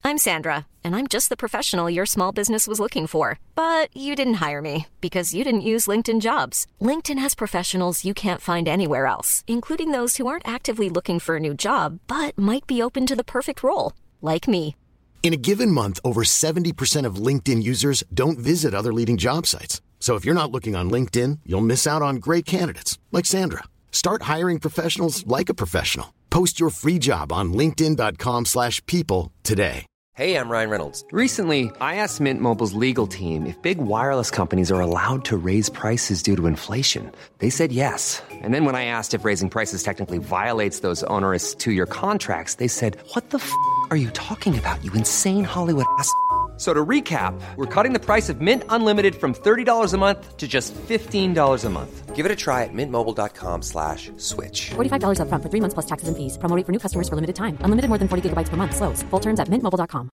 I'm Sandra, and I'm just the professional your small business was looking for. But you didn't hire me because you didn't use LinkedIn Jobs. LinkedIn has professionals you can't find anywhere else, including those who aren't actively looking for a new job, but might be open to the perfect role, like me. In a given month, over 70% of LinkedIn users don't visit other leading job sites. So if you're not looking on LinkedIn, you'll miss out on great candidates, like Sandra. Start hiring professionals like a professional. Post your free job on linkedin.com/people today. Hey, I'm Ryan Reynolds. Recently, I asked Mint Mobile's legal team if big wireless companies are allowed to raise prices due to inflation. They said yes. And then when I asked if raising prices technically violates those onerous two-year contracts, they said, what the f*** are you talking about, you insane Hollywood ass f- So to recap, we're cutting the price of Mint Unlimited from $30 a month to just $15 a month. Give it a try at mintmobile.com/switch. $45 up front for 3 months plus taxes and fees. Promo rate for new customers for limited time. Unlimited more than 40 gigabytes per month. Slows full terms at mintmobile.com.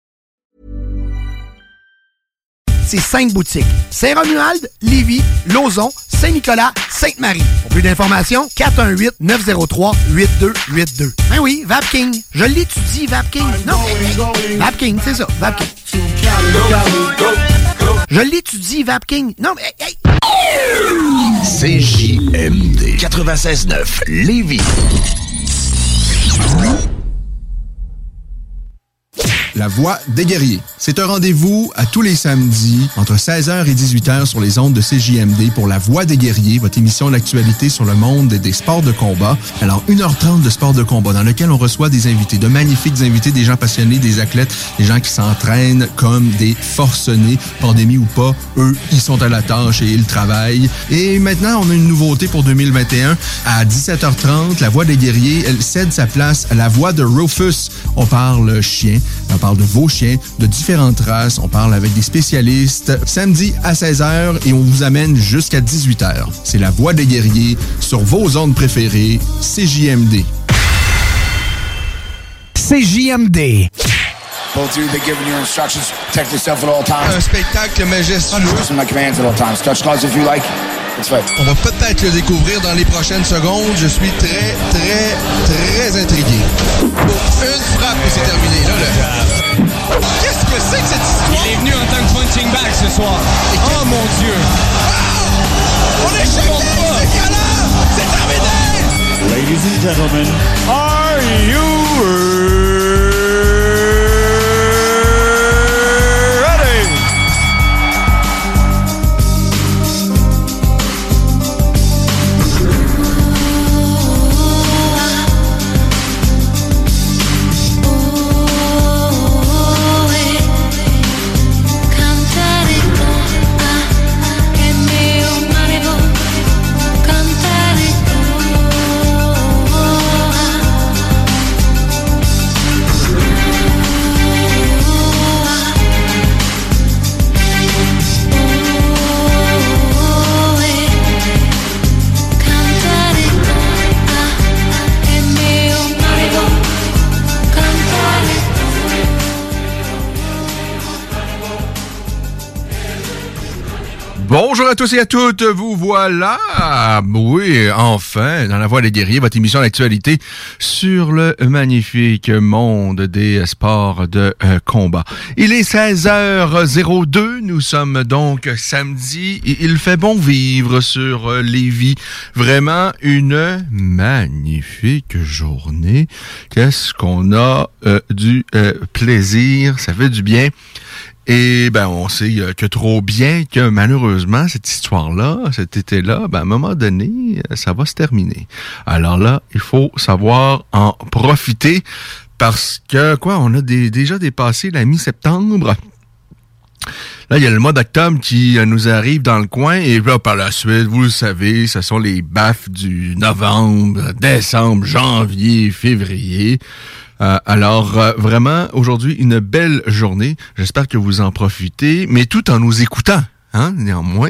C'est 5 boutiques. Saint-Romuald, Lévis, Lauson, Saint-Nicolas, Sainte-Marie. Pour plus d'informations, 418-903-8282. Ben oui, Vapking. Je l'étudie, Vapking. Non, Vapking, c'est ça, Vapking. Je l'étudie, Vapking. Non, mais... Hey. CJMD 96.9 Lévis. La Voix des guerriers. C'est un rendez-vous à tous les samedis entre 16h et 18h sur les ondes de CJMD pour La Voix des guerriers, votre émission d'actualité sur le monde des sports de combat. Alors, 1h30 de sport de combat dans lequel on reçoit des invités, de magnifiques invités, des gens passionnés, des athlètes, des gens qui s'entraînent comme des forcenés, pandémie ou pas. Eux, ils sont à la tâche et ils travaillent. Et maintenant, on a une nouveauté pour 2021. À 17h30, La Voix des guerriers, elle cède sa place à La Voix de Rufus. On parle chien, on parle de vos chiens, de différentes races. On parle avec des spécialistes. Samedi à 16h et on vous amène jusqu'à 18h. C'est La Voix des guerriers sur vos ondes préférées, CJMD. CJMD. Both of you, they're giving you instructions. Protect yourself at all times. Un spectacle majestueux. Listen to my commands at all times. Touch gloves if you like. It's fine. On va peut-être le découvrir dans les prochaines secondes. Je suis très intrigué. Une frappe et c'est terminé. Là, qu'est-ce que c'est que cette histoire? Il est venu en tant que punching bag ce soir. Oh mon Dieu! Wow! On est choqués! C'est galant! C'est terminé! Ladies and gentlemen, are you ready? Bonjour à tous et à toutes, vous voilà, oui, enfin, dans La Voix des guerriers, votre émission d'actualité sur le magnifique monde des sports de combat. Il est 16h02, nous sommes donc samedi, et il fait bon vivre sur Lévis. Vraiment une magnifique journée. Qu'est-ce qu'on a du plaisir, ça fait du bien. Et ben on sait que trop bien que malheureusement cette histoire-là, cet été-là, ben à un moment donné, ça va se terminer. Alors là, il faut savoir en profiter parce que on a déjà dépassé la mi-septembre. Là, il y a le mois d'octobre qui nous arrive dans le coin et là, par la suite, vous le savez, ce sont les baffes du novembre, décembre, janvier, février. Alors, vraiment, aujourd'hui, une belle journée. J'espère que vous en profitez, mais tout en nous écoutant, néanmoins.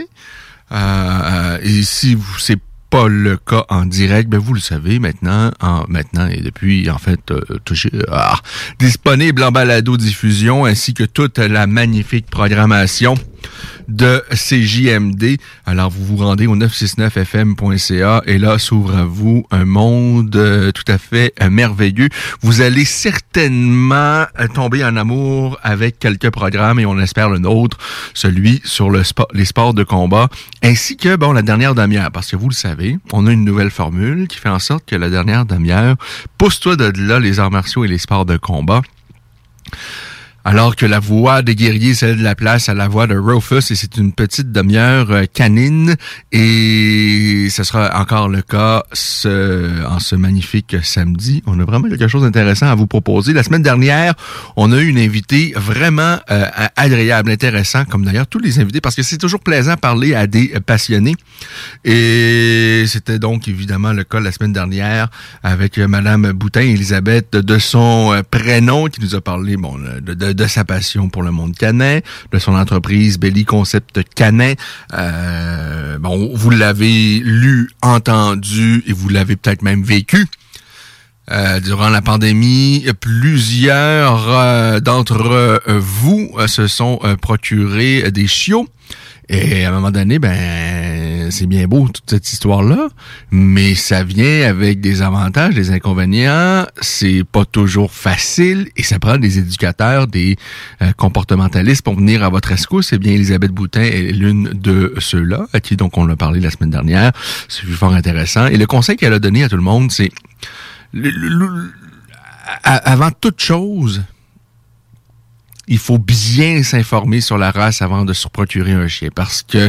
Et si c'est pas le cas en direct, ben vous le savez maintenant et depuis, en fait, disponible en balado-diffusion, ainsi que toute la magnifique programmation de CJMD. Alors, vous vous rendez au 969fm.ca et là s'ouvre à vous un monde tout à fait merveilleux. Vous allez certainement tomber en amour avec quelques programmes et on espère le nôtre, celui sur les sports de combat, ainsi que, la dernière demi-heure. Parce que vous le savez, on a une nouvelle formule qui fait en sorte que la dernière demi-heure, pousse-toi de là les arts martiaux et les sports de combat. Alors que la voix des guerriers cède la place à la voix de Rufus, et c'est une petite demi-heure canine, et ce sera encore le cas en ce magnifique samedi. On a vraiment quelque chose d'intéressant à vous proposer. La semaine dernière, on a eu une invitée vraiment agréable, intéressant, comme d'ailleurs tous les invités, parce que c'est toujours plaisant de parler à des passionnés. Et c'était donc évidemment le cas la semaine dernière avec Madame Boutin, Elisabeth, de son prénom, qui nous a parlé de sa passion pour le monde canin, de son entreprise Belly Concept Canin. Vous l'avez lu, entendu et vous l'avez peut-être même vécu. Durant la pandémie, plusieurs d'entre vous se sont procurés des chiots. Et à un moment donné, c'est bien beau toute cette histoire-là, mais ça vient avec des avantages, des inconvénients. C'est pas toujours facile et ça prend des éducateurs, des comportementalistes pour venir à votre rescousse. Eh bien, Elisabeth Boutin est l'une de ceux-là, à qui donc on l'a parlé la semaine dernière. C'est fort intéressant. Et le conseil qu'elle a donné à tout le monde, c'est avant toute chose, il faut bien s'informer sur la race avant de se procurer un chien, parce que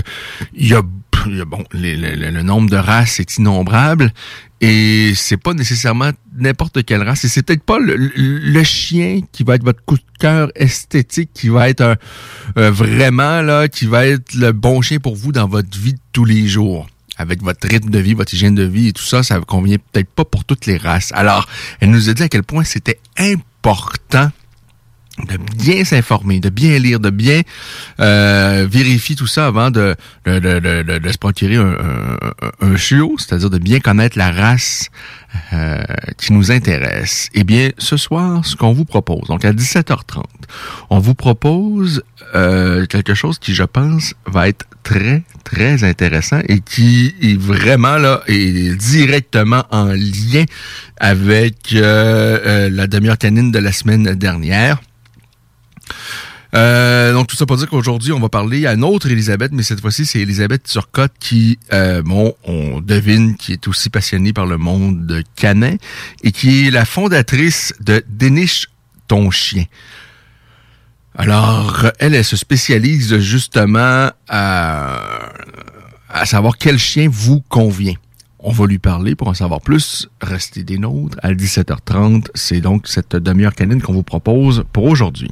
le nombre de races est innombrable et c'est pas nécessairement n'importe quelle race, et c'est peut-être pas le chien qui va être votre coup de cœur esthétique, qui va être vraiment là, qui va être le bon chien pour vous dans votre vie de tous les jours. Avec votre rythme de vie, votre hygiène de vie et tout ça, ça convient peut-être pas pour toutes les races. Alors, elle nous a dit à quel point c'était important de bien s'informer, de bien lire, de bien vérifier tout ça avant de se procurer un chiot, c'est-à-dire de bien connaître la race qui nous intéresse. Eh bien, ce soir, ce qu'on vous propose, donc à 17h30, on vous propose quelque chose qui, je pense, va être très, très intéressant et qui est vraiment là, est directement en lien avec la demi-heure canine de la semaine dernière. Donc tout ça pour dire qu'aujourd'hui on va parler à une autre Elisabeth, mais cette fois-ci c'est Elisabeth Turcotte qui, on devine, qui est aussi passionnée par le monde canin et qui est la fondatrice de Déniche ton chien. Alors elle se spécialise justement à savoir quel chien vous convient. On va lui parler pour en savoir plus. Restez des nôtres à 17h30. C'est donc cette demi-heure canine qu'on vous propose pour aujourd'hui.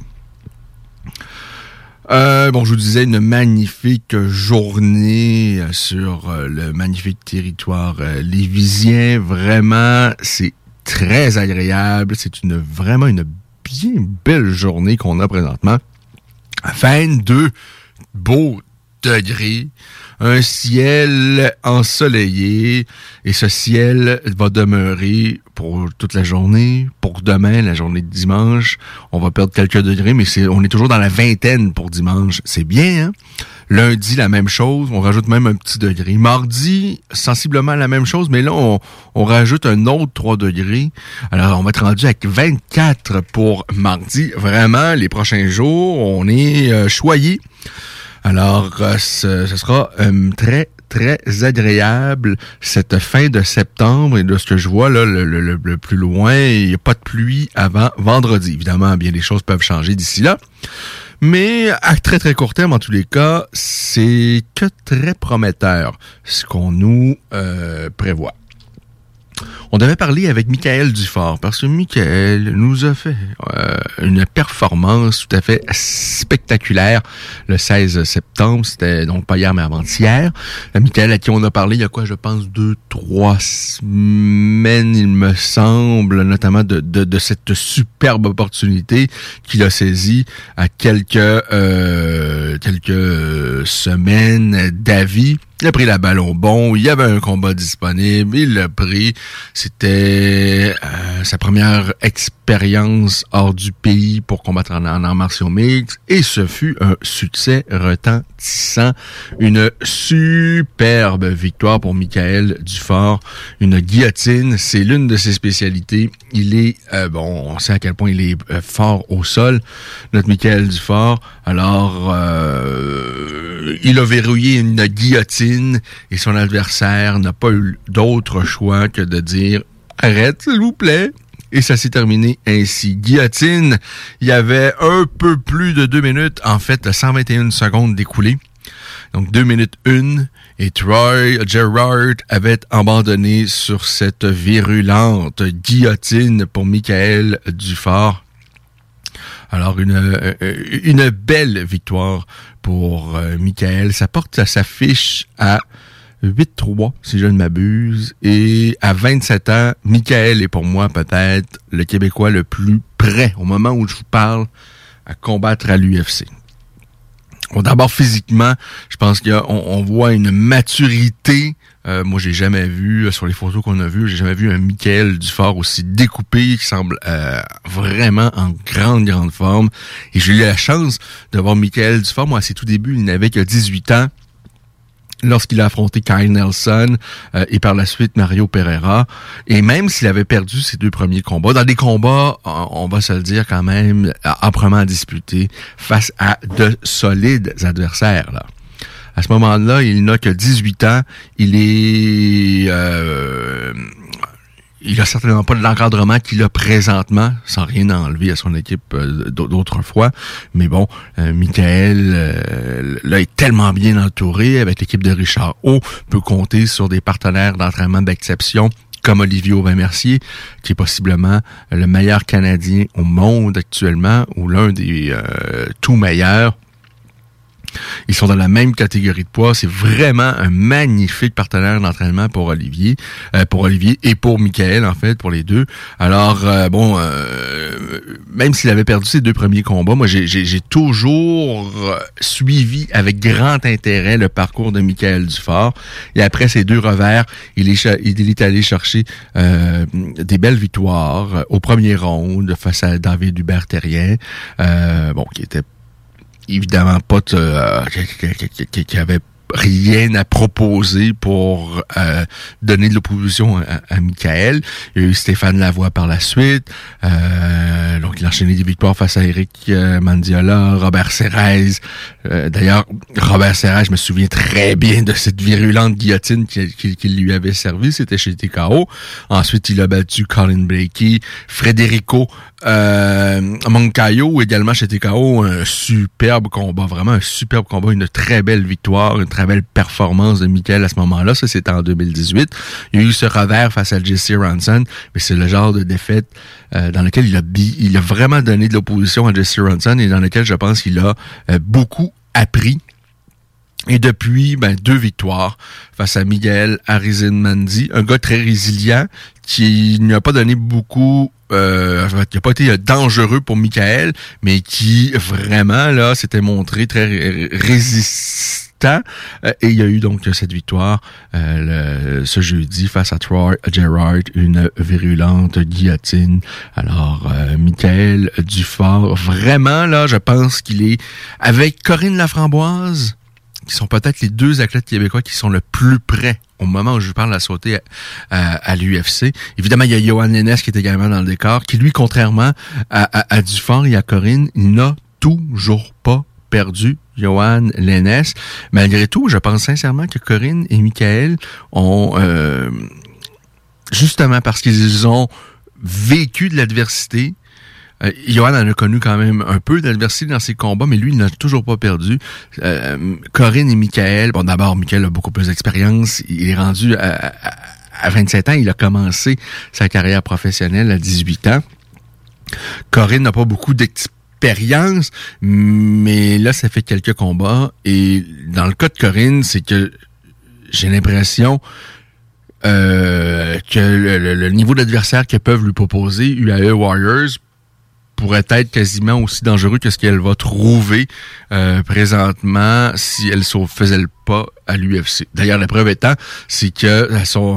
Je vous disais, une magnifique journée sur le magnifique territoire lévisien. Vraiment, c'est très agréable. C'est vraiment une bien belle journée qu'on a présentement. 22 beaux degrés, un ciel ensoleillé, et ce ciel va demeurer pour toute la journée. Pour demain, la journée de dimanche, on va perdre quelques degrés, mais on est toujours dans la vingtaine pour dimanche. C'est bien, hein? Lundi, la même chose, on rajoute même un petit degré. Mardi, sensiblement la même chose, mais là, on rajoute un autre 3 degrés. Alors, on va être rendu avec 24 pour mardi. Vraiment, les prochains jours, on est choyés. Alors, ce sera très, très agréable cette fin de septembre. Et de ce que je vois, là, le plus loin, il n'y a pas de pluie avant vendredi. Évidemment, bien des choses peuvent changer d'ici là. Mais à très, très court terme, en tous les cas, c'est que très prometteur ce qu'on nous prévoit. On devait parler avec Michael Dufort, parce que Michael nous a fait une performance tout à fait spectaculaire le 16 septembre. C'était donc pas hier, mais avant-hier. Michael, à qui on a parlé il y a quoi, je pense, 2-3 semaines, il me semble, notamment de cette superbe opportunité qu'il a saisie à quelques semaines d'avis. Il a pris la balle au bon, il y avait un combat disponible, il l'a pris. C'était sa première expérience hors du pays pour combattre en arts martiaux mixtes et ce fut un succès retentissant. Une superbe victoire pour Michael Dufort. Une guillotine, c'est l'une de ses spécialités. Il est, on sait à quel point il est fort au sol, notre Michael Dufort. Alors, il a verrouillé une guillotine et son adversaire n'a pas eu d'autre choix que de dire « Arrête, s'il vous plaît ». Et ça s'est terminé ainsi. Guillotine, il y avait un peu plus de 2 minutes, en fait 121 secondes d'écoulées. Donc 2 minutes 1 et Troy Gerrard avait abandonné sur cette virulente guillotine pour Michael Dufort. Alors, une belle victoire pour Michael. Ça porte sa fiche à 8-3, si je ne m'abuse. Et à 27 ans, Michael est pour moi peut-être le Québécois le plus prêt, au moment où je vous parle, à combattre à l'UFC. Bon, d'abord, physiquement, je pense qu'on voit une maturité. Moi, j'ai jamais vu, sur les photos qu'on a vues, j'ai jamais vu un Michael Dufort aussi découpé, qui semble vraiment en grande forme. Et j'ai eu la chance de voir Michael Dufort. Moi, à ses tout débuts, il n'avait que 18 ans. Lorsqu'il a affronté Kyle Nelson et par la suite Mario Pereira. Et même s'il avait perdu ses 2 premiers combats, dans des combats, on va se le dire quand même, âprement disputés, face à de solides adversaires, là. À ce moment-là, il n'a que 18 ans. Il a certainement pas de l'encadrement qu'il a présentement, sans rien enlever à son équipe d'autrefois. Mais bon, Michael, là, est tellement bien entouré avec l'équipe de Richard O. Peut compter sur des partenaires d'entraînement d'exception comme Olivier Aubin-Mercier, qui est possiblement le meilleur Canadien au monde actuellement, ou l'un des tout meilleurs. Ils sont dans la même catégorie de poids. C'est vraiment un magnifique partenaire d'entraînement pour Olivier et pour Michael, en fait, pour les deux. Alors, même s'il avait perdu ses 2 premiers combats, moi, j'ai toujours suivi avec grand intérêt le parcours de Michael Dufort. Et après ces 2 revers, il est allé chercher des belles victoires au premier round face à David Hubert-Terrien, qui était évidemment pas qui avait rien à proposer pour donner de l'opposition à Michael. Il y a eu Stéphane Lavoie par la suite. Donc, il a enchaîné des victoires face à Eric Mandiola, Robert Serrez. D'ailleurs, Robert Serrez, je me souviens très bien de cette virulente guillotine qu'il lui avait servi. C'était chez TKO. Ensuite, il a battu Colin Blakey, Federico Moncayo, également chez TKO. Un superbe combat, vraiment un superbe combat. Une très belle victoire, une très belle performance de Michael à ce moment-là. Ça, c'était en 2018. Il y a eu ce revers face à Jesse Ronson, mais c'est le genre de défaite dans lequel il a vraiment donné de l'opposition à Jesse Ronson et dans lequel je pense qu'il a beaucoup appris. Et depuis, 2 victoires face à Miguel Arizmendi, un gars très résilient qui n'a pas donné beaucoup, qui n'a pas été dangereux pour Michael, mais qui vraiment là s'était montré très résistant. Et il y a eu donc cette victoire ce jeudi face à Troy Gerrard, une virulente guillotine. Alors, Michael Dufort, vraiment là, je pense qu'il est avec Corinne Laframboise, qui sont peut-être les 2 athlètes québécois qui sont le plus près au moment où je parle à sauter à l'UFC. Évidemment, il y a Yohan Lennes qui est également dans le décor, qui lui, contrairement à Dufort et à Corinne, il n'a toujours pas perdu. Yohan Lennes. Malgré tout, je pense sincèrement que Corinne et Michael ont, justement parce qu'ils ont vécu de l'adversité, Yohan en a connu quand même un peu d'adversité dans ses combats, mais lui, il n'a toujours pas perdu. Corinne et Michael, d'abord, Michael a beaucoup plus d'expérience. Il est rendu à 27 ans. Il a commencé sa carrière professionnelle à 18 ans. Corinne n'a pas beaucoup d'expérience, mais là, ça fait quelques combats. Et dans le cas de Corinne, c'est que j'ai l'impression que le niveau d'adversaire que peuvent lui proposer UAE Warriors pourrait être quasiment aussi dangereux que ce qu'elle va trouver présentement si elle ne faisait le pas à l'UFC. D'ailleurs, la preuve étant, c'est que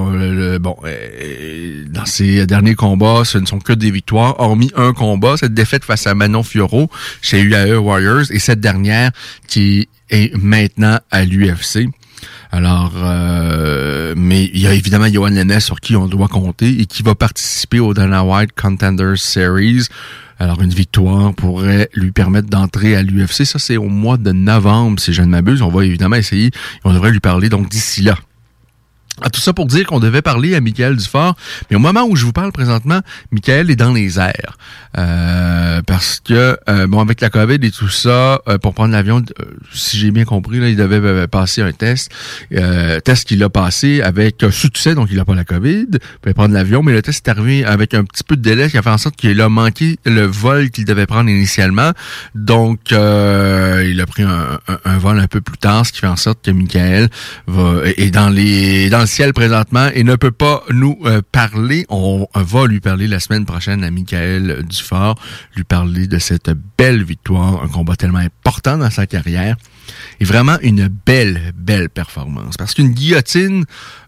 dans ses derniers combats, ce ne sont que des victoires, hormis un combat, cette défaite face à Manon Fiorot chez UAE Warriors, et cette dernière qui est maintenant à l'UFC. Alors, mais il y a évidemment Yohan Lainez sur qui on doit compter et qui va participer au Dana White Contenders Series. Alors, une victoire pourrait lui permettre d'entrer à l'UFC. Ça, c'est au mois de novembre, si je ne m'abuse. On va évidemment essayer. On devrait lui parler donc d'ici là. Tout ça pour dire qu'on devait parler à Michael Dufort, mais au moment où je vous parle présentement, Michael est dans les airs. Parce que, avec la COVID et tout ça, pour prendre l'avion, si j'ai bien compris, là, il devait passer un test. Test qu'il a passé avec succès, donc il n'a pas la COVID, il pouvait prendre l'avion, mais le test est arrivé avec un petit peu de délai qui a fait en sorte qu'il a manqué le vol qu'il devait prendre initialement. Donc, il a pris un vol un peu plus tard, ce qui fait en sorte que Michael est dans le ciel présentement et ne peut pas nous parler. On va lui parler la semaine prochaine à Michael Dufort, lui parler de cette belle victoire, un combat tellement important dans sa carrière et vraiment une belle performance. Parce qu'une guillotine,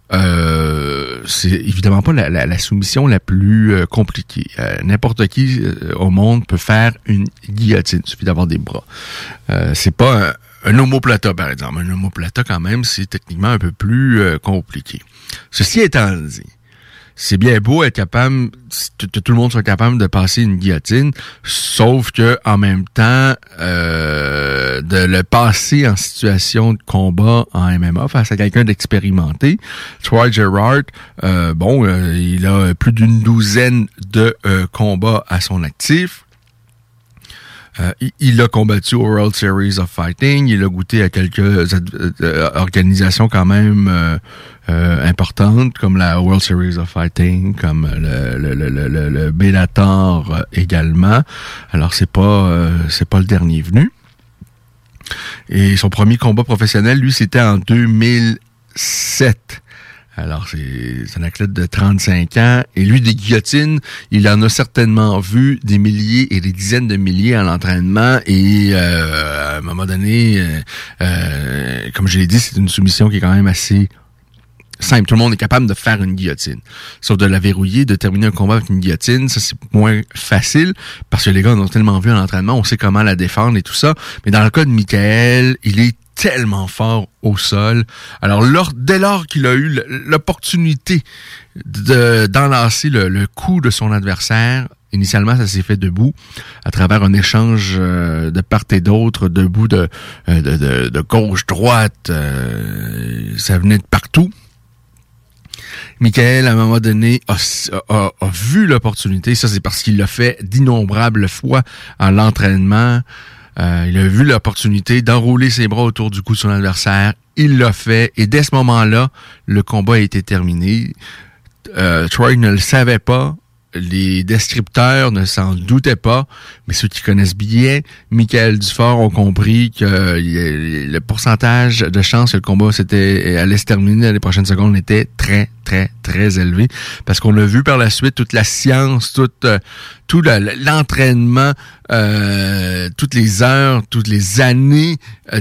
c'est évidemment pas la soumission la plus compliquée. N'importe qui au monde peut faire une guillotine. Il suffit d'avoir des bras. C'est pas un omoplata, par exemple. Un omoplata, quand même, c'est techniquement un peu plus compliqué. Ceci étant dit, c'est bien beau être capable, que tout le monde soit capable de passer une guillotine, sauf que en même temps, de le passer en situation de combat en MMA face à quelqu'un d'expérimenté. Troy Gerard, il a plus d'une douzaine de combats à son actif. Il a combattu au World Series of Fighting. Il a goûté à quelques organisations quand même importantes, comme la World Series of Fighting, comme le Bellator également. Alors c'est pas le dernier venu. Et son premier combat professionnel, lui, c'était en 2007. Alors, c'est un athlète de 35 ans. Et lui, des guillotines, il en a certainement vu des milliers et des dizaines de milliers à l'entraînement. Et à un moment donné, comme je l'ai dit, c'est une soumission qui est quand même assez simple. Tout le monde est capable de faire une guillotine. Sauf de la verrouiller, de terminer un combat avec une guillotine, ça c'est moins facile parce que les gars en ont tellement vu à l'entraînement, on sait comment la défendre et tout ça. Mais dans le cas de Michael, il est tellement fort au sol. Alors, dès lors qu'il a eu l'opportunité d'enlacer le coup de son adversaire, initialement, ça s'est fait debout, à travers un échange de part et d'autre, debout de gauche-droite. Ça venait de partout. Michael, à un moment donné, a vu l'opportunité. Ça, c'est parce qu'il l'a fait d'innombrables fois à l'entraînement. Il a vu l'opportunité d'enrouler ses bras autour du cou de son adversaire. Il l'a fait. Et dès ce moment-là, le combat a été terminé. Troy ne le savait pas. Les descripteurs ne s'en doutaient pas, mais ceux qui connaissent bien Michael Dufort ont compris que le pourcentage de chance que le combat allait se terminer dans les prochaines secondes était très, très, très élevé. Parce qu'on a vu par la suite toute la science, tout l'entraînement, toutes les heures, toutes les années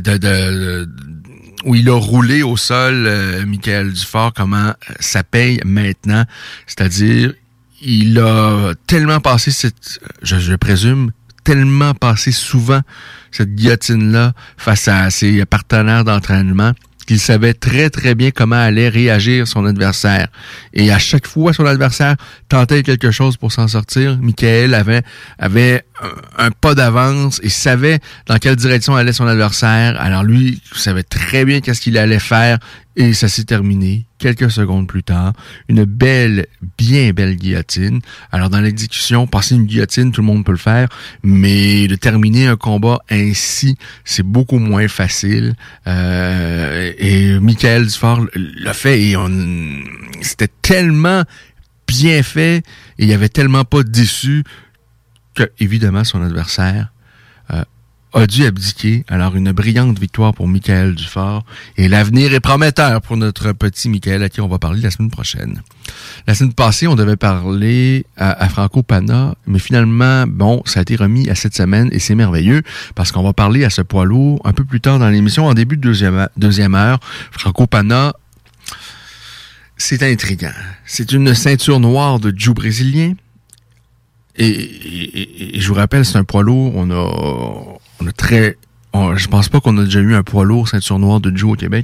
où il a roulé au sol, Michael Dufort, comment ça paye maintenant. C'est-à-dire, il a tellement passé je présume, tellement passé souvent cette guillotine-là face à ses partenaires d'entraînement qu'il savait très, très bien comment allait réagir son adversaire. Et à chaque fois, son adversaire tentait quelque chose pour s'en sortir. Michael avait un pas d'avance et savait dans quelle direction allait son adversaire. Alors lui, il savait très bien qu'est-ce qu'il allait faire et ça s'est terminé quelques secondes plus tard. Une bien belle guillotine. Alors dans l'exécution, passer une guillotine, tout le monde peut le faire, mais de terminer un combat ainsi, c'est beaucoup moins facile. Et Michael Dufort l'a fait et c'était tellement bien fait et il avait tellement pas déçu que, évidemment, son adversaire a dû abdiquer. Alors, une brillante victoire pour Michael Dufort. Et l'avenir est prometteur pour notre petit Michael, à qui on va parler la semaine prochaine. La semaine passée, on devait parler à Franco Pana, mais finalement, bon, ça a été remis à cette semaine et c'est merveilleux parce qu'on va parler à ce poids lourd un peu plus tard dans l'émission, en début de deuxième heure. Franco Pana, c'est intriguant. C'est une ceinture noire de jiu brésilien. Et je vous rappelle, c'est un poids lourd. Je pense pas qu'on a déjà eu un poids lourd ceinture noire de jiu au Québec.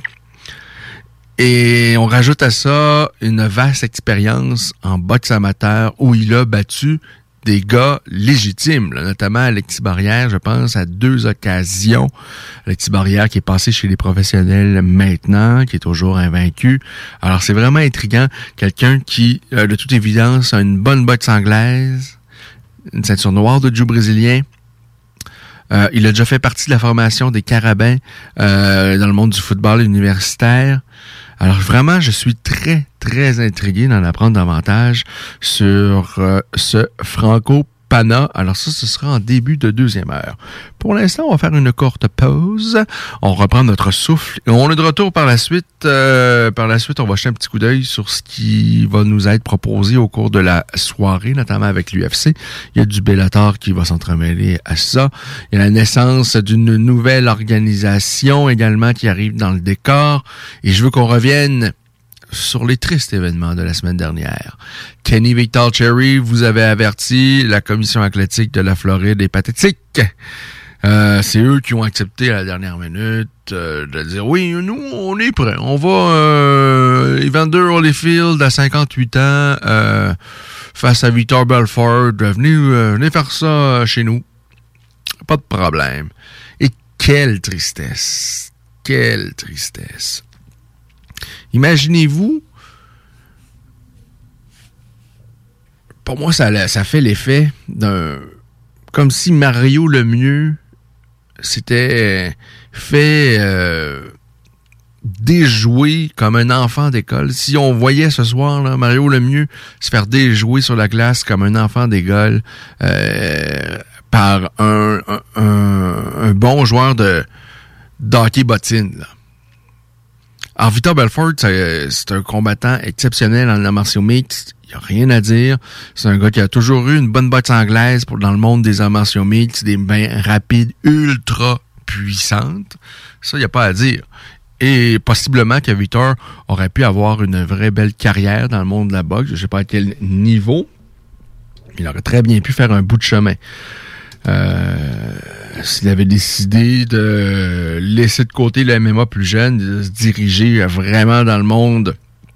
Et on rajoute à ça une vaste expérience en boxe amateur où il a battu des gars légitimes, là, notamment Alexis Barrière, je pense, à 2 occasions. Alexis Barrière qui est passé chez les professionnels maintenant, qui est toujours invaincu. Alors c'est vraiment intriguant. Quelqu'un qui, de toute évidence, a une bonne boxe anglaise, une ceinture noire de jiu brésilien. Il a déjà fait partie de la formation des Carabins dans le monde du football universitaire. Alors vraiment, je suis très, très intrigué d'en apprendre davantage sur ce Franco Pana. Alors ça, ce sera en début de deuxième heure. Pour l'instant, on va faire une courte pause. On reprend notre souffle. Et on est de retour par la suite. On va jeter un petit coup d'œil sur ce qui va nous être proposé au cours de la soirée, notamment avec l'UFC. Il y a du Bellator qui va s'entremêler à ça. Il y a la naissance d'une nouvelle organisation également qui arrive dans le décor. Et je veux qu'on revienne sur les tristes événements de la semaine dernière. Kenny Victor Cherry vous avait averti, la commission athlétique de la Floride est pathétique. C'est eux qui ont accepté à la dernière minute de dire oui, nous on est prêts. On va Evander Holyfield à 58 ans face à Vitor Belfort. Venez faire ça chez nous. Pas de problème. Et quelle tristesse. Quelle tristesse. Imaginez-vous, pour moi, ça fait l'effet d'un... Comme si Mario Lemieux s'était fait déjouer comme un enfant d'école. Si on voyait ce soir là, Mario Lemieux se faire déjouer sur la glace comme un enfant d'école par un bon joueur de hockey bottine, là. Alors, Vitor Belfort, c'est un combattant exceptionnel en arts martiaux mixtes. Il n'y a rien à dire. C'est un gars qui a toujours eu une bonne boxe anglaise dans le monde des arts martiaux mixtes, des mains rapides, ultra puissantes. Ça, il n'y a pas à dire. Et possiblement que Vitor aurait pu avoir une vraie belle carrière dans le monde de la boxe. Je ne sais pas à quel niveau. Il aurait très bien pu faire un bout de chemin. S'il avait décidé de laisser de côté le MMA plus jeune, de se diriger vraiment dans le monde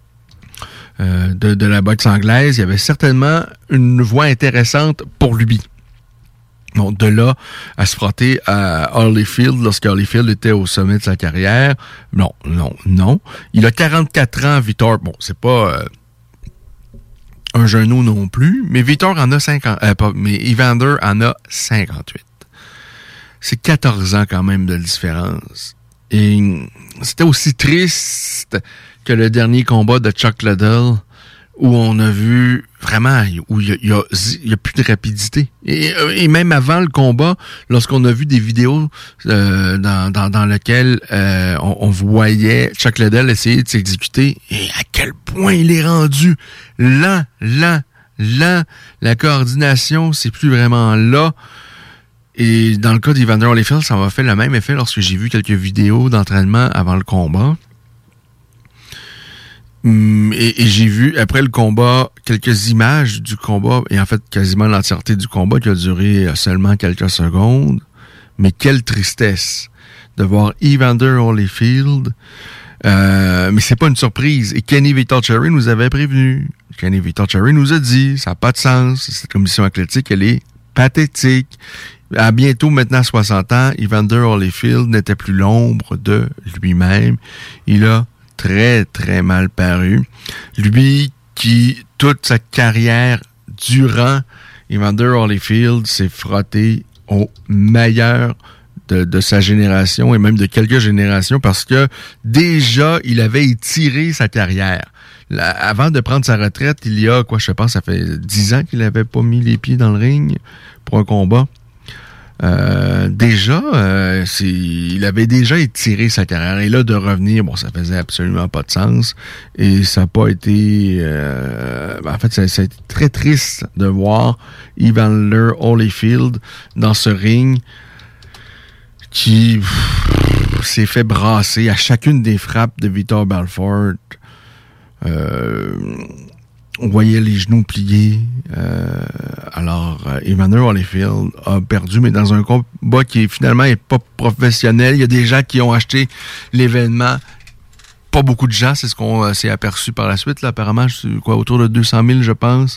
de la boxe anglaise, il y avait certainement une voie intéressante pour lui. Bon, de là à se frotter à Holyfield lorsqu'Holyfield était au sommet de sa carrière, non. Il a 44 ans, Vitor. Bon, c'est pas un genou non plus, mais Vitor en a 50. Mais Evander en a 58. C'est 14 ans quand même de différence. Et c'était aussi triste que le dernier combat de Chuck Liddell, où on a vu vraiment, où il y a plus de rapidité. Et même avant le combat, lorsqu'on a vu des vidéos dans lesquelles on voyait Chuck Liddell essayer de s'exécuter, et à quel point il est rendu lent. La coordination, c'est plus vraiment là. Et dans le cas d'Evander Holyfield, ça m'a fait le même effet lorsque j'ai vu quelques vidéos d'entraînement avant le combat. Et j'ai vu, après le combat, quelques images du combat, et en fait, quasiment l'entièreté du combat qui a duré seulement quelques secondes. Mais quelle tristesse de voir Evander Holyfield. Mais c'est pas une surprise. Et Kenny Victor Cherry nous avait prévenu. Kenny Victor Cherry nous a dit, ça n'a pas de sens. Cette commission athlétique, elle est pathétique. À bientôt maintenant 60 ans, Evander Holyfield n'était plus l'ombre de lui-même. Il a très, très mal paru. Lui qui, toute sa carrière durant, Evander Holyfield s'est frotté au meilleur de sa génération et même de quelques générations parce que déjà, il avait étiré sa carrière. Là, avant de prendre sa retraite, il y a, je pense, ça fait 10 ans qu'il n'avait pas mis les pieds dans le ring pour un combat. il avait déjà étiré sa carrière. Et là, de revenir, bon, ça faisait absolument pas de sens. Et ça n'a pas été... en fait, ça a été très triste de voir Evander Holyfield dans ce ring qui s'est fait brasser à chacune des frappes de Vitor Belfort. On voyait les genoux pliés. Evander Holyfield a perdu, mais dans un combat qui finalement est pas professionnel. Il y a des gens qui ont acheté l'événement. Pas beaucoup de gens, c'est ce qu'on s'est aperçu par la suite. Là, apparemment, autour de 200 000, je pense.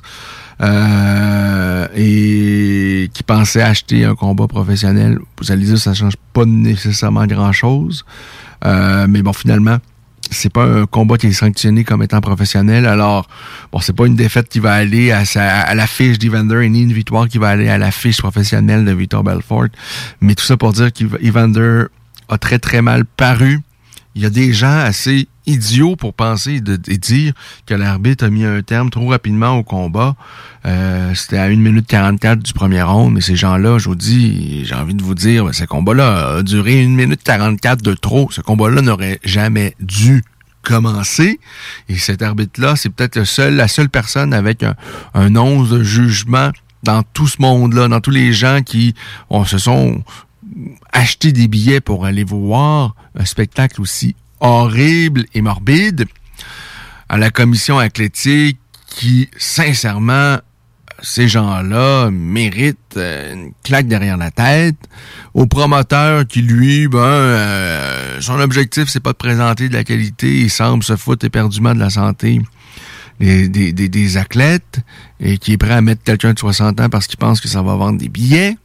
Et qui pensaient acheter un combat professionnel. Vous allez dire, ça change pas nécessairement grand-chose. Mais bon, finalement, c'est pas un combat qui est sanctionné comme étant professionnel. Alors, bon, c'est pas une défaite qui va aller à la fiche d'Evander, ni une victoire qui va aller à la fiche professionnelle de Vitor Belfort. Mais tout ça pour dire qu'Evander a très, très mal paru. Il y a des gens assez idiots pour penser et dire que l'arbitre a mis un terme trop rapidement au combat. C'était à 1 minute 44 du premier round, mais ces gens-là, je vous dis, j'ai envie de vous dire, ce combat-là a duré 1 minute 44 de trop. Ce combat-là n'aurait jamais dû commencer. Et cet arbitre-là, c'est peut-être la seule personne avec un once de jugement dans tout ce monde-là, dans tous les gens qui se sont acheter des billets pour aller voir un spectacle aussi horrible et morbide, à la commission athlétique qui, sincèrement, ces gens-là méritent une claque derrière la tête, au promoteur qui, lui, son objectif, c'est pas de présenter de la qualité, il semble se foutre éperdument de la santé des athlètes, et qui est prêt à mettre quelqu'un de 60 ans parce qu'il pense que ça va vendre des billets.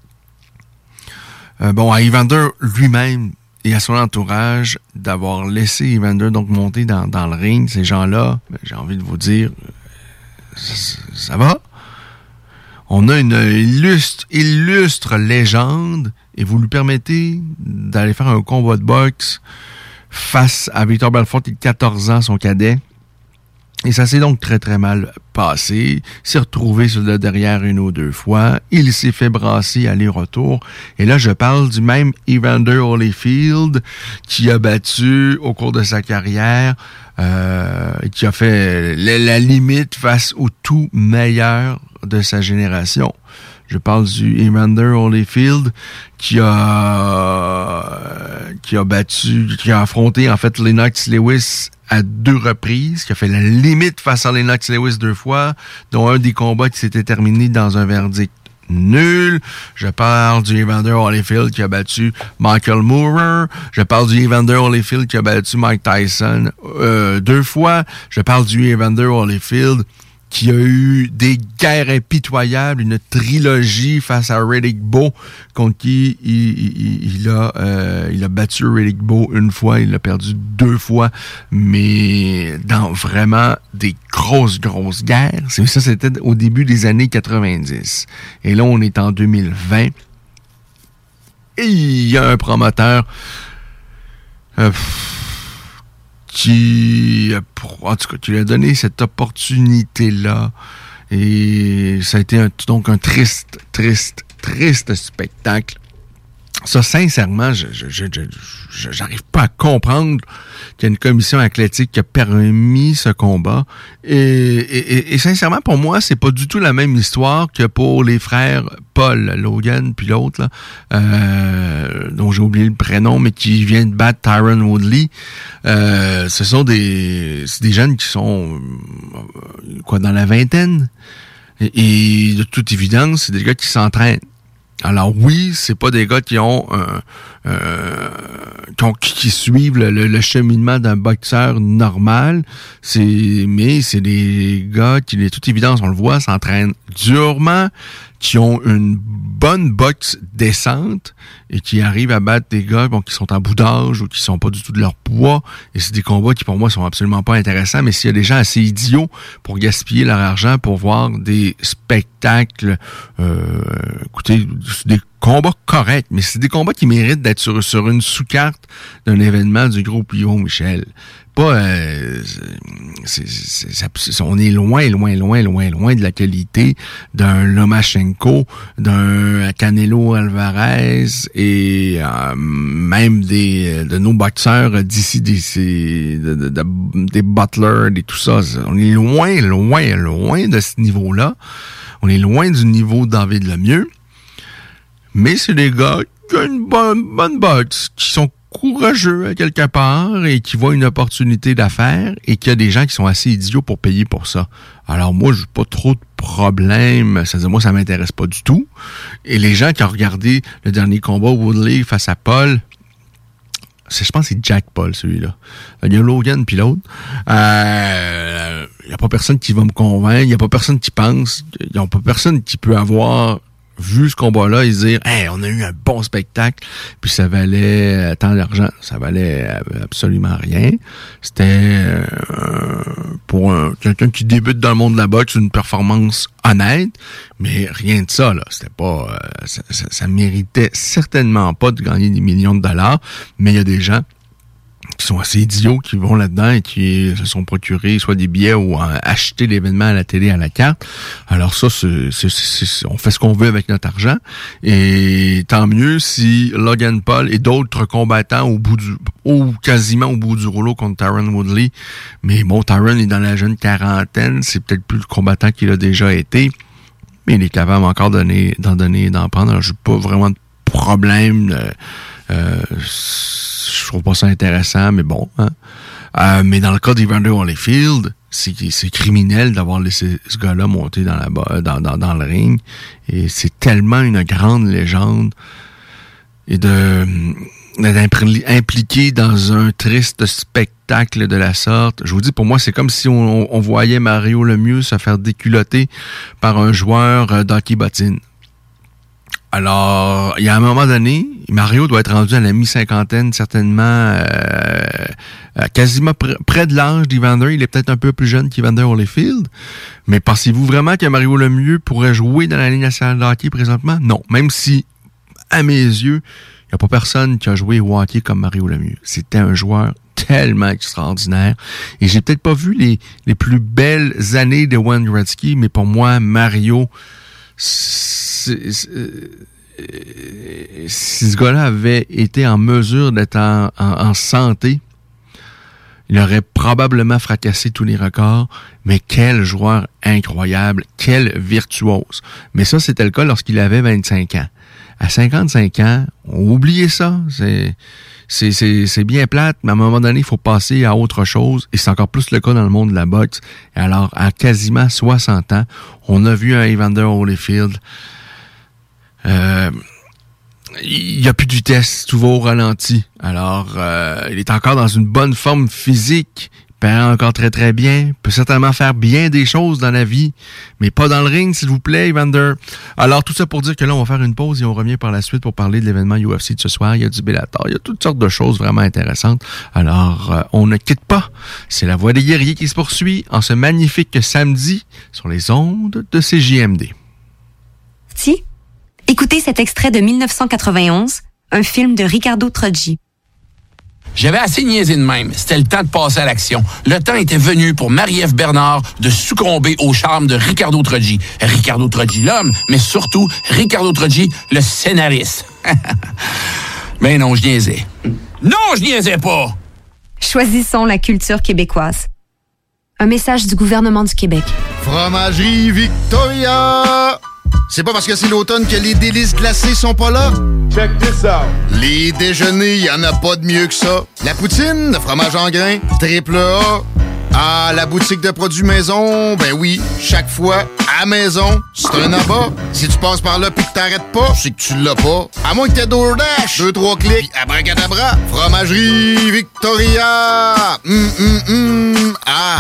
À Evander lui-même et à son entourage, d'avoir laissé Evander donc monter dans le ring, ces gens-là, j'ai envie de vous dire, ça va. On a une illustre légende, et vous lui permettez d'aller faire un combat de boxe face à Vitor Belfort, qui a 14 ans, son cadet. Et ça s'est donc très, très mal passé. Il s'est retrouvé sur le derrière 1 ou 2 fois. Il s'est fait brasser aller-retour. Et là, je parle du même Evander Holyfield qui a battu au cours de sa carrière, qui a fait la limite face au tout meilleur de sa génération. Je parle du Evander Holyfield qui a affronté en fait Lennox Lewis à 2 reprises, qui a fait la limite face à Lennox Lewis 2 fois, dont un des combats qui s'était terminé dans un verdict nul. Je parle du Evander Holyfield qui a battu Michael Moorer. Je parle du Evander Holyfield qui a battu Mike Tyson 2 fois. Je parle du Evander Holyfield qui a eu des guerres impitoyables, une trilogie face à Riddick Bowe, contre qui il a battu Riddick Bowe 1 fois, il l'a perdu 2 fois, mais dans vraiment des grosses guerres. Ça, c'était au début des années 90. Et là, on est en 2020. Et il y a un promoteur qui lui a donné cette opportunité-là. Et ça a été donc un triste spectacle. Ça, sincèrement, j'arrive pas à comprendre qu'il y a une commission athlétique qui a permis ce combat. Et sincèrement, pour moi, c'est pas du tout la même histoire que pour les frères Paul Logan, puis l'autre, là, dont j'ai oublié le prénom, mais qui vient de battre Tyron Woodley. Ce sont des jeunes qui sont, dans la vingtaine. Et de toute évidence, c'est des gars qui s'entraînent. Alors oui, c'est pas des gars qui ont qui suivent le cheminement d'un boxeur normal, mais c'est des gars qui, de toute évidence, on le voit, s'entraînent durement, qui ont une bonne boxe décente et qui arrivent à battre des gars qui sont en bout d'âge ou qui sont pas du tout de leur poids. Et c'est des combats qui, pour moi, sont absolument pas intéressants. Mais s'il y a des gens assez idiots pour gaspiller leur argent pour voir des spectacles, écoutez, des combats corrects, mais c'est des combats qui méritent d'être sur une sous-carte d'un événement du groupe Yvon Michel. Pas, on est loin de la qualité d'un Lomachenko, d'un Canelo Alvarez et même de nos boxeurs d'ici, des Butler, et tout ça. On est loin de ce niveau-là. On est loin du niveau de David Lemieux. Mais c'est des gars qui ont une bonne boxe, qui sont courageux à quelque part et qui voient une opportunité d'affaires et qu'il y a des gens qui sont assez idiots pour payer pour ça. Alors moi, j'ai pas trop de problème. C'est-à-dire, moi, ça m'intéresse pas du tout. Et les gens qui ont regardé le dernier combat Woodley face à Paul, je pense que c'est Jack Paul, celui-là. Il y a Logan puis l'autre. Il y a pas personne qui va me convaincre. Il y a pas personne qui pense. Il y a pas personne qui peut avoir vu ce combat-là et se dire « Hey, on a eu un bon spectacle », puis ça valait tant d'argent. Ça valait absolument rien. C'était pour quelqu'un qui débute dans le monde de la boxe, une performance honnête, mais rien de ça, là. C'était pas... ça méritait certainement pas de gagner des millions de dollars, mais il y a des gens qui sont assez idiots, qui vont là-dedans et qui se sont procurés soit des billets ou acheté l'événement à la télé à la carte. Alors ça, on fait ce qu'on veut avec notre argent. Et tant mieux si Logan Paul et d'autres combattants quasiment au bout du rouleau contre Tyron Woodley. Mais bon, Tyron est dans la jeune quarantaine, c'est peut-être plus le combattant qu'il a déjà été, mais il est capable encore d'en donner et d'en prendre. Alors, j'ai pas vraiment de problème. Je trouve pas ça intéressant, mais bon. Hein. Mais dans le cas d'Evander Holyfield, c'est criminel d'avoir laissé ce gars-là monter dans le ring. Et c'est tellement une grande légende. Et d'être impliqué dans un triste spectacle de la sorte. Je vous dis, pour moi, c'est comme si on voyait Mario Lemieux se faire déculotter par un joueur d'hockey bottine. Alors, il y a un moment donné, Mario doit être rendu à la mi-cinquantaine, certainement quasiment près de l'âge d'Evander. Il est peut-être un peu plus jeune qu'Evander Holyfield. Mais pensez-vous vraiment que Mario Lemieux pourrait jouer dans la Ligue nationale de hockey présentement? Non. Même si, à mes yeux, il n'y a pas personne qui a joué au hockey comme Mario Lemieux. C'était un joueur tellement extraordinaire. Et j'ai peut-être pas vu les plus belles années de Wayne Gretzky, mais pour moi, Mario... Si ce gars-là avait été en mesure d'être en santé, il aurait probablement fracassé tous les records, mais quel joueur incroyable, quel virtuose. Mais ça, c'était le cas lorsqu'il avait 25 ans. À 55 ans, on oubliait ça. C'est bien plate, mais à un moment donné, il faut passer à autre chose, et c'est encore plus le cas dans le monde de la boxe. Et alors, à quasiment 60 ans, on a vu un Evander Holyfield. Il n'y a plus de vitesse, tout va au ralenti. Alors, il est encore dans une bonne forme physique, il paraît encore très très bien, peut certainement faire bien des choses dans la vie, mais pas dans le ring, s'il vous plaît, Evander. Alors, tout ça pour dire que là, on va faire une pause et on revient par la suite pour parler de l'événement UFC de ce soir. Il y a du Bellator, il y a toutes sortes de choses vraiment intéressantes. Alors, on ne quitte pas. C'est la Voix des guerriers qui se poursuit en ce magnifique samedi sur les ondes de CJMD. Écoutez cet extrait de 1991, un film de Riccardo Troggi. J'avais assez niaisé de même. C'était le temps de passer à l'action. Le temps était venu pour Marie-Ève Bernard de succomber au charme de Riccardo Troggi. Riccardo Troggi, l'homme, mais surtout Riccardo Troggi, le scénariste. Ben non, je niaisais. Non, je niaisais pas! Choisissons la culture québécoise. Un message du gouvernement du Québec. Fromagerie Victoria! C'est pas parce que c'est l'automne que les délices glacées sont pas là? Check this out! Les déjeuners, y en a pas de mieux que ça. La poutine, le fromage en grains, triple A. Ah, la boutique de produits maison, ben oui, chaque fois, à maison, c'est un abat. Si tu passes par là pis que t'arrêtes pas, c'est que tu l'as pas. À moins que t'aies DoorDash, 2-3 clics, pis abracadabra, Fromagerie Victoria! Ah!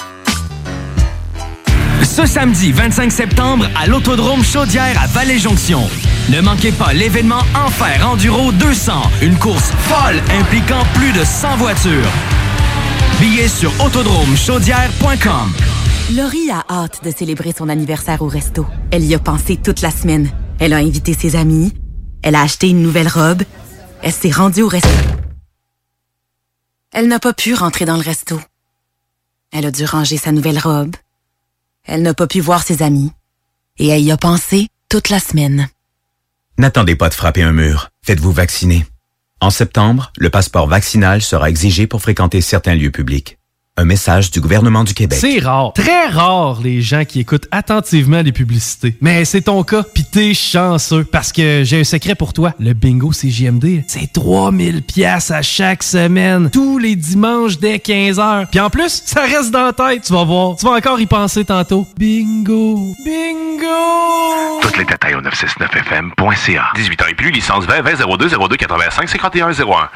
Ce samedi 25 septembre à l'Autodrome Chaudière à Vallée-Jonction. Ne manquez pas l'événement Enfer Enduro 200, une course folle impliquant plus de 100 voitures. Billets sur autodromechaudière.com. Laurie a hâte de célébrer son anniversaire au resto. Elle y a pensé toute la semaine. Elle a invité ses amis. Elle a acheté une nouvelle robe. Elle s'est rendue au resto. Elle n'a pas pu rentrer dans le resto. Elle a dû ranger sa nouvelle robe. Elle n'a pas pu voir ses amis. Et elle y a pensé toute la semaine. N'attendez pas de frapper un mur. Faites-vous vacciner. En septembre, le passeport vaccinal sera exigé pour fréquenter certains lieux publics. Un message du gouvernement du Québec. C'est rare, très rare, les gens qui écoutent attentivement les publicités. Mais c'est ton cas, pis t'es chanceux. Parce que j'ai un secret pour toi. Le bingo CJMD, c'est 3000 pièces à chaque semaine. Tous les dimanches dès 15h. Puis en plus, ça reste dans la tête, tu vas voir. Tu vas encore y penser tantôt. Bingo! Bingo! Toutes les détails au 969fm.ca. 18 ans et plus, licence 20 20 02 02 85 51 01.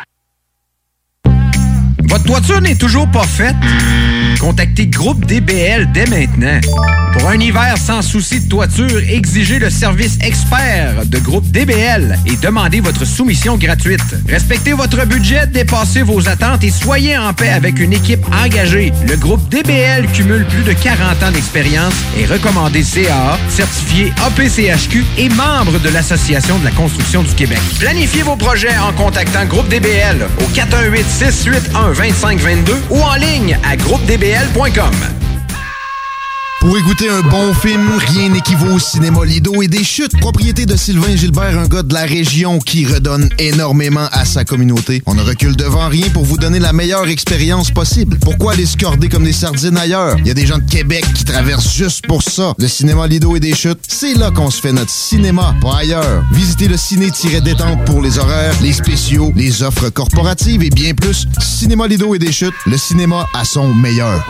Votre toiture n'est toujours pas faite? Contactez Groupe DBL dès maintenant. Pour un hiver sans souci de toiture, exigez le service expert de Groupe DBL et demandez votre soumission gratuite. Respectez votre budget, dépassez vos attentes et soyez en paix avec une équipe engagée. Le Groupe DBL cumule plus de 40 ans d'expérience, est recommandé CAA, certifié APCHQ et membre de l'Association de la construction du Québec. Planifiez vos projets en contactant Groupe DBL au 418-681-2522 ou en ligne à groupedbl.com. Pour écouter un bon film, rien n'équivaut au cinéma Lido et des Chutes, propriété de Sylvain Gilbert, un gars de la région qui redonne énormément à sa communauté. On ne recule devant rien pour vous donner la meilleure expérience possible. Pourquoi aller se corder comme des sardines ailleurs? Il y a des gens de Québec qui traversent juste pour ça. Le cinéma Lido et des Chutes, c'est là qu'on se fait notre cinéma, pas ailleurs. Visitez le ciné-détente pour les horaires, les spéciaux, les offres corporatives et bien plus. Cinéma Lido et des Chutes, le cinéma à son meilleur.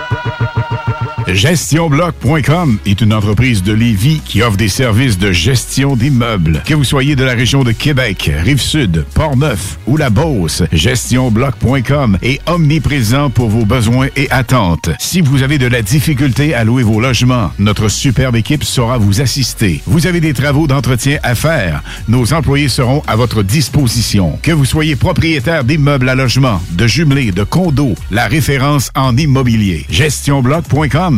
GestionBloc.com est une entreprise de Lévis qui offre des services de gestion d'immeubles. Que vous soyez de la région de Québec, Rive-Sud, Port-Neuf ou la Beauce, GestionBloc.com est omniprésent pour vos besoins et attentes. Si vous avez de la difficulté à louer vos logements, notre superbe équipe saura vous assister. Vous avez des travaux d'entretien à faire, nos employés seront à votre disposition. Que vous soyez propriétaire d'immeubles à logement, de jumelés, de condos, la référence en immobilier. GestionBloc.com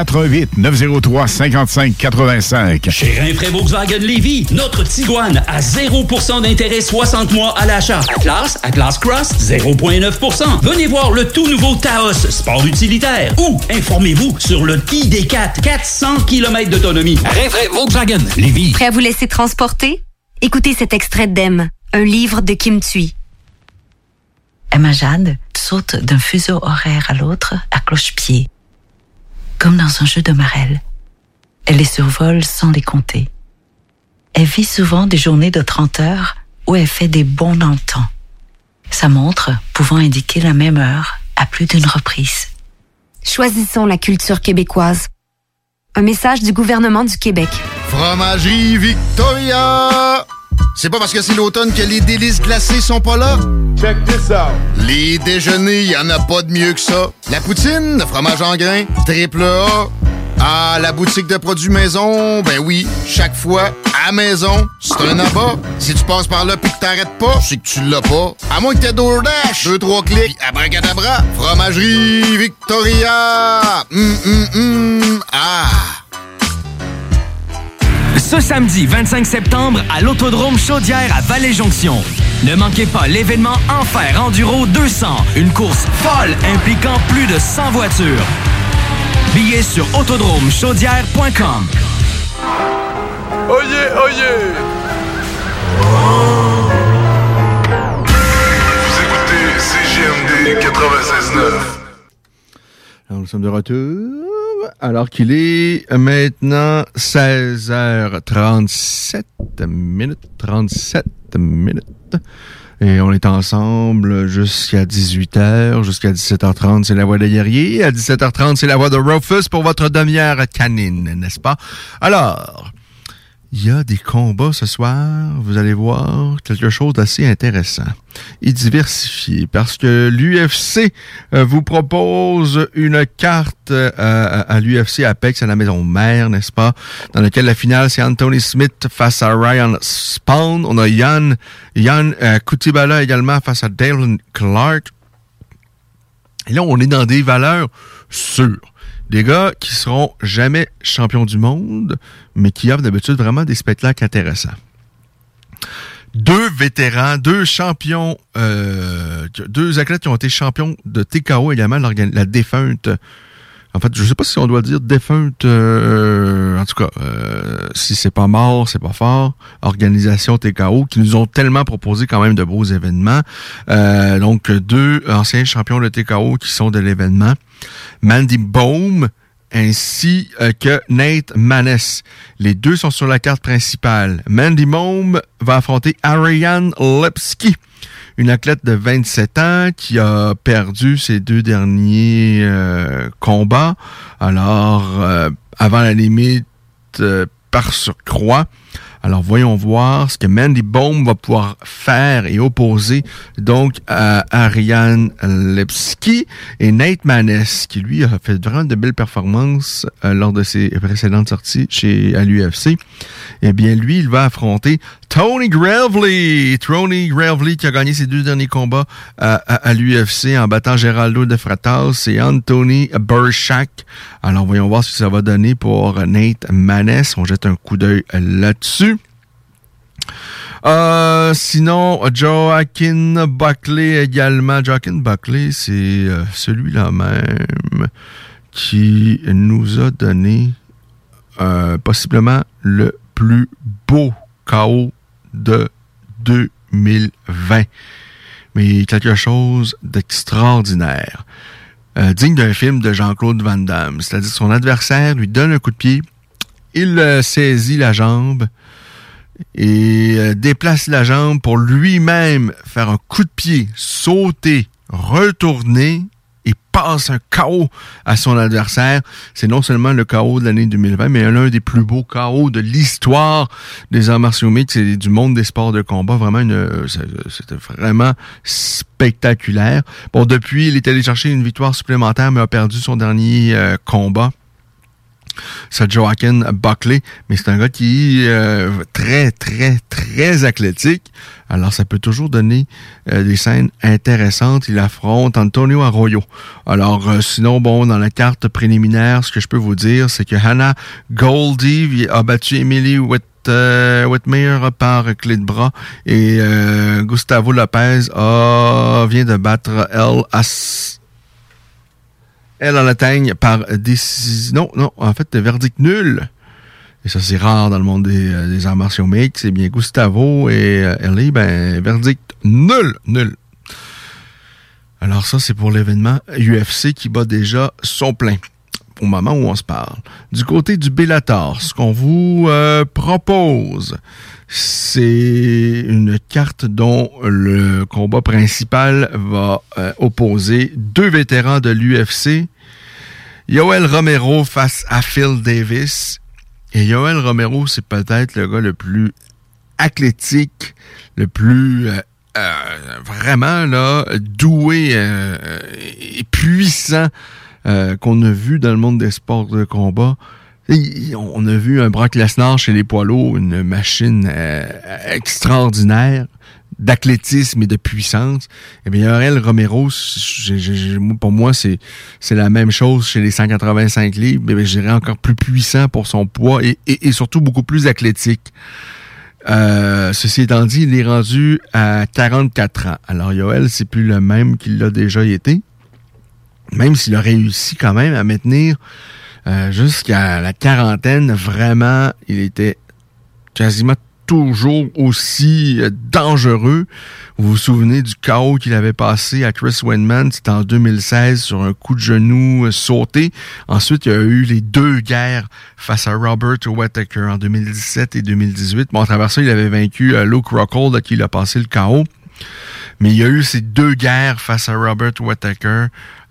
418-903-5585. Chez Rinfraie Volkswagen Lévis, notre Tiguan à 0% d'intérêt 60 mois à l'achat. Atlas Cross, 0,9%. Venez voir le tout nouveau Taos, sport utilitaire. Ou informez-vous sur le ID4, 400 km d'autonomie. Rinfraie Volkswagen Lévis. Prêt à vous laisser transporter? Écoutez cet extrait d'Em, un livre de Kim Thuy. Emma Jade saute d'un fuseau horaire à l'autre à cloche-pied. Comme dans un jeu de marelle. Elle les survole sans les compter. Elle vit souvent des journées de 30 heures où elle fait des bonds dans le temps. Sa montre pouvant indiquer la même heure à plus d'une reprise. Choisissons la culture québécoise. Un message du gouvernement du Québec. Fromagerie Victoria! C'est pas parce que c'est l'automne que les délices glacées sont pas là? Check this out! Les déjeuners, y en a pas de mieux que ça. La poutine, le fromage en grains, triple A. Ah, la boutique de produits maison, ben oui, chaque fois, à maison, c'est un abat. Si tu passes par là pis que t'arrêtes pas, c'est que tu l'as pas. À moins que t'aies DoorDash, 2-3 clics, abracadabra. Fromagerie Victoria! Ah! Ce samedi 25 septembre à l'Autodrome Chaudière à Vallée-Jonction. Ne manquez pas l'événement Enfer Enduro 200, une course folle impliquant plus de 100 voitures. Billets sur autodromechaudière.com. Oh yeah, oh yeah! Vous écoutez CJMD 96.9. Alors, nous sommes de retour. Alors qu'il est maintenant 16h37 minutes. Et on est ensemble jusqu'à 18h, jusqu'à 17h30, c'est la voix des guerriers. À 17h30, c'est la voix de Rufus pour votre demi-heure canine, n'est-ce pas? Alors, il y a des combats ce soir. Vous allez voir quelque chose d'assez intéressant et diversifié parce que l'UFC vous propose une carte à l'UFC Apex à la maison mère, n'est-ce pas? Dans laquelle la finale, c'est Anthony Smith face à Ryan Spawn. On a Yann Kutibala également face à Dalen Clark. Et là, on est dans des valeurs sûres. Des gars qui seront jamais champions du monde, mais qui offrent d'habitude vraiment des spectacles intéressants. deux vétérans, deux champions, deux athlètes qui ont été champions de TKO également, la défunte. En fait, je sais pas si on doit dire défunte, en tout cas, si c'est pas mort, c'est pas fort, organisation TKO, qui nous ont tellement proposé quand même de beaux événements. Donc, deux anciens champions de TKO qui sont de l'événement. Mandy Baum, ainsi que Nate Maness. Les deux sont sur la carte principale. Mandy Baum va affronter Ariane Lipski, une athlète de 27 ans qui a perdu ses deux derniers combats. Alors, avant la limite, par surcroît. Alors, voyons voir ce que Mandy Baum va pouvoir faire et opposer donc à Ariane Lipski et Nate Maness, qui lui a fait vraiment de belles performances lors de ses précédentes sorties à l'UFC. Eh bien, lui, il va affronter Tony Gravely. Tony Gravely qui a gagné ses deux derniers combats à l'UFC en battant Geraldo de Freitas et Anthony Burchak. Alors, voyons voir ce que ça va donner pour Nate Maness. On jette un coup d'œil là-dessus. Sinon, Joaquin Buckley également. Joaquin Buckley, c'est celui-là même qui nous a donné possiblement le plus beau KO de 2020. Mais quelque chose d'extraordinaire. Digne d'un film de Jean-Claude Van Damme. C'est-à-dire que son adversaire lui donne un coup de pied, il saisit la jambe et déplace la jambe pour lui-même faire un coup de pied, sauter, retourner et passe un KO à son adversaire. C'est non seulement le KO de l'année 2020, mais l'un des plus beaux KO de l'histoire des arts martiaux mixtes et du monde des sports de combat. Vraiment, c'était vraiment spectaculaire. Bon, depuis, il est allé chercher une victoire supplémentaire, mais a perdu son dernier combat. C'est Joaquin Buckley, mais c'est un gars qui est très, très, très athlétique. Alors, ça peut toujours donner des scènes intéressantes. Il affronte Antonio Arroyo. Alors, sinon, bon, dans la carte préliminaire, ce que je peux vous dire, c'est que Hannah Goldie a battu Emily Whitmire par clé de bras et Gustavo Lopez vient de battre Elle en atteigne par décision. Non, en fait, verdict nul. Et ça, c'est rare dans le monde des arts martiaux mixtes. C'est bien Gustavo et Ellie, verdict nul. Alors ça, c'est pour l'événement UFC qui bat déjà son plein au moment où on se parle. Du côté du Bellator, ce qu'on vous propose, c'est une carte dont le combat principal va opposer deux vétérans de l'UFC. Yoel Romero face à Phil Davis. Et Yoel Romero, c'est peut-être le gars le plus athlétique, le plus vraiment là doué et puissant qu'on a vu dans le monde des sports de combat. On a vu un Brock Lesnar chez les poids lourds, une machine extraordinaire d'athlétisme et de puissance. Eh bien, Yoel Romero, pour moi, c'est la même chose chez les 185 livres, mais je dirais encore plus puissant pour son poids et surtout beaucoup plus athlétique. Ceci étant dit, il est rendu à 44 ans. Alors, Yoel, c'est plus le même qu'il l'a déjà été, même s'il a réussi quand même à maintenir jusqu'à la quarantaine. Vraiment, il était quasiment toujours aussi dangereux. Vous vous souvenez du KO qu'il avait passé à Chris Weidman, c'était en 2016 sur un coup de genou sauté. Ensuite, il y a eu les deux guerres face à Robert Whittaker en 2017 et 2018. Bon, à travers ça, il avait vaincu Luke Rockhold, à qui il a passé le KO. Mais il y a eu ces deux guerres face à Robert Whittaker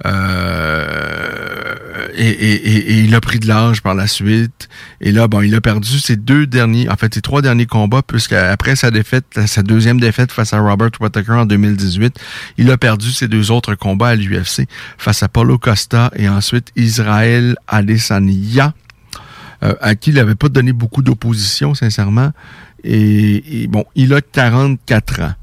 et il a pris de l'âge par la suite. Et là, bon, il a perdu ses trois derniers combats, puisqu'après sa deuxième défaite face à Robert Whittaker en 2018, il a perdu ses deux autres combats à l'UFC face à Paulo Costa et ensuite Israel Adesanya, à qui il n'avait pas donné beaucoup d'opposition, sincèrement. Et bon, il a 44 ans.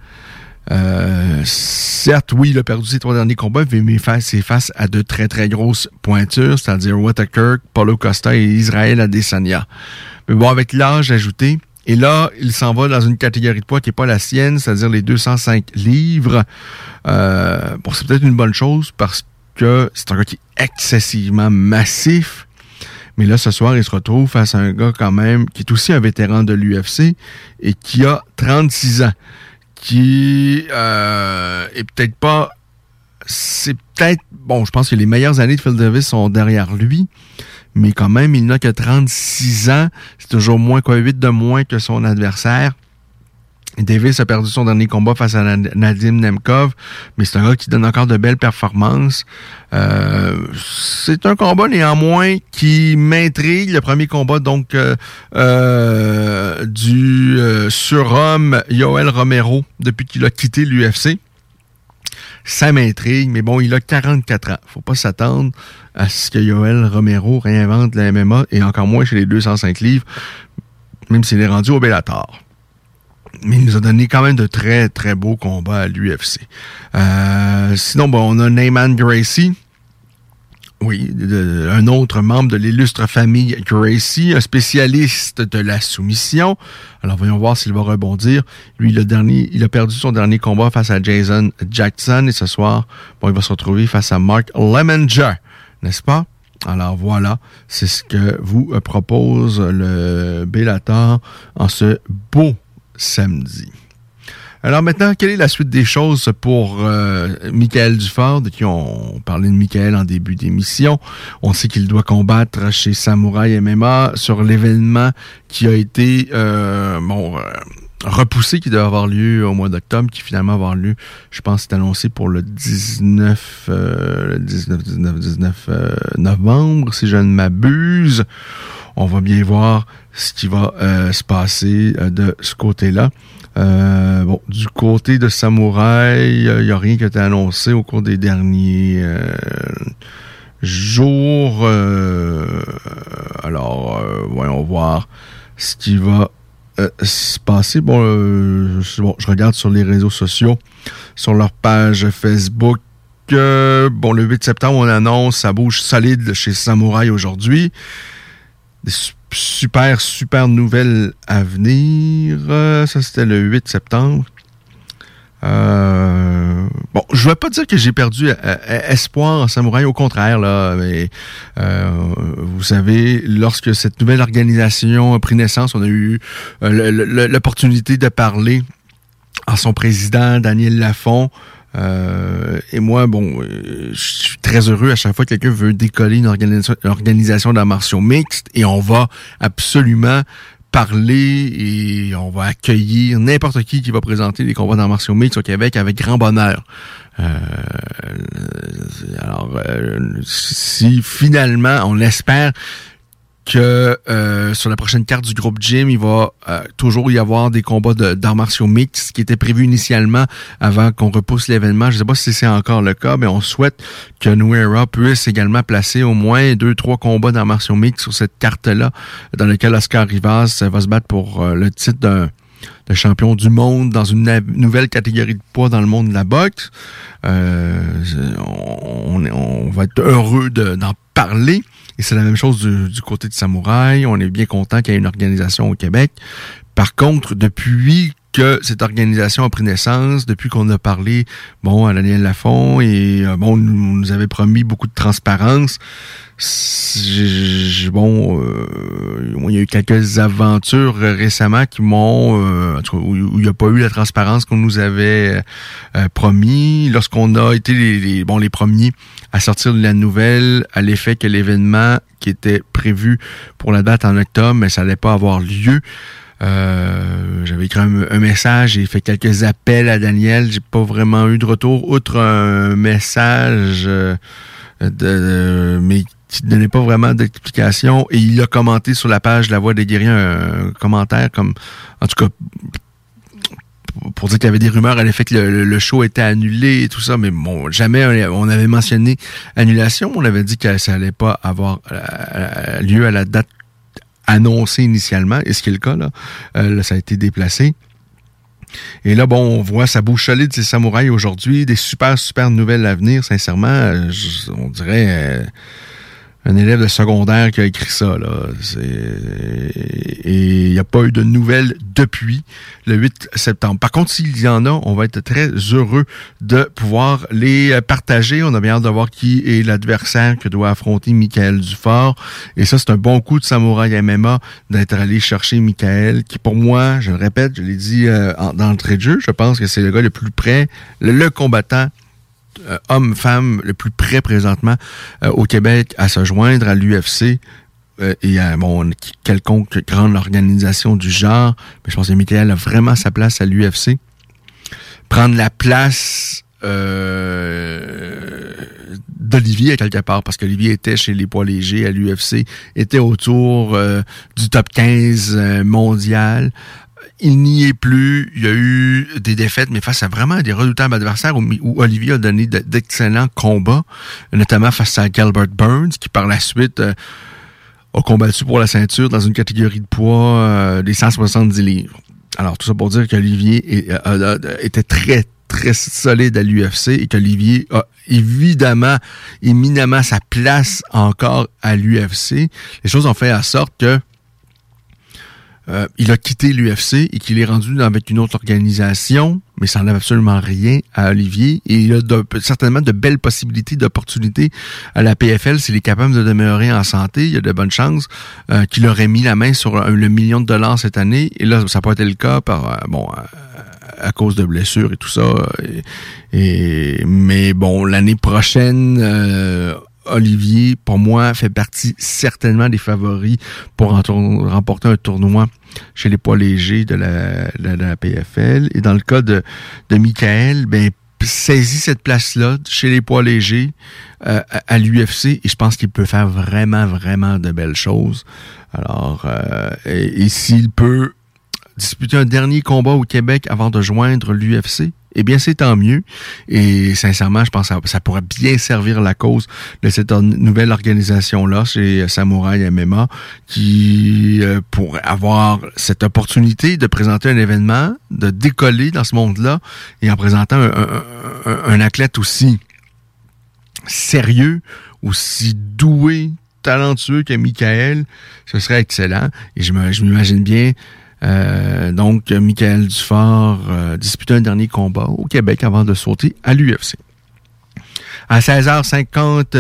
Certes, oui, il a perdu ses trois derniers combats, mais c'est face à de très, très grosses pointures, c'est-à-dire Whittaker, Paulo Costa et Israel Adesanya. Mais bon, avec l'âge ajouté Et là, il s'en va dans une catégorie de poids qui n'est pas la sienne, c'est-à-dire les 205 livres. Bon, c'est peut-être une bonne chose parce que c'est un gars qui est excessivement massif. Mais là, ce soir, il se retrouve face à un gars quand même qui est aussi un vétéran de l'UFC et qui a 36 ans. Qui est peut-être pas... C'est peut-être... Bon, je pense que les meilleures années de Phil Davis sont derrière lui. Mais quand même, il n'a que 36 ans. C'est toujours 8 de moins que son adversaire. Davis a perdu son dernier combat face à Nadim Nemkov, mais c'est un gars qui donne encore de belles performances. C'est un combat néanmoins qui m'intrigue. Le premier combat donc du surhomme Yoel Romero depuis qu'il a quitté l'UFC. Ça m'intrigue, mais bon, il a 44 ans. Faut pas s'attendre à ce que Yoel Romero réinvente la MMA, et encore moins chez les 205 livres, même s'il est rendu au Bellator. Mais il nous a donné quand même de très, très beaux combats à l'UFC. Sinon, bon, on a Neyman Gracie. Oui, un autre membre de l'illustre famille Gracie, un spécialiste de la soumission. Alors, voyons voir s'il va rebondir. Lui, il a perdu son dernier combat face à Jason Jackson. Et ce soir, bon, il va se retrouver face à Mark Lemminger. N'est-ce pas? Alors voilà, c'est ce que vous propose le Bellator en ce beau samedi. Alors maintenant, quelle est la suite des choses pour Michael Dufort, de qui on parlait de Michael en début d'émission. On sait qu'il doit combattre chez Samouraï MMA sur l'événement qui a été repoussé, qui devait avoir lieu au mois d'octobre, qui finalement va avoir lieu, je pense, c'est annoncé pour le 19 novembre, si je ne m'abuse. On va bien voir ce qui va se passer de ce côté-là. Bon, du côté de Samouraï, il n'y a rien qui a été annoncé au cours des derniers jours. Alors, voyons voir ce qui va se passer. Bon, je regarde sur les réseaux sociaux, sur leur page Facebook. Bon, le 8 septembre, on annonce, ça bouge solide chez Samouraï aujourd'hui. Des super nouvelles à venir. Ça, c'était le 8 septembre. Bon, je vais pas dire que j'ai perdu espoir en Samouraï, au contraire, là, mais vous savez, lorsque cette nouvelle organisation a pris naissance, on a eu l'opportunité de parler à son président, Daniel Lafont. Et moi, bon, je suis très heureux à chaque fois que quelqu'un veut décoller une organisation d'arts martiaux mixtes, et on va absolument parler et on va accueillir n'importe qui va présenter des combats d'arts martiaux mixtes au Québec avec grand bonheur. Alors, si finalement, on espère que sur la prochaine carte du groupe Gym, il va toujours y avoir des combats d'arts martiaux mixtes qui étaient prévus initialement avant qu'on repousse l'événement. Je ne sais pas si c'est encore le cas, mais on souhaite que New Era puisse également placer au moins 2-3 combats d'arts martiaux mixtes sur cette carte-là, dans lequel Oscar Rivas va se battre pour le titre de champion du monde dans une nouvelle catégorie de poids dans le monde de la boxe. On va être heureux d'en parler. Et c'est la même chose du côté de Samouraï. On est bien content qu'il y ait une organisation au Québec. Par contre, depuis que cette organisation a pris naissance, depuis qu'on a parlé, bon, à Daniel Lafont, et bon, nous avait promis beaucoup de transparence. Bon, il y a eu quelques aventures récemment qui m'ont, en tout cas, où il n'y a pas eu la transparence qu'on nous avait promis. Lorsqu'on a été les premiers à sortir de la nouvelle à l'effet que l'événement qui était prévu pour la date en octobre, mais ça n'allait pas avoir lieu. J'avais écrit un message et fait quelques appels à Daniel. J'ai pas vraiment eu de retour, outre un message mais qui ne donnait pas vraiment d'explication. Et il a commenté sur la page La Voix des Guerriers un commentaire comme, en tout cas, pour dire qu'il y avait des rumeurs à l'effet que le show était annulé et tout ça, mais bon, jamais on avait mentionné annulation. On avait dit que ça allait pas avoir lieu à la date annoncé initialement, et ce qui est le cas, là, ça a été déplacé. Et là, bon, on voit ça bouge solide, ces Samouraïs aujourd'hui, des super nouvelles à venir, sincèrement, on dirait un élève de secondaire qui a écrit ça, là. Et il n'y a pas eu de nouvelles depuis le 8 septembre. Par contre, s'il y en a, on va être très heureux de pouvoir les partager. On a bien hâte de voir qui est l'adversaire que doit affronter Michael Dufort. Et ça, c'est un bon coup de Samouraï MMA d'être allé chercher Michael, qui pour moi, je le répète, je l'ai dit dans le trait de jeu, je pense que c'est le gars le plus près, le combattant homme-femme le plus près présentement au Québec à se joindre à l'UFC et à quelconque grande organisation du genre. Mais je pense que Michael a vraiment sa place à l'UFC. Prendre la place d'Olivier à quelque part, parce qu'Olivier était chez les poids légers à l'UFC, était autour du top 15 mondial. Il n'y est plus. Il y a eu des défaites, mais face à vraiment des redoutables adversaires où Olivier a donné d'excellents combats, notamment face à Gilbert Burns, qui par la suite a combattu pour la ceinture dans une catégorie de poids des 170 livres. Alors, tout ça pour dire qu'Olivier était très, très solide à l'UFC et qu'Olivier a évidemment, éminemment sa place encore à l'UFC. Les choses ont fait en sorte que il a quitté l'UFC et qu'il est rendu avec une autre organisation, mais ça n'enlève absolument rien à Olivier. Et il a certainement de belles possibilités, d'opportunités à la PFL s'il est capable de demeurer en santé. Il y a de bonnes chances qu'il aurait mis la main sur le $1 million cette année. Et là, ça n'a pas été le cas à cause de blessures et tout ça. Mais bon, l'année prochaine... Olivier, pour moi, fait partie certainement des favoris pour remporter un tournoi chez les poids légers de la PFL. Et dans le cas de Michael, saisit cette place-là chez les poids légers à l'UFC et je pense qu'il peut faire vraiment, vraiment de belles choses. Alors, et s'il peut disputer un dernier combat au Québec avant de joindre l'UFC, eh bien, c'est tant mieux. Et sincèrement, je pense que ça pourrait bien servir la cause de cette nouvelle organisation-là chez Samouraï MMA qui pourrait avoir cette opportunité de présenter un événement, de décoller dans ce monde-là et en présentant un athlète aussi sérieux, aussi doué, talentueux que Michael. Ce serait excellent. Et je m'imagine bien donc, Michael Dufort disputait un dernier combat au Québec avant de sauter à l'UFC. À 16h50,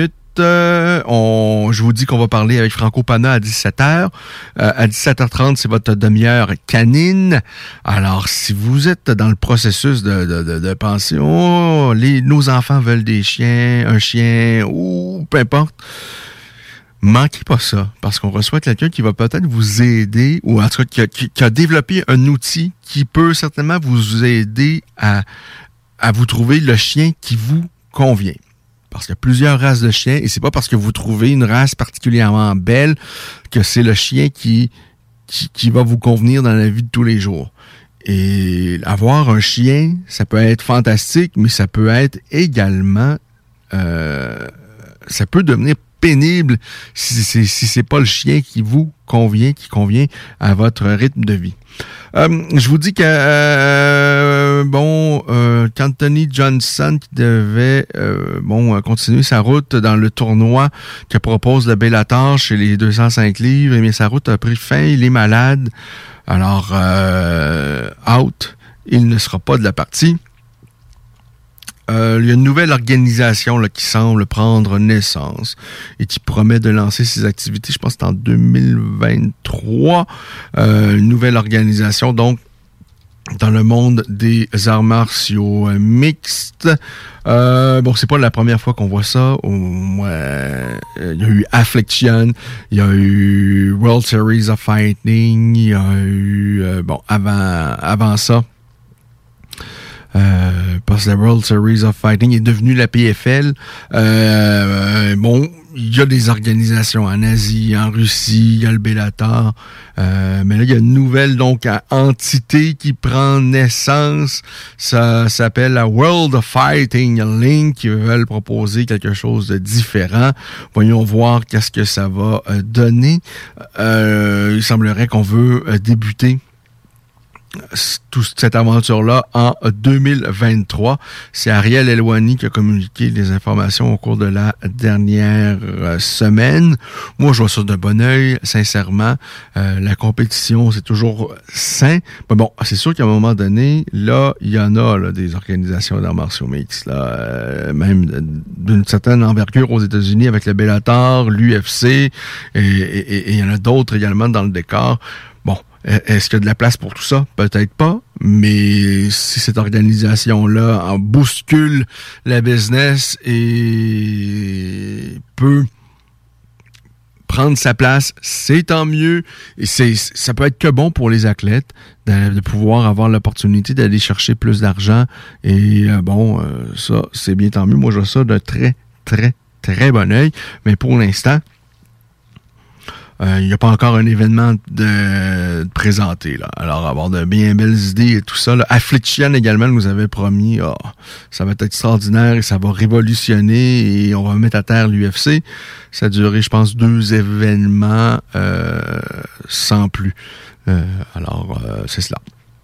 je vous dis qu'on va parler avec Franco Pana à 17h. À 17h30, c'est votre demi-heure canine. Alors, si vous êtes dans le processus de penser, nos enfants veulent des chiens, un chien, ou peu importe, manquez pas ça, parce qu'on reçoit quelqu'un qui va peut-être vous aider, ou en tout cas qui a développé un outil qui peut certainement vous aider à vous trouver le chien qui vous convient. Parce qu'il y a plusieurs races de chiens, et c'est pas parce que vous trouvez une race particulièrement belle que c'est le chien qui va vous convenir dans la vie de tous les jours. Et avoir un chien, ça peut être fantastique, mais ça peut être également... ça peut devenir pénible si c'est pas le chien qui vous convient, qui convient à votre rythme de vie. Je vous dis que qu'Anthony Johnson qui devait continuer sa route dans le tournoi que propose le Bellator chez les 205 livres, et bien sa route a pris fin, il est malade. Alors out, il ne sera pas de la partie. Il y a une nouvelle organisation là, qui semble prendre naissance et qui promet de lancer ses activités, je pense que c'est en 2023. Une nouvelle organisation, donc, dans le monde des arts martiaux mixtes. C'est pas la première fois qu'on voit ça. Il y a eu Affliction, il y a eu World Series of Fighting, il y a eu, avant ça, parce que la World Series of Fighting est devenue la PFL. Il y a des organisations en Asie, en Russie, il y a le Bellator. Mais là, il y a une nouvelle entité qui prend naissance. Ça s'appelle la World Fighting Link, qui veulent proposer quelque chose de différent. Voyons voir qu'est-ce que ça va donner. Il semblerait qu'on veut débuter toute cette aventure-là en 2023. C'est Ariel Helwani qui a communiqué les informations au cours de la dernière semaine. Moi, je vois ça d'un bon œil, sincèrement. La compétition, c'est toujours sain. Mais bon, c'est sûr qu'à un moment donné, là, il y en a là, des organisations d'arts martiaux mixtes, là, même d'une certaine envergure aux États-Unis avec le Bellator, l'UFC, et il y en a d'autres également dans le décor. Bon, est-ce qu'il y a de la place pour tout ça? Peut-être pas, mais si cette organisation-là en bouscule la business et peut prendre sa place, c'est tant mieux. Et ça peut être que bon pour les athlètes de pouvoir avoir l'opportunité d'aller chercher plus d'argent. Et ça, c'est bien tant mieux. Moi, je vois ça de très, très, très bon œil. Mais pour l'instant, il n'y a pas encore un événement de présenté, là. Alors, avoir de bien belles idées et tout ça, là. Affliction également nous avait promis, ça va être extraordinaire et ça va révolutionner et on va mettre à terre l'UFC. Ça a duré, je pense, 2 événements sans plus. C'est cela.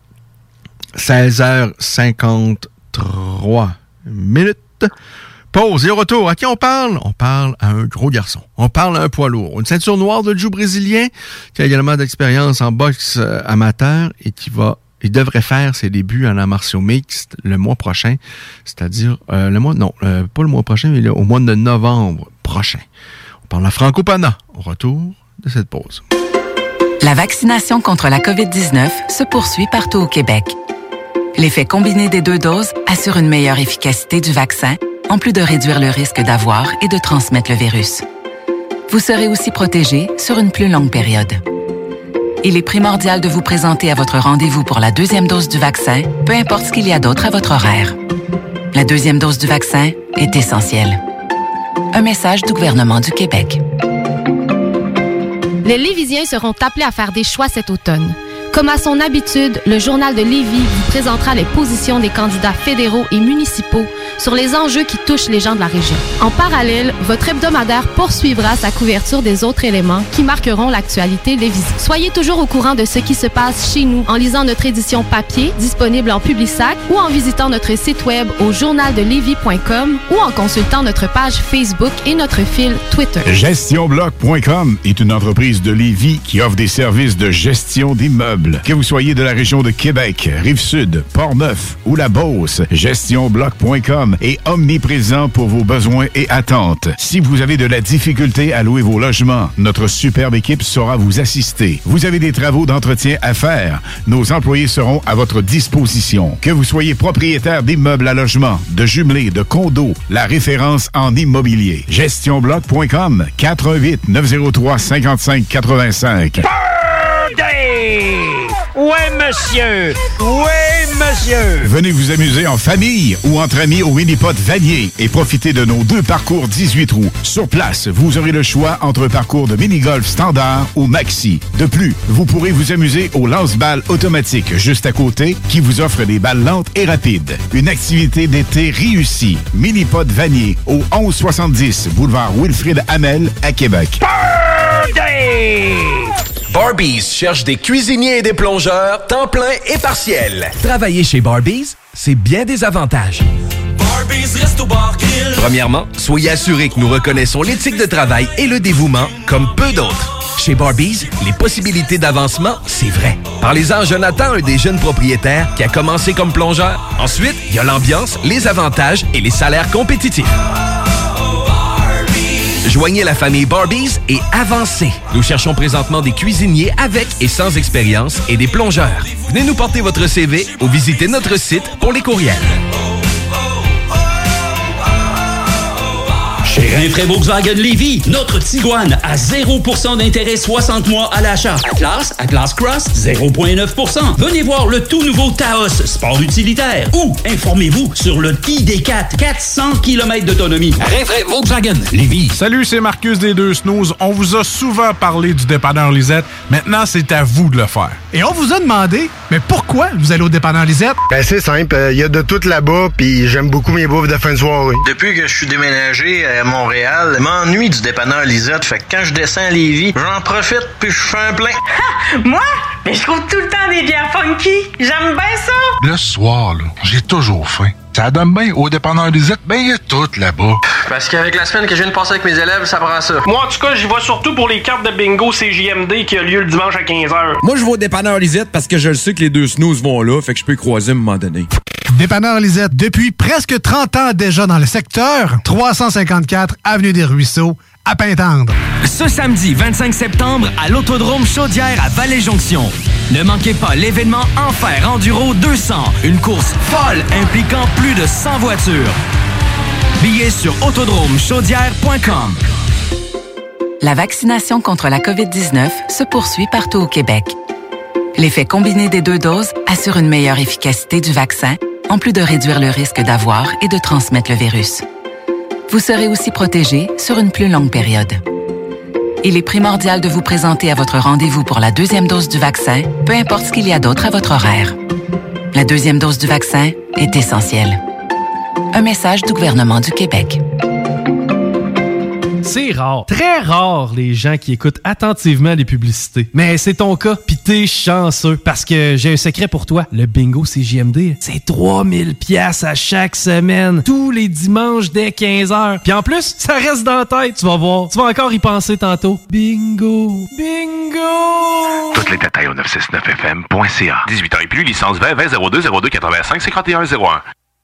16h53 minutes. Pause et au retour. À qui on parle? On parle à un gros garçon. On parle à un poids lourd. Une ceinture noire de jiu brésilien qui a également d'expérience en boxe amateur et il devrait faire ses débuts en arts martiaux mixtes le mois prochain. C'est-à-dire, pas le mois prochain, mais au mois de novembre prochain. On parle à Franco Pana au retour de cette pause. La vaccination contre la COVID-19 se poursuit partout au Québec. L'effet combiné des 2 doses assure une meilleure efficacité du vaccin, en plus de réduire le risque d'avoir et de transmettre le virus. Vous serez aussi protégé sur une plus longue période. Il est primordial de vous présenter à votre rendez-vous pour la 2e dose du vaccin, peu importe ce qu'il y a d'autre à votre horaire. La 2e dose du vaccin est essentielle. Un message du gouvernement du Québec. Les Lévisiens seront appelés à faire des choix cet automne. Comme à son habitude, le Journal de Lévis vous présentera les positions des candidats fédéraux et municipaux sur les enjeux qui touchent les gens de la région. En parallèle, votre hebdomadaire poursuivra sa couverture des autres éléments qui marqueront l'actualité lévisienne. Soyez toujours au courant de ce qui se passe chez nous en lisant notre édition papier, disponible en Publisac, ou en visitant notre site web au journaldelévis.com ou en consultant notre page Facebook et notre fil Twitter. GestionBloc.com est une entreprise de Lévis qui offre des services de gestion d'immeubles. Que vous soyez de la région de Québec, Rive-Sud, Port-Neuf ou la Beauce, GestionBloc.com est omniprésent pour vos besoins et attentes. Si vous avez de la difficulté à louer vos logements, notre superbe équipe saura vous assister. Vous avez des travaux d'entretien à faire, nos employés seront à votre disposition. Que vous soyez propriétaire d'immeubles à logement, de jumelés, de condos, la référence en immobilier. GestionBloc.com, 418-903-5585. Ouais, monsieur! Ouais, monsieur! Venez vous amuser en famille ou entre amis au Minipod Vanier et profitez de nos 2 parcours 18 trous. Sur place, vous aurez le choix entre un parcours de mini-golf standard ou maxi. De plus, vous pourrez vous amuser au lance-balles automatique juste à côté qui vous offre des balles lentes et rapides. Une activité d'été réussie. Minipod Vanier au 1170 boulevard Wilfrid Hamel à Québec. Birthday! Barbies cherche des cuisiniers et des plongeurs, temps plein et partiel. Travailler chez Barbies, c'est bien des avantages. Premièrement, soyez assurés que nous reconnaissons l'éthique de travail et le dévouement comme peu d'autres. Chez Barbies, les possibilités d'avancement, c'est vrai. Parlez-en à Jonathan, un des jeunes propriétaires qui a commencé comme plongeur. Ensuite, il y a l'ambiance, les avantages et les salaires compétitifs. Joignez la famille Barbies et avancez. Nous cherchons présentement des cuisiniers avec et sans expérience et des plongeurs. Venez nous porter votre CV ou visitez notre site pour les courriels. Rinfraie Volkswagen Lévis, notre Tiguan à 0% d'intérêt 60 mois à l'achat. Atlas Cross, 0,9%. Venez voir le tout nouveau Taos, sport utilitaire. Ou informez-vous sur le ID4, 400 km d'autonomie. Rinfraie Volkswagen Lévis. Salut, c'est Marcus des Deux Snooze. On vous a souvent parlé du dépanneur Lisette. Maintenant, c'est à vous de le faire. Et on vous a demandé, mais pourquoi vous allez au dépanneur Lisette? Ben c'est simple, il y a de tout là-bas, puis j'aime beaucoup mes bouffes de fin de soirée. Depuis que je suis déménagé à Montréal, je m'ennuie du dépanneur Lisette. Fait que quand je descends à Lévis, j'en profite puis je fais un plein. Ha! Moi? Mais je trouve tout le temps des bières funky. J'aime bien ça. Le soir, là, j'ai toujours faim. Ça donne bien. Au dépanneur Lisette, ben il y a tout là-bas. Parce qu'avec la semaine que je viens de passer avec mes élèves, ça prend ça. Moi, en tout cas, j'y vais surtout pour les cartes de bingo CJMD qui a lieu le dimanche à 15h. Moi, je vais au dépanneur Lisette parce que je le sais que les deux snooze vont là, fait que je peux y croiser à un moment donné. Dépanneur Lisette, depuis presque 30 ans déjà dans le secteur, 354 Avenue des Ruisseaux, à Pintendre. Ce samedi 25 septembre à l'Autodrome Chaudière à Vallée-Jonction. Ne manquez pas l'événement Enfer Enduro 200, une course folle impliquant plus de 100 voitures. Billets sur autodromechaudière.com. La vaccination contre la COVID-19 se poursuit partout au Québec. L'effet combiné des 2 doses assure une meilleure efficacité du vaccin, en plus de réduire le risque d'avoir et de transmettre le virus. Vous serez aussi protégé sur une plus longue période. Il est primordial de vous présenter à votre rendez-vous pour la 2e dose du vaccin, peu importe ce qu'il y a d'autre à votre horaire. La 2e dose du vaccin est essentielle. Un message du gouvernement du Québec. C'est rare, très rare, les gens qui écoutent attentivement les publicités. Mais c'est ton cas, pis t'es chanceux. Parce que j'ai un secret pour toi. Le bingo CJMD, c'est 3000 piastres à chaque semaine. Tous les dimanches dès 15h. Puis en plus, ça reste dans la tête, tu vas voir. Tu vas encore y penser tantôt. Bingo! Bingo! Tous les détails au 969fm.ca. 18 ans et plus, licence 20 02 02 85 51 01.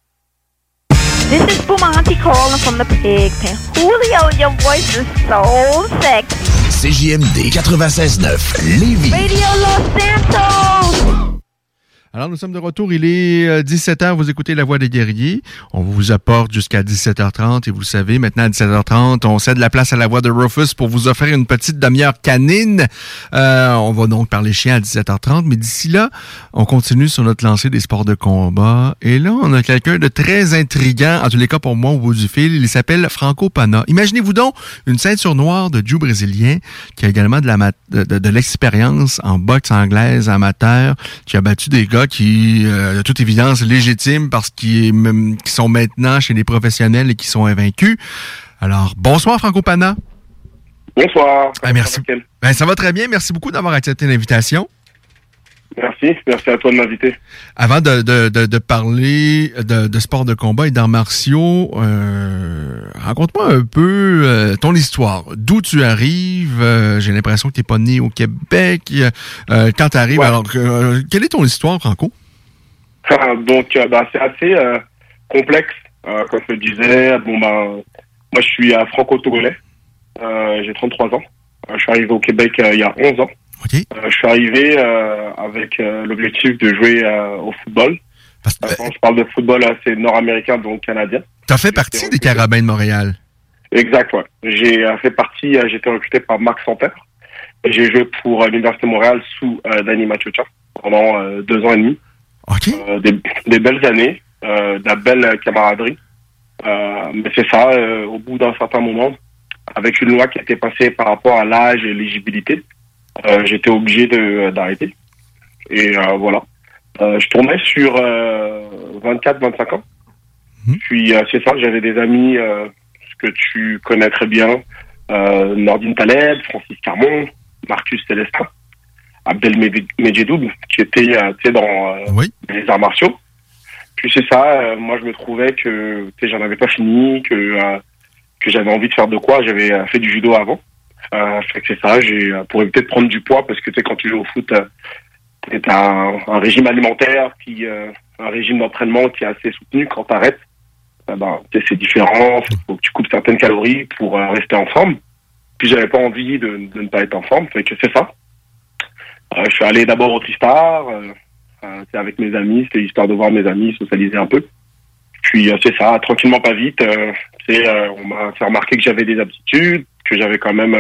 This is Bumanti calling from the pig pen. Julio, your voice is so sexy. CJMD 96.9, Lévis. Radio Los Santos. Alors, nous sommes de retour. Il est 17h. Vous écoutez La Voix des Guerriers. On vous apporte jusqu'à 17h30. Et vous le savez, maintenant à 17h30, on cède la place à La Voix de Rufus pour vous offrir une petite demi-heure canine. On va donc parler chien à 17h30. Mais d'ici là, on continue sur notre lancée des sports de combat. Et là, on a quelqu'un de très intriguant, en tous les cas pour moi, au bout du fil. Il s'appelle Franco Pana. Imaginez-vous donc une ceinture noire de jiu brésilien qui a également de l'expérience en boxe anglaise amateur, qui a battu des gars qui, de toute évidence, légitimes parce qui sont maintenant chez les professionnels et qui sont invaincus. Alors, bonsoir Franco Pana. Bonsoir. Merci. Ça va très bien. Merci beaucoup d'avoir accepté l'invitation. Merci à toi de m'inviter. Avant de parler de sport de combat et d'arts martiaux, raconte-moi un peu ton histoire. D'où tu arrives? J'ai l'impression que tu n'es pas né au Québec. Quand tu arrives, ouais. Alors, quelle est ton histoire, Franco? Donc, c'est assez complexe, comme je le disais. Moi, je suis franco-togolais. J'ai 33 ans. Je suis arrivé au Québec il y a 11 ans. Okay. Je suis arrivé avec l'objectif de jouer au football. Quand je parle de football, c'est nord-américain, donc canadien. Tu as fait partie des Carabins de Montréal. Exact, ouais. J'ai fait partie, j'ai été recruté par Marc Santerre. Et j'ai joué pour l'Université de Montréal sous Danny Machocha pendant 2 ans et demi. Okay. Des belles années, de la belle camaraderie. Mais c'est ça, au bout d'un certain moment, avec une loi qui a été passée par rapport à l'âge et l'éligibilité, j'étais obligé d'arrêter. Et voilà. Je tournais sur 24-25 ans. Puis c'est ça, j'avais des amis que tu connais très bien, Nordine Taleb, Francis Carmon, Marcus Célestin, Abdel Medjedoub, qui était dans les arts martiaux. Puis c'est ça, moi je me trouvais que j'en avais pas fini, que j'avais envie de faire de quoi. J'avais fait du judo avant. Fait que c'est ça, pour éviter de prendre du poids, parce que quand tu joues au foot, t'as un régime alimentaire, puis un régime d'entraînement qui est assez soutenu. Quand t'arrêtes, c'est différent, faut que tu coupes certaines calories pour rester en forme. Puis j'avais pas envie de ne pas être en forme, fait que c'est ça. Je suis allé d'abord au Tristar, avec mes amis, c'était histoire de voir mes amis, socialiser un peu. Puis c'est ça, tranquillement pas vite, on m'a fait remarquer que j'avais des aptitudes, que j'avais quand même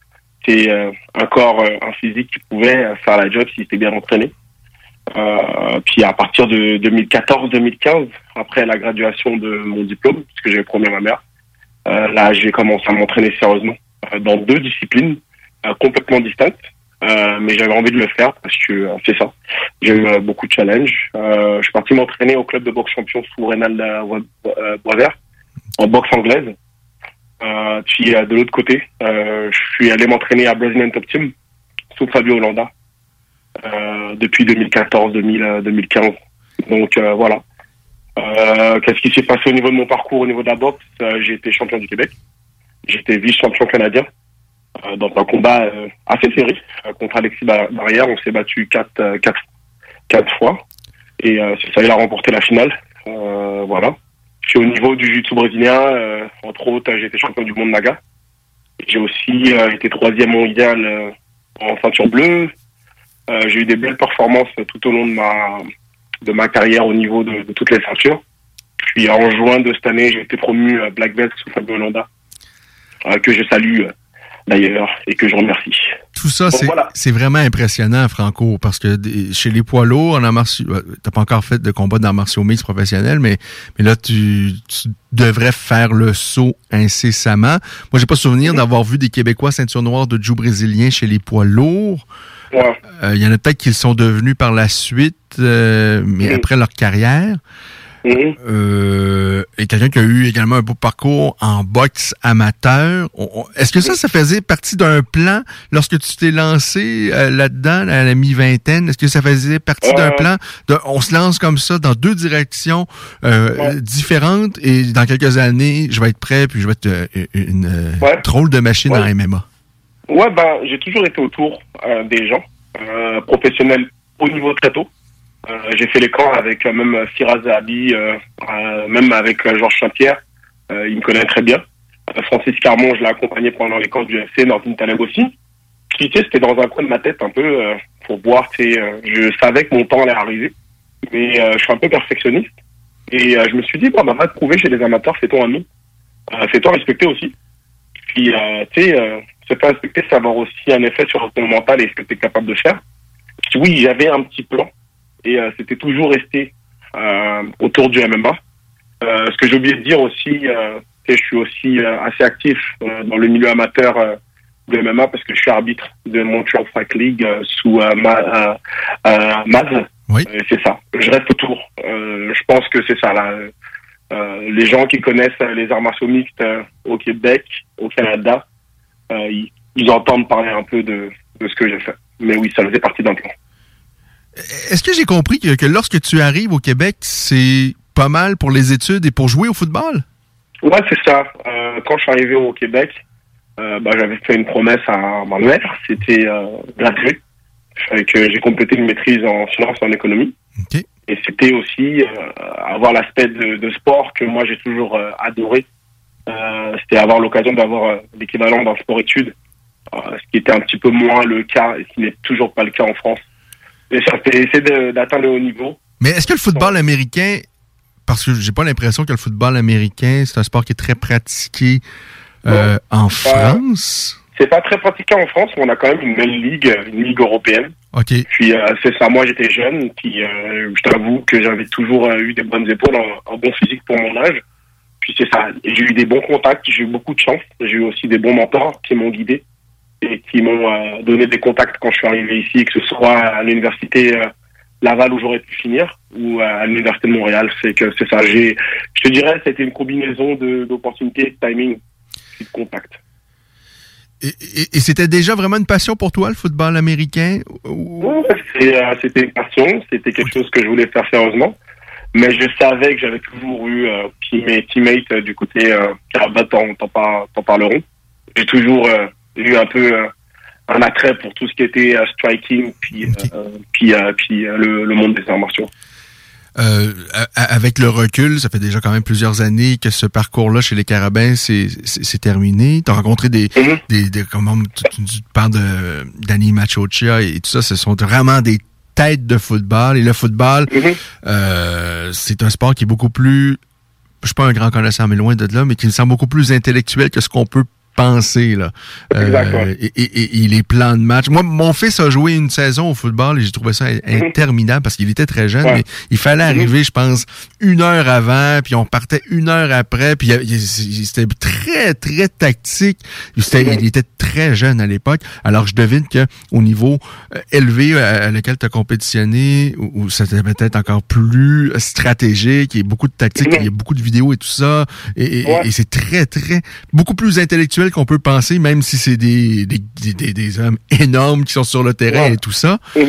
un corps, un physique qui pouvait faire la job si j'étais bien entraîné. Puis à partir de 2014-2015, après la graduation de mon diplôme, puisque j'avais promis à ma mère, là j'ai commencé à m'entraîner sérieusement dans 2 disciplines complètement distinctes, mais j'avais envie de le faire parce que c'est ça. J'ai eu beaucoup de challenges. Je suis parti m'entraîner au club de boxe champion sous Reynald Boisvert, en boxe anglaise. Puis de l'autre côté, je suis allé m'entraîner à Brazilian Top Team sous Fabio Hollanda. depuis 2014-2015. Donc voilà. Qu'est-ce qui s'est passé au niveau de mon parcours, au niveau de la boxe? J'ai été champion du Québec. J'étais vice-champion canadien dans un combat assez serré contre Alexis Barrière. On s'est battu quatre fois. Et c'est ça, il a remporté la finale. Voilà. Puis au niveau du jiu-jitsu brésilien, entre autres, j'ai été champion du monde Naga. J'ai aussi été 3e mondial en ceinture bleue. J'ai eu des belles performances tout au long de ma carrière au niveau de toutes les ceintures. Puis en juin de cette année, j'ai été promu Black Belt sous Fabio Landa, que je salue d'ailleurs et que je remercie. Tout ça, c'est vraiment impressionnant, Franco, parce que chez les poids lourds, t'as pas encore fait de combat d'arts martiaux mixtes professionnels, mais là, tu devrais faire le saut incessamment. Moi, j'ai pas souvenir d'avoir vu des Québécois ceinture noire de jiu brésilien chez les poids lourds. Il y en a peut-être qui le sont devenus par la suite, mais après leur carrière. Et quelqu'un qui a eu également un beau parcours en boxe amateur. Est-ce que ça faisait partie d'un plan lorsque tu t'es lancé là-dedans, à la mi-vingtaine? Est-ce que ça faisait partie d'un plan on se lance comme ça dans deux directions différentes et dans quelques années, je vais être prêt puis je vais être une drôle de machine en MMA? Ouais, j'ai toujours été autour des gens professionnels au niveau très tôt. J'ai fait les camps avec même Firas Zahabi, même avec Georges Saint-Pierre. Il me connaît très bien. Francis Carmon, je l'ai accompagné pendant les camps du UFC dans une Taleb aussi. Puis, c'était dans un coin de ma tête un peu pour voir. Je savais que mon temps allait arriver, mais je suis un peu perfectionniste. Et je me suis dit, va te prouver chez les amateurs, c'est ton ami. Fais-toi respecter aussi. Puis, se faire respecter, ça va avoir aussi un effet sur ton mental et ce que tu es capable de faire. Puis, oui, j'avais un petit plan. Et c'était toujours resté autour du MMA. Ce que j'ai oublié de dire aussi, je suis aussi assez actif dans le milieu amateur de MMA parce que je suis arbitre de Montreal Fight League sous Maz. Oui. C'est ça. Je reste autour. Je pense que c'est ça. Là. Les gens qui connaissent les arts martiaux mixtes au Québec, au Canada, ils entendent parler un peu de ce que j'ai fait. Mais oui, ça faisait partie d'un plan. Est-ce que j'ai compris que lorsque tu arrives au Québec, c'est pas mal pour les études et pour jouer au football? Ouais, c'est ça. Quand je suis arrivé au Québec, j'avais fait une promesse à ma mère. C'était gratuit. Que j'ai complété une maîtrise en finance et en économie. Okay. Et c'était aussi avoir l'aspect de sport que moi j'ai toujours adoré. C'était avoir l'occasion d'avoir l'équivalent d'un sport-études, ce qui était un petit peu moins le cas et ce qui n'est toujours pas le cas en France. Et ça fait essayer d'atteindre le haut niveau. Mais est-ce que le football américain, parce que j'ai pas l'impression que le football américain, c'est un sport qui est très pratiqué en France? C'est pas très pratiqué en France, mais on a quand même une belle ligue, une ligue européenne. OK. Puis c'est ça, moi j'étais jeune, puis je t'avoue que j'avais toujours eu des bonnes épaules, un bon physique pour mon âge. Puis c'est ça, j'ai eu des bons contacts, j'ai eu beaucoup de chance. J'ai eu aussi des bons mentors qui m'ont guidé et qui m'ont donné des contacts quand je suis arrivé ici, que ce soit à l'université Laval où j'aurais pu finir ou à l'université de Montréal. C'est ça, je te dirais, c'était une combinaison d'opportunités, de timing et de contacts. Et c'était déjà vraiment une passion pour toi, le football américain? Oui, c'était une passion, c'était quelque chose que je voulais faire sérieusement. Mais je savais que j'avais toujours eu, puis mes teammates du côté Carabat t'en parleront. J'ai toujours eu un peu un attrait pour tout ce qui était striking, puis le monde des arts martiaux. Avec le recul, ça fait déjà quand même plusieurs années que ce parcours-là chez les Carabins c'est terminé. Tu as rencontré comment tu parles d'Annie Machocha et tout ça, ce sont vraiment des têtes de football. Et le football, c'est un sport qui est beaucoup plus, je suis pas un grand connaisseur, mais loin de là, mais qui me semble beaucoup plus intellectuel que ce qu'on peut penser, là. Et les plans de match. Moi, mon fils a joué une saison au football et j'ai trouvé ça interminable parce qu'il était très jeune, mais il fallait arriver, je pense, 1 heure avant, puis on partait 1 heure après, puis c'était très, très tactique. Il était très jeune à l'époque. Alors, je devine que au niveau élevé à lequel tu as compétitionné, où c'était peut-être encore plus stratégique, il y a beaucoup de tactique, il y a beaucoup de vidéos et tout ça, et c'est très, très, beaucoup plus intellectuel qu'on peut penser, même si c'est des hommes énormes qui sont sur le terrain et tout ça.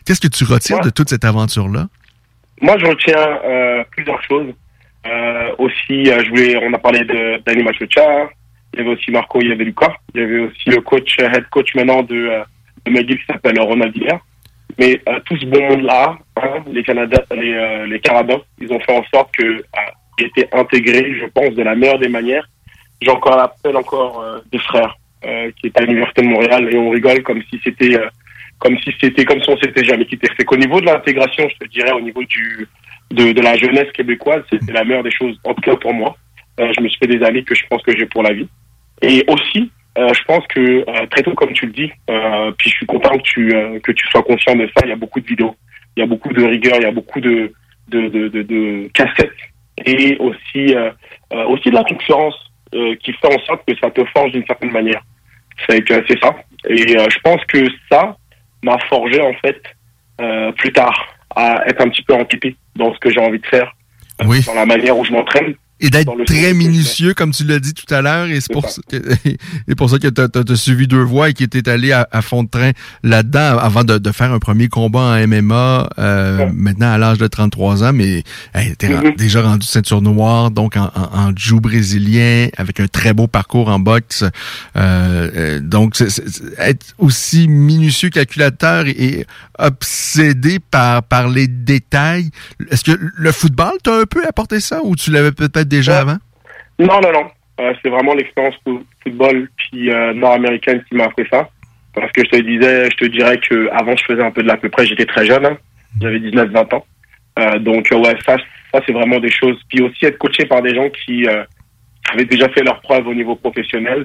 Qu'est-ce que tu retires de toute cette aventure-là? Moi, je retiens plusieurs choses. Aussi, on a parlé d'Annie Machocha, il y avait aussi Marco, il y avait Lucas, il y avait aussi le head coach maintenant de McGill qui s'appelle Ronald Diller. Mais tout ce bon monde-là, les Canadiens, les Carabins, ils ont fait en sorte qu'ils étaient intégrés, je pense, de la meilleure des manières. J'ai encore l'appel des frères qui étaient à l'Université de Montréal et on rigole comme si on s'était jamais quitté. C'est qu'au niveau de l'intégration, je te dirais, au niveau de la jeunesse québécoise, c'était la meilleure des choses, en tout cas pour moi. Je me suis fait des amis que je pense que j'ai pour la vie. Et aussi, je pense que très tôt, comme tu le dis, puis je suis content que tu sois conscient de ça, il y a beaucoup de vidéos, il y a beaucoup de rigueur, il y a beaucoup de cassettes et aussi de la concurrence qui fait en sorte que ça te forge d'une certaine manière. C'est ça. Et je pense que ça m'a forgé en fait plus tard à être un petit peu entêté dans ce que j'ai envie de faire, dans la manière où je m'entraîne. Et d'être très minutieux, comme tu l'as dit tout à l'heure, et c'est pour ça que tu as suivi 2 voies et qui était allé à fond de train là-dedans avant de faire un premier combat en MMA, maintenant à l'âge de 33 ans, mais t'es déjà rendu ceinture noire, donc en jiu brésilien, avec un très beau parcours en boxe. Donc, être aussi minutieux, calculateur et obsédé par les détails. Est-ce que le football t'a un peu apporté ça ou tu l'avais peut-être déjà avant? Non. C'est vraiment l'expérience football puis nord-américaine qui m'a appris ça. Parce que je te dirais que avant je faisais un peu de l'à peu près, j'étais très jeune, j'avais 19-20 ans. Donc ça c'est vraiment des choses. Puis aussi être coaché par des gens qui avaient déjà fait leurs preuves au niveau professionnel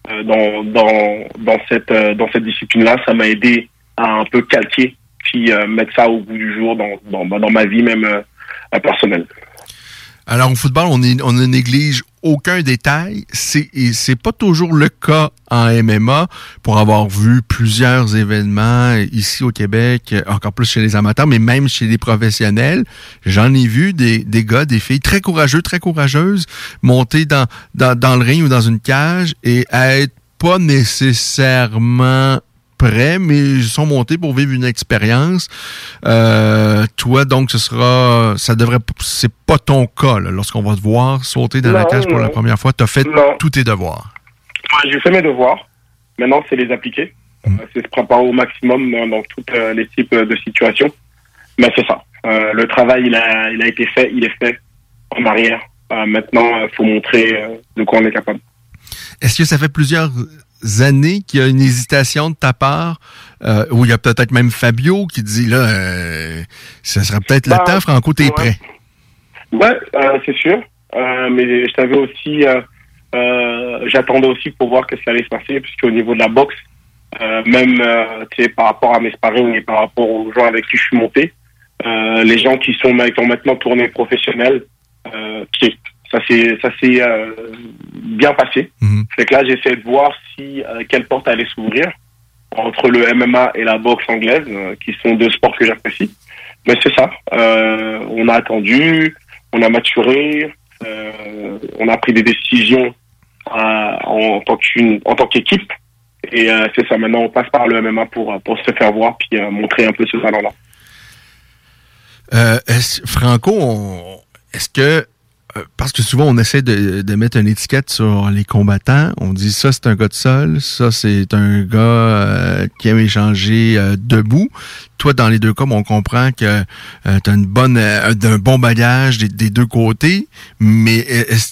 dans cette discipline-là, ça m'a aidé à un peu calquer puis mettre ça au bout du jour dans ma vie même personnelle. Alors, au football, on ne néglige aucun détail. C'est pas toujours le cas en MMA, pour avoir vu plusieurs événements ici au Québec, encore plus chez les amateurs, mais même chez les professionnels. J'en ai vu des gars, des filles très courageux, très courageuses, monter dans le ring ou dans une cage et être pas nécessairement prêts, mais ils sont montés pour vivre une expérience. Toi, donc, c'est pas ton cas, là, lorsqu'on va te voir sauter dans la cage pour la première fois. Tu as fait tous tes devoirs. J'ai fait mes devoirs. Maintenant, c'est les appliquer. C'est se préparer au maximum dans toutes les types de situations. Mais c'est ça. Le travail, il a été fait, il est fait en arrière. Maintenant, il faut montrer de quoi on est capable. Est-ce que ça fait plusieurs années qu'il y a une hésitation de ta part, où il y a peut-être même Fabio qui dit là, ça serait peut-être le temps, Franco, t'es prêt? Ouais, c'est sûr. Mais je t'avais aussi, j'attendais aussi pour voir ce qui allait se passer, puisqu'au niveau de la boxe, même par rapport à mes sparring et par rapport aux gens avec qui je suis monté, les gens qui ont maintenant tourné professionnel, ça s'est bien passé. C'est que là, j'essaie de voir si quelle porte allait s'ouvrir entre le MMA et la boxe anglaise, qui sont 2 sports que j'apprécie. Mais c'est ça. On a attendu, on a maturé, on a pris des décisions en tant qu'équipe. Et c'est ça. Maintenant, on passe par le MMA pour se faire voir puis montrer un peu ce talent-là. Franco, est-ce que parce que souvent, on essaie de mettre une étiquette sur les combattants. On dit ça, c'est un gars de sol. Ça, c'est un gars qui aime échanger debout. Toi, dans les 2 cas, on comprend que tu as un bon bagage des 2 côtés. Mais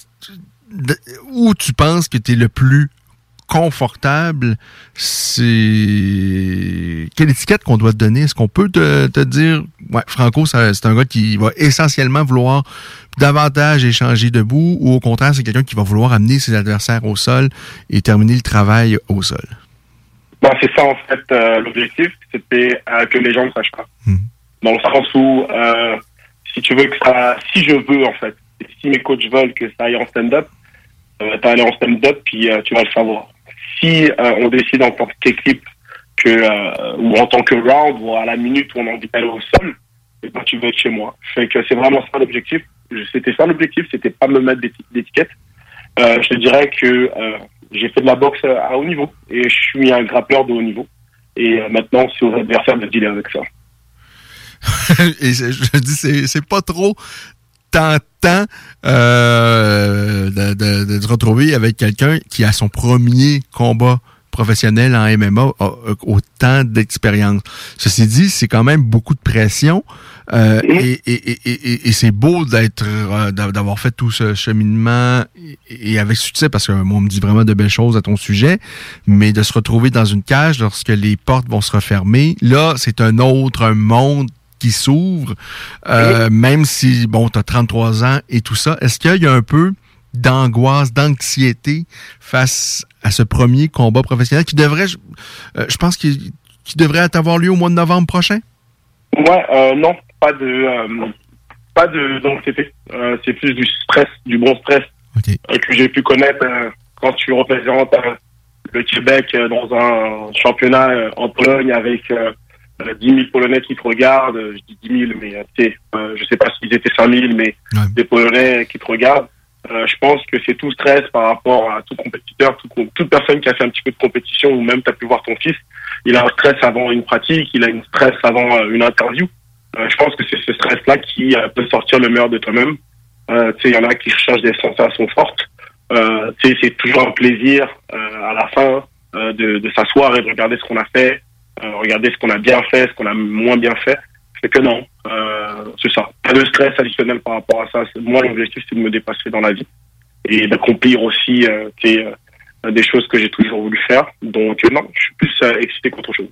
où tu penses que tu es le plus confortable, c'est quelle étiquette qu'on doit te donner? Est-ce qu'on peut te dire, ouais, Franco, c'est un gars qui va essentiellement vouloir davantage échanger debout, ou au contraire, c'est quelqu'un qui va vouloir amener ses adversaires au sol et terminer le travail au sol? C'est ça, en fait, l'objectif, c'était que les gens ne sachent pas. Dans le sens où, si je veux, en fait, si mes coachs veulent que ça aille en stand-up, t'as allé en stand-up, puis tu vas le savoir. Si on décide en tant qu'équipe ou en tant que round, ou à la minute où on a envie d'aller au sol, et ben tu veux être chez moi. Fait que c'est vraiment ça l'objectif. C'était ça l'objectif, c'était pas me mettre d'étiquette. Je te dirais que j'ai fait de la boxe à haut niveau et je suis un grappleur de haut niveau. Et maintenant, c'est aux adversaires de dealer avec ça. Et je dis, c'est pas trop tentant de se retrouver avec quelqu'un qui a son premier combat professionnel en MMA a autant d'expérience. Ceci dit, c'est quand même beaucoup de pression et c'est beau d'avoir fait tout ce cheminement et avec succès, parce que moi, on me dit vraiment de belles choses à ton sujet, mais de se retrouver dans une cage lorsque les portes vont se refermer, là, c'est un autre monde qui s'ouvre, même si, bon, tu as 33 ans et tout ça. Est-ce qu'il y a un peu d'angoisse, d'anxiété face à ce premier combat professionnel qui devrait, je pense qu'il devrait avoir lieu au mois de novembre prochain? Ouais, non, pas d'anxiété. C'est plus du stress, du bon stress que j'ai pu connaître quand tu représentes le Québec dans un championnat en Pologne avec 10 000 Polonais qui te regardent. Je dis 10 000, mais je sais pas s'ils étaient 5 000, mais des Polonais qui te regardent. Je pense que c'est tout stress par rapport à tout compétiteur, toute personne qui a fait un petit peu de compétition, ou même tu as pu voir ton fils, il a un stress avant une pratique, il a un stress avant une interview. Je pense que c'est ce stress-là qui peut sortir le meilleur de toi-même. Il y en a qui recherchent des sensations fortes. C'est toujours un plaisir à la fin de s'asseoir et de regarder ce qu'on a fait, regarder ce qu'on a bien fait, ce qu'on a moins bien fait. C'est que non, c'est ça. Pas de stress additionnel par rapport à ça. Moi, l'objectif, c'est de me dépasser dans la vie et d'accomplir aussi des choses que j'ai toujours voulu faire. Donc, non, je suis plus excité qu'autre chose.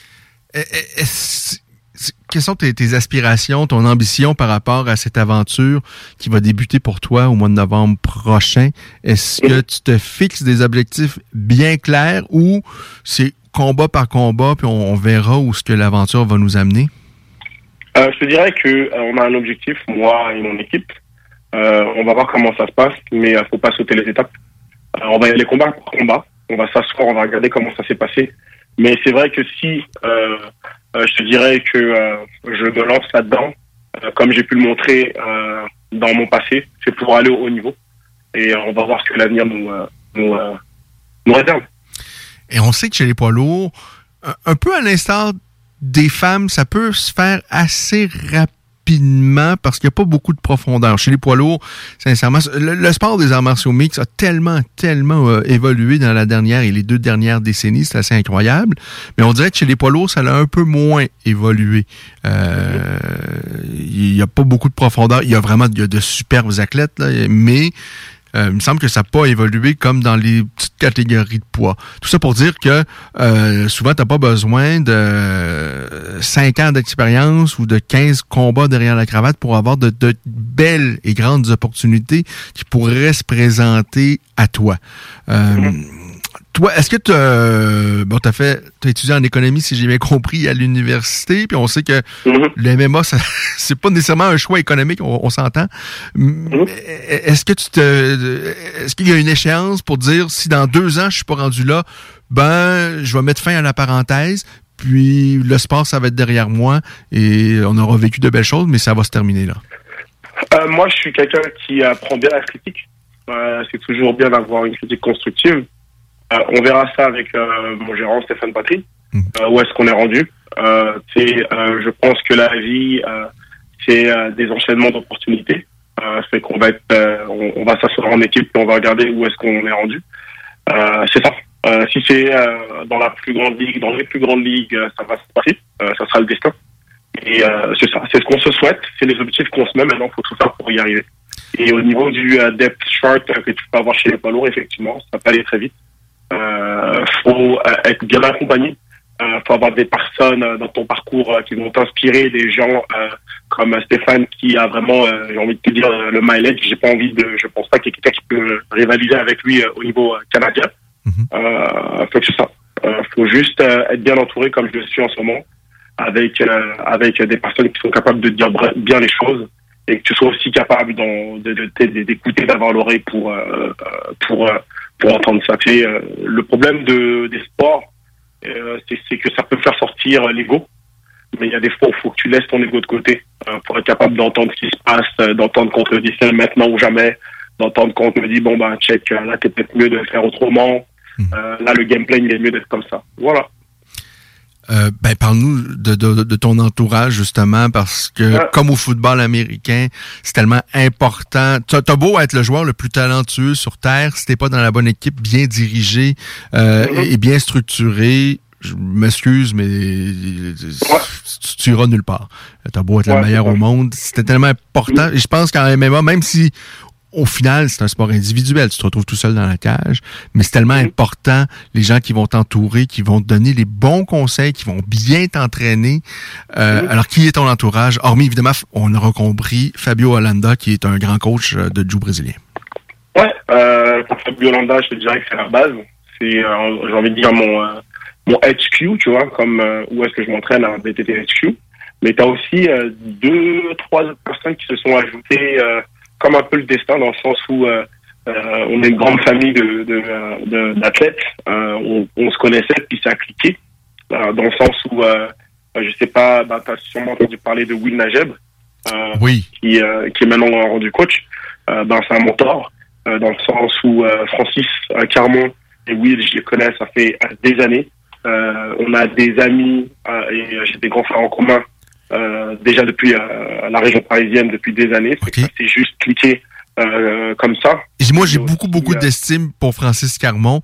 Quelles sont tes aspirations, ton ambition par rapport à cette aventure qui va débuter pour toi au mois de novembre prochain? Est-ce que tu te fixes des objectifs bien clairs ou c'est combat par combat puis on verra où ce que l'aventure va nous amener? Je te dirais que on a un objectif, moi et mon équipe. On va voir comment ça se passe, mais faut pas sauter les étapes. On va y aller combat par combat. On va s'asseoir, on va regarder comment ça s'est passé. Mais c'est vrai que si je te dirais que je me lance là-dedans, comme j'ai pu le montrer dans mon passé, c'est pour aller au haut niveau. Et on va voir ce que l'avenir nous réserve. Et on sait que chez les poids lourds, un peu à l'instar des femmes, ça peut se faire assez rapidement parce qu'il n'y a pas beaucoup de profondeur. Chez les poids lourds, sincèrement, le sport des arts martiaux mixtes a tellement évolué dans la dernière et les 2 dernières décennies, c'est assez incroyable. Mais on dirait que chez les poids lourds, ça a un peu moins évolué. Il n'y a pas beaucoup de profondeur. Il y a de superbes athlètes, là, mais il me semble que ça n'a pas évolué comme dans les petites catégories de poids. Tout ça pour dire que souvent, tu n'as pas besoin de 5 ans d'expérience ou de 15 combats derrière la cravate pour avoir de belles et grandes opportunités qui pourraient se présenter à toi. Toi, est-ce que t'as étudié en économie, si j'ai bien compris, à l'université, puis on sait que le MMA, c'est pas nécessairement un choix économique, on s'entend. Est-ce qu'il y a une échéance pour dire si dans 2 ans je suis pas rendu là, je vais mettre fin à la parenthèse, puis le sport ça va être derrière moi et on aura vécu de belles choses, mais ça va se terminer là. Moi, je suis quelqu'un qui prend bien la critique. C'est toujours bien d'avoir une critique constructive. On verra ça avec mon gérant Stéphane Patry, où est-ce qu'on est rendu. Je pense que la vie, c'est des enchaînements d'opportunités. C'est qu'on va on va s'asseoir en équipe et on va regarder où est-ce qu'on est rendu. C'est ça. Si c'est dans la plus grande ligue, dans les plus grandes ligues, ça va se passer. Ça sera le destin. Et c'est ça. C'est ce qu'on se souhaite. C'est les objectifs qu'on se met. Maintenant, il faut tout faire pour y arriver. Et au niveau du depth chart que tu peux avoir chez les poids lourds, effectivement, ça peut aller très vite. Faut être bien accompagné. Faut avoir des personnes dans ton parcours qui vont t'inspirer, des gens comme Stéphane qui a vraiment, j'ai envie de te dire, le mileage. Je pense pas qu'il y ait quelqu'un qui peut rivaliser avec lui au niveau canadien. Faut que c'est ça. Faut juste être bien entouré comme je le suis en ce moment, avec des personnes qui sont capables de dire bien les choses et que tu sois aussi capable d'écouter, d'avoir l'oreille pour entendre ça. Le problème des sports, c'est que ça peut faire sortir l'ego, mais il y a des fois où il faut que tu laisses ton ego de côté pour être capable d'entendre ce qui se passe, d'entendre qu'on te dit c'est maintenant ou jamais, d'entendre qu'on te dit check, là t'es peut-être mieux de faire autrement, là le gameplay il est mieux d'être comme ça. Voilà. Parle-nous de ton entourage, justement, parce que, comme au football américain, c'est tellement important. T'as beau être le joueur le plus talentueux sur Terre, si t'es pas dans la bonne équipe, bien dirigé et bien structuré, je m'excuse, mais tu iras nulle part. T'as beau être le meilleur au monde, c'était tellement important. Et je pense qu'en MMA, même si au final, c'est un sport individuel. Tu te retrouves tout seul dans la cage, mais c'est tellement important, les gens qui vont t'entourer, qui vont te donner les bons conseils, qui vont bien t'entraîner. Alors, qui est ton entourage? Hormis, évidemment, on aura compris Fabio Holanda, qui est un grand coach de jiu brésilien. Pour Fabio Holanda, je te dirais que c'est la base. C'est, j'ai envie de dire, mon HQ, tu vois, comme où est-ce que je m'entraîne à BTT HQ. Mais tu as aussi 2-3 autres personnes qui se sont ajoutées comme un peu le destin, dans le sens où on est une grande famille d'athlètes. On se connaissait, puis ça a cliqué. Dans le sens où, je sais pas, tu as sûrement entendu parler de Will Najeb, qui est maintenant rendu coach. C'est un mentor, dans le sens où Francis Carmon et Will, je les connais, ça fait des années. On a des amis et j'ai des grands frères en commun. Déjà depuis la région parisienne depuis des années. C'est juste cliqué comme ça. Et moi, j'ai beaucoup d'estime pour Francis Carmon.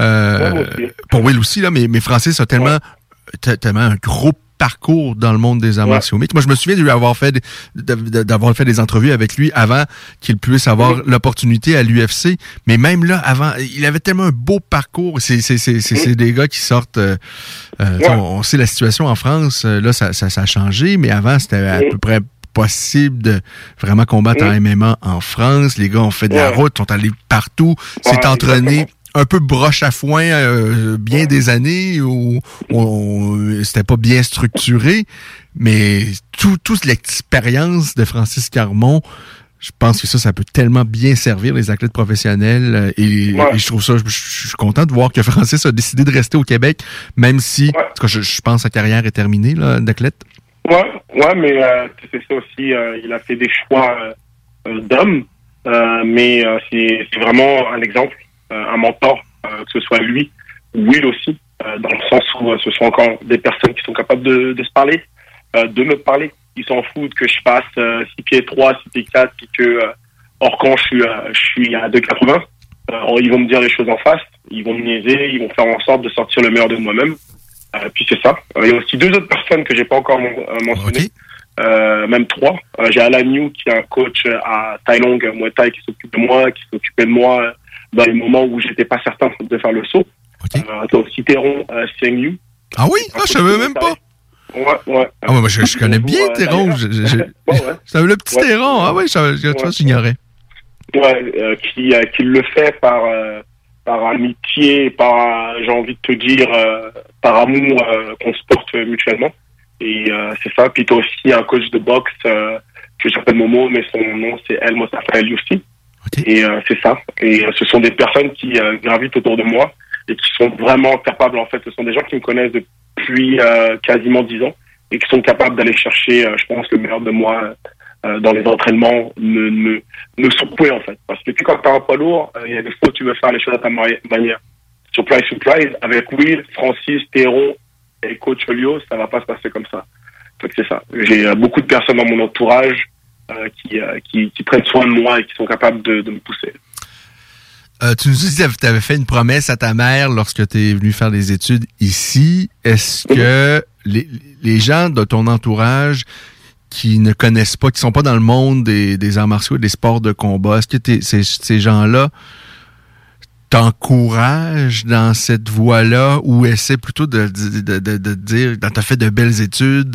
Pour Will aussi, là, mais Francis a tellement un gros parcours dans le monde des arts martiaux mixtes. Moi, je me souviens de lui avoir fait d'avoir fait des entrevues avec lui avant qu'il puisse avoir l'opportunité à l'UFC. Mais même là, avant, il avait tellement un beau parcours. C'est des gars qui sortent. On sait la situation en France. Là, ça a changé, mais avant, c'était à peu près possible de vraiment combattre en MMA en France. Les gars ont fait de la route, sont allés partout, s'est entraîné un peu broche à foin bien des années où c'était pas bien structuré, mais toute l'expérience de Francis Carmon, je pense que ça peut tellement bien servir les athlètes professionnels et je trouve ça, je suis content de voir que Francis a décidé de rester au Québec, même si, en tout cas, je pense que sa carrière est terminée là, d'athlète. Mais c'est ça aussi, il a fait des choix d'homme, mais c'est vraiment un exemple. Un mentor, que ce soit lui ou Will aussi, dans le sens où ce sont encore des personnes qui sont capables de se parler, de me parler. Ils s'en foutent que je fasse 6 pieds 3, 6 pieds 4, puis que hors camp je suis à 2,80. Ils vont me dire les choses en face, ils vont me niaiser, ils vont faire en sorte de sortir le meilleur de moi-même. Puis c'est ça. Il y a aussi 2 autres personnes que j'ai pas encore mentionnées. Même 3. J'ai Alan Yu qui est un coach à Thaïlong Muay Thai qui s'occupe de moi, qui s'occupait de moi dans les moments où j'étais pas certain de faire le saut. T'as aussi Théron Sieng Yu. Ah oui? Je savais même pas. Moi, je connais bien Théron. C'est le petit Théron. Ah oui, j'ignorais. Qui le fait par amitié, j'ai envie de te dire, par amour qu'on se porte mutuellement. Et c'est ça. Puis t'as aussi un coach de boxe que j'appelle Momo, mais son nom c'est El Mostafa El Youssi. Et c'est ça. Et ce sont des personnes qui gravitent autour de moi et qui sont vraiment capables, en fait, ce sont des gens qui me connaissent depuis quasiment 10 ans et qui sont capables d'aller chercher, je pense, le meilleur de moi dans les entraînements, me secouer, en fait. Parce que puis, quand t'as un poids lourd, il y a des fois où tu veux faire les choses à ta manière. Surprise, avec Will, Francis, Théron et Coach Olio, ça va pas se passer comme ça. Donc c'est ça. J'ai beaucoup de personnes dans mon entourage qui prennent soin de moi et qui sont capables de me pousser. Tu nous dis que tu avais fait une promesse à ta mère lorsque tu es venu faire des études ici. Est-ce que les gens de ton entourage qui ne connaissent pas, qui sont pas dans le monde des arts martiaux et des sports de combat, est-ce que ces gens-là t'encouragent dans cette voie-là ou essaient plutôt de dire, t'as fait de belles études,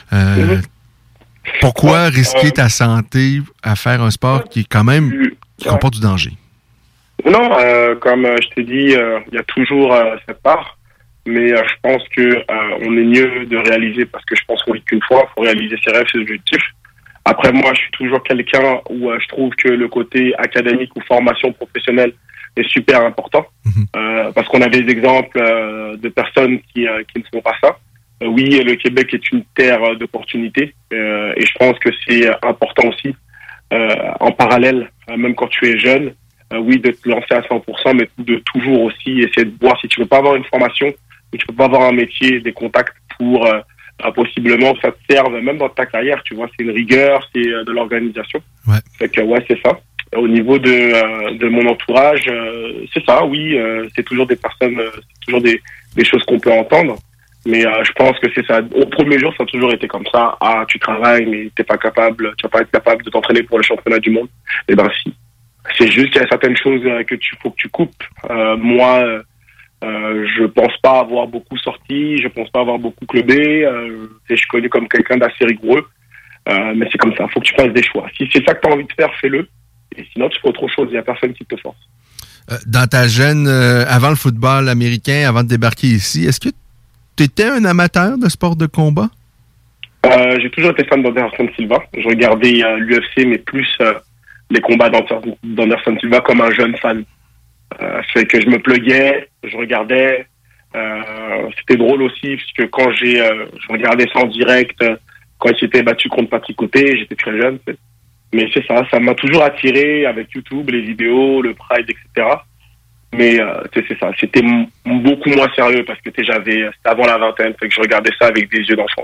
pourquoi risquer ta santé à faire un sport qui est quand même qui comporte du danger? Non, comme je t'ai dit, il y a toujours cette part, mais je pense que on est mieux de réaliser, parce que je pense qu'on vit qu'une fois, il faut réaliser ses rêves, ses objectifs. Après, moi, je suis toujours quelqu'un où je trouve que le côté académique ou formation professionnelle est super important, parce qu'on a des exemples de personnes qui ne font pas ça. Oui, le Québec est une terre d'opportunités, et je pense que c'est important aussi, en parallèle, même quand tu es jeune, oui, de te lancer à 100%, mais de toujours aussi essayer de voir si tu veux pas avoir une formation, ou tu peux pas avoir un métier, des contacts, pour possiblement que ça te serve même dans ta carrière, tu vois. C'est une rigueur, c'est de l'organisation. Ouais. Fait que ouais, c'est ça. Au niveau de mon entourage, c'est ça, oui, c'est toujours des personnes, c'est toujours des choses qu'on peut entendre. Mais je pense que c'est ça. Au premier jour, ça a toujours été comme ça. Ah, tu travailles, mais tu vas pas être capable de t'entraîner pour le championnat du monde. Eh ben si. C'est juste qu'il y a certaines choses faut que tu coupes. Moi, je pense pas avoir beaucoup sorti, je pense pas avoir beaucoup clubé. Je suis connu comme quelqu'un d'assez rigoureux. Mais c'est comme ça, faut que tu fasses des choix. Si c'est ça que tu as envie de faire, fais-le. Et sinon, tu fais autre chose, il n'y a personne qui te force. Dans ta jeune, avant le football américain, avant de débarquer ici, est-ce que tu étais un amateur de sport de combat? J'ai toujours été fan d'Anderson Silva. Je regardais l'UFC, mais plus les combats d'Anderson Silva comme un jeune fan. C'est que je me pluguais, je regardais. C'était drôle aussi, parce que quand je regardais ça en direct, quand il s'était battu contre Patrick Côté, j'étais très jeune. Mais c'est ça m'a toujours attiré avec YouTube, les vidéos, le Pride, etc. Mais c'est ça, c'était beaucoup moins sérieux parce que c'était avant la vingtaine, fait que je regardais ça avec des yeux d'enfant.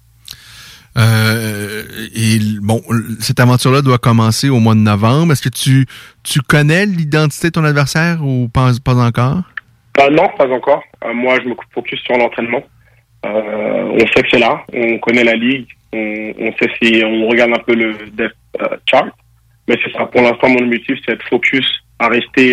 Et bon, cette aventure-là doit commencer au mois de novembre. Est-ce que tu connais l'identité de ton adversaire ou pas encore? Non, pas encore. Moi, je me focus sur l'entraînement. On sait que c'est là, on connaît la ligue, on sait si on regarde un peu le depth chart, mais c'est ça. Pour l'instant, mon objectif, c'est être focus, à rester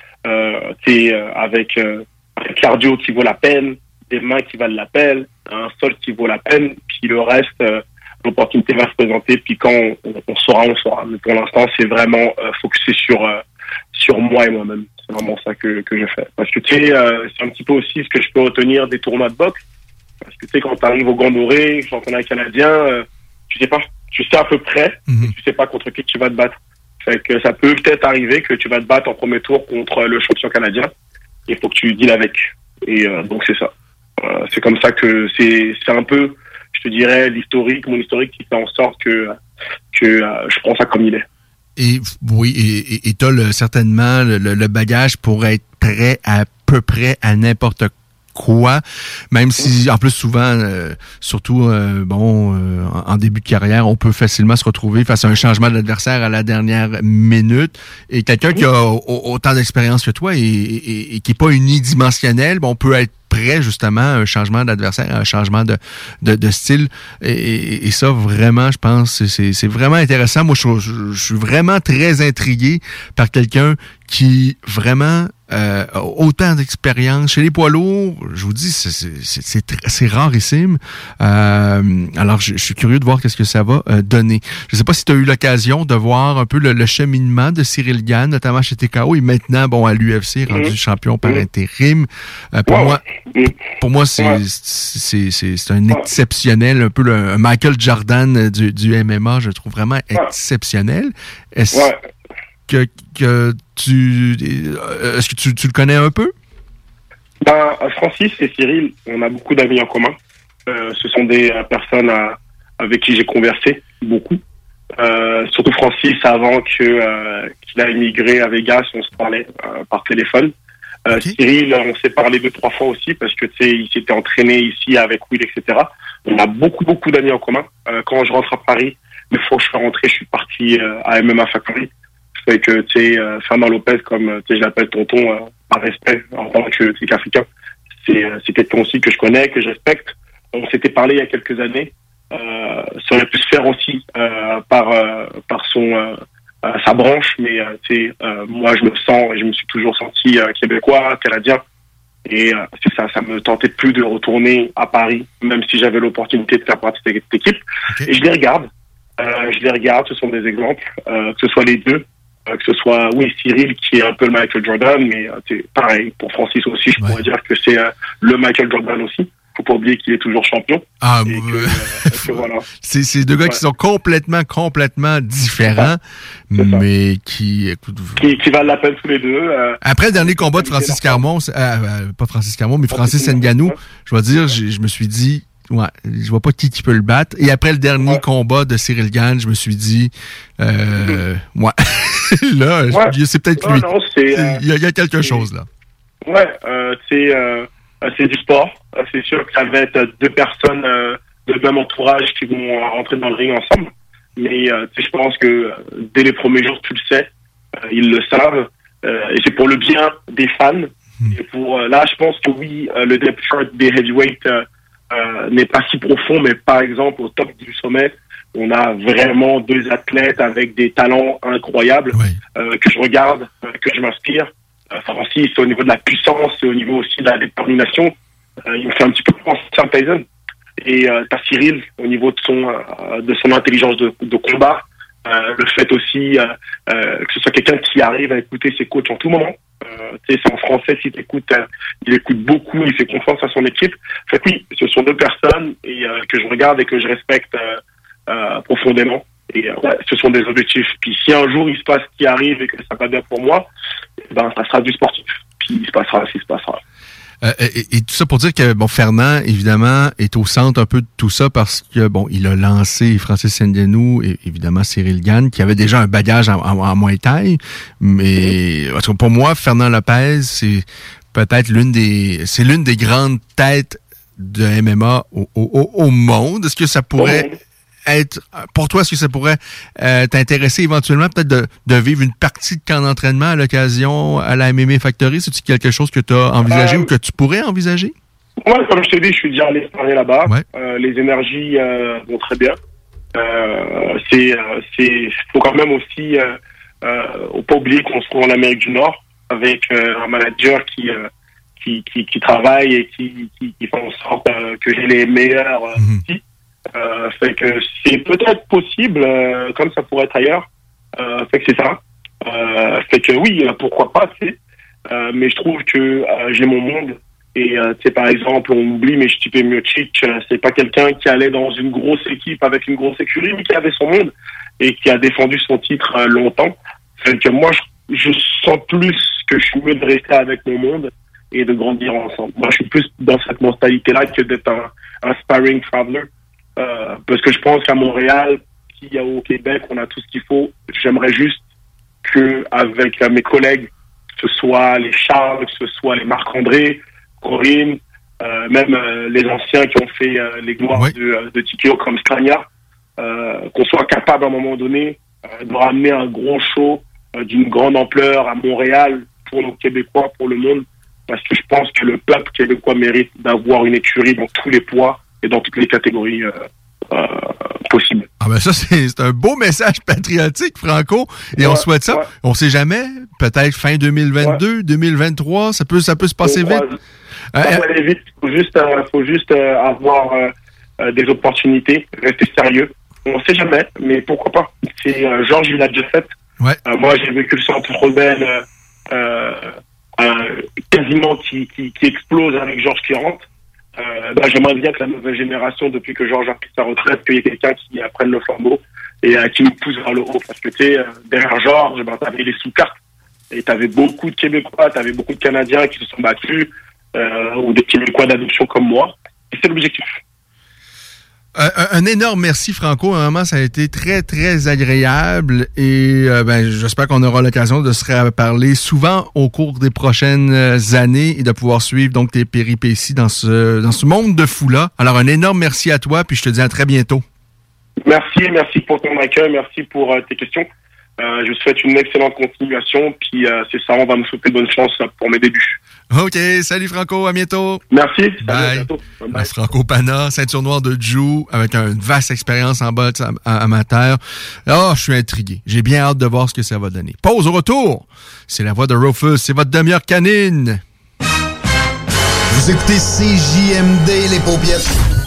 avec un cardio qui vaut la peine, des mains qui valent la peine, un sol qui vaut la peine, puis le reste, l'opportunité va se présenter, puis quand on saura, on saura. Mais pour l'instant, c'est vraiment focusé sur moi et moi-même. C'est vraiment ça que je fais. Parce que tu sais, c'est un petit peu aussi ce que je peux retenir des tournois de boxe. Parce que tu sais, quand tu arrives au Gants Doré, championnat canadien, tu sais pas. Tu sais à peu près, mais tu sais pas contre qui tu vas te battre. Fait que ça peut peut-être arriver que tu vas te battre en premier tour contre le champion canadien. Il faut que tu deals avec. Et donc c'est ça. C'est comme ça que c'est un peu, je te dirais, mon historique qui fait en sorte que je prends ça comme il est. Et oui, et t'as certainement le bagage pour être prêt à peu près à n'importe quoi, même si en plus souvent, surtout en début de carrière, on peut facilement se retrouver face à un changement d'adversaire à la dernière minute. Et quelqu'un qui a autant d'expérience que toi et qui est pas unidimensionnel, on peut être prêt justement à un changement d'adversaire, à un changement de style. Et ça, vraiment, je pense, c'est vraiment intéressant. Moi, je suis vraiment très intrigué par quelqu'un qui vraiment autant d'expérience. Chez les poids lourds, je vous dis, c'est rarissime. Alors, je suis curieux de voir qu'est-ce que ça va donner. Je ne sais pas si tu as eu l'occasion de voir un peu le cheminement de Cyril Gane, notamment chez TKO, et maintenant, à l'UFC, rendu champion par intérim. Pour moi, c'est un exceptionnel, un peu un Michael Jordan du MMA, je le trouve vraiment exceptionnel. Est-ce que tu le connais un peu? Francis et Cyril, on a beaucoup d'amis en commun. Ce sont des personnes avec qui j'ai conversé beaucoup. Surtout Francis, avant qu'il a immigré à Vegas, on se parlait par téléphone. Cyril, on s'est parlé 2-3 fois aussi parce que tu sais, il s'était entraîné ici avec Will, etc. On a beaucoup d'amis en commun. Quand je rentre à Paris, les fois où je suis rentré, je suis parti à MMA Factory. Fait que tu sais, Fernand Lopez, comme tu sais, je l'appelle tonton par respect en tant que africain. C'est quelqu'un aussi que je connais, que je respecte. On s'était parlé il y a quelques années. Ça aurait pu se faire aussi par sa branche, mais moi je me sens et je me suis toujours senti québécois, canadien, et c'est ça, ça me tentait plus de retourner à Paris, même si j'avais l'opportunité de faire partie de cette équipe. Et je les regarde, ce sont des exemples, que ce soit les deux, que ce soit Cyril qui est un peu le Michael Jordan, mais c'est pareil pour Francis aussi, je pourrais dire que c'est le Michael Jordan aussi. Faut pas oublier qu'il est toujours champion. Voilà. C'est deux gars qui sont complètement différents, mais qui valent la peine tous les deux. Après le dernier combat de Francis Carmon, pas Francis Carmon, mais Francis Ngannou, je dois dire, je me suis dit, je vois pas qui peut le battre. Et après le dernier combat de Cyril Gane, je me suis dit, là, c'est peut-être lui. Il y a quelque chose là. c'est du sport. C'est sûr que ça va être deux personnes de même entourage qui vont rentrer dans le ring ensemble. Mais je pense que dès les premiers jours, tu le sais, ils le savent. Et c'est pour le bien des fans. Et pour là, je pense que oui, le depth chart des heavyweights n'est pas si profond, mais par exemple, au top du sommet, on a vraiment deux athlètes avec des talents incroyables que je regarde, que je m'inspire. Francis, au niveau de la puissance, et au niveau aussi de la détermination, il me fait un petit peu penser à Tyson. Et t'as Cyril au niveau de son intelligence de combat, le fait aussi que ce soit quelqu'un qui arrive à écouter ses coachs en tout moment. C'est en français, si t'écoutes, il écoute beaucoup, il fait confiance à son équipe. Fait que oui, ce sont deux personnes et que je regarde et que je respecte profondément. Et ce sont des objectifs. Puis si un jour il se passe ce qui arrive et que ça va bien pour moi, ben ça sera du sportif. Puis il se passera ce qui se passera. Et tout ça pour dire que Fernand, évidemment, est au centre un peu de tout ça parce que il a lancé Francis Ngannou et évidemment Cyril Gane, qui avait déjà un bagage en Muay Thai. Mais pour moi, Fernand Lopez, c'est peut-être l'une des grandes têtes de MMA au monde. Est-ce que ça pourrait être, pour toi, est-ce que ça pourrait t'intéresser éventuellement peut-être de vivre une partie de camp d'entraînement à l'occasion à la MMA Factory? C'est-tu quelque chose que tu as envisagé ou que tu pourrais envisager? Moi, comme je t'ai dit, je suis déjà allé parler là-bas. Les énergies vont très bien. Faut quand même aussi pas oublier qu'on se trouve en Amérique du Nord avec un manager qui travaille et qui fait en sorte que j'ai les meilleurs outils. Fait que c'est peut-être possible, comme ça pourrait être ailleurs. Fait que c'est ça. Fait que oui, pourquoi pas, mais je trouve que j'ai mon monde. Et par exemple, on oublie, mais Stipe Miocic, c'est pas quelqu'un qui allait dans une grosse équipe avec une grosse écurie, mais qui avait son monde et qui a défendu son titre longtemps. Fait que moi, je sens plus que je suis mieux de rester avec mon monde et de grandir ensemble. Moi, je suis plus dans cette mentalité-là que d'être un sparring traveler. Parce que je pense qu'à Montréal, puis au Québec, on a tout ce qu'il faut. J'aimerais juste que avec mes collègues, que ce soit les Charles, que ce soit les Marc-André, Corinne, même les anciens qui ont fait les gloires de TKO comme Scania, qu'on soit capable à un moment donné de ramener un gros show d'une grande ampleur à Montréal pour nos Québécois, pour le monde, parce que je pense que le peuple québécois mérite d'avoir une écurie dans tous les poids et dans toutes les catégories possibles. Ah ben ça, c'est un beau message patriotique, Franco, et on souhaite ça. On sait jamais, peut-être fin 2022, 2023, ça peut se passer vite. Ça peut aller vite, faut juste avoir des opportunités, rester sérieux. On ne sait jamais, mais pourquoi pas. C'est Georges, il l'a déjà fait. Moi, j'ai vécu le centre rebelle quasiment qui explose avec Georges qui rentre. J'aimerais bien que la nouvelle génération, depuis que Georges a pris sa retraite, qu'il y ait quelqu'un qui prenne le flambeau et qui nous pousse vers le haut. Parce que derrière Georges, t'avais les sous-cartes et t'avais beaucoup de Québécois, t'avais beaucoup de Canadiens qui se sont battus ou des Québécois d'adoption comme moi. Et c'est l'objectif. Un énorme merci, Franco. Vraiment, ça a été très, très agréable et j'espère qu'on aura l'occasion de se reparler souvent au cours des prochaines années et de pouvoir suivre donc tes péripéties dans ce monde de fou-là. Alors, un énorme merci à toi, puis je te dis à très bientôt. Merci pour ton accueil, merci pour tes questions. Je vous souhaite une excellente continuation, puis c'est ça, on va me souhaiter bonne chance pour mes débuts. OK, salut Franco, à bientôt. Merci, bye. À bientôt. Bye. Franco Pana, ceinture noire de Jiu, avec une vaste expérience en boxe amateur. Oh, je suis intrigué. J'ai bien hâte de voir ce que ça va donner. Pause au retour. C'est la voix de Rufus, c'est votre demi-heure canine. Vous écoutez CJMD, les paupiètes.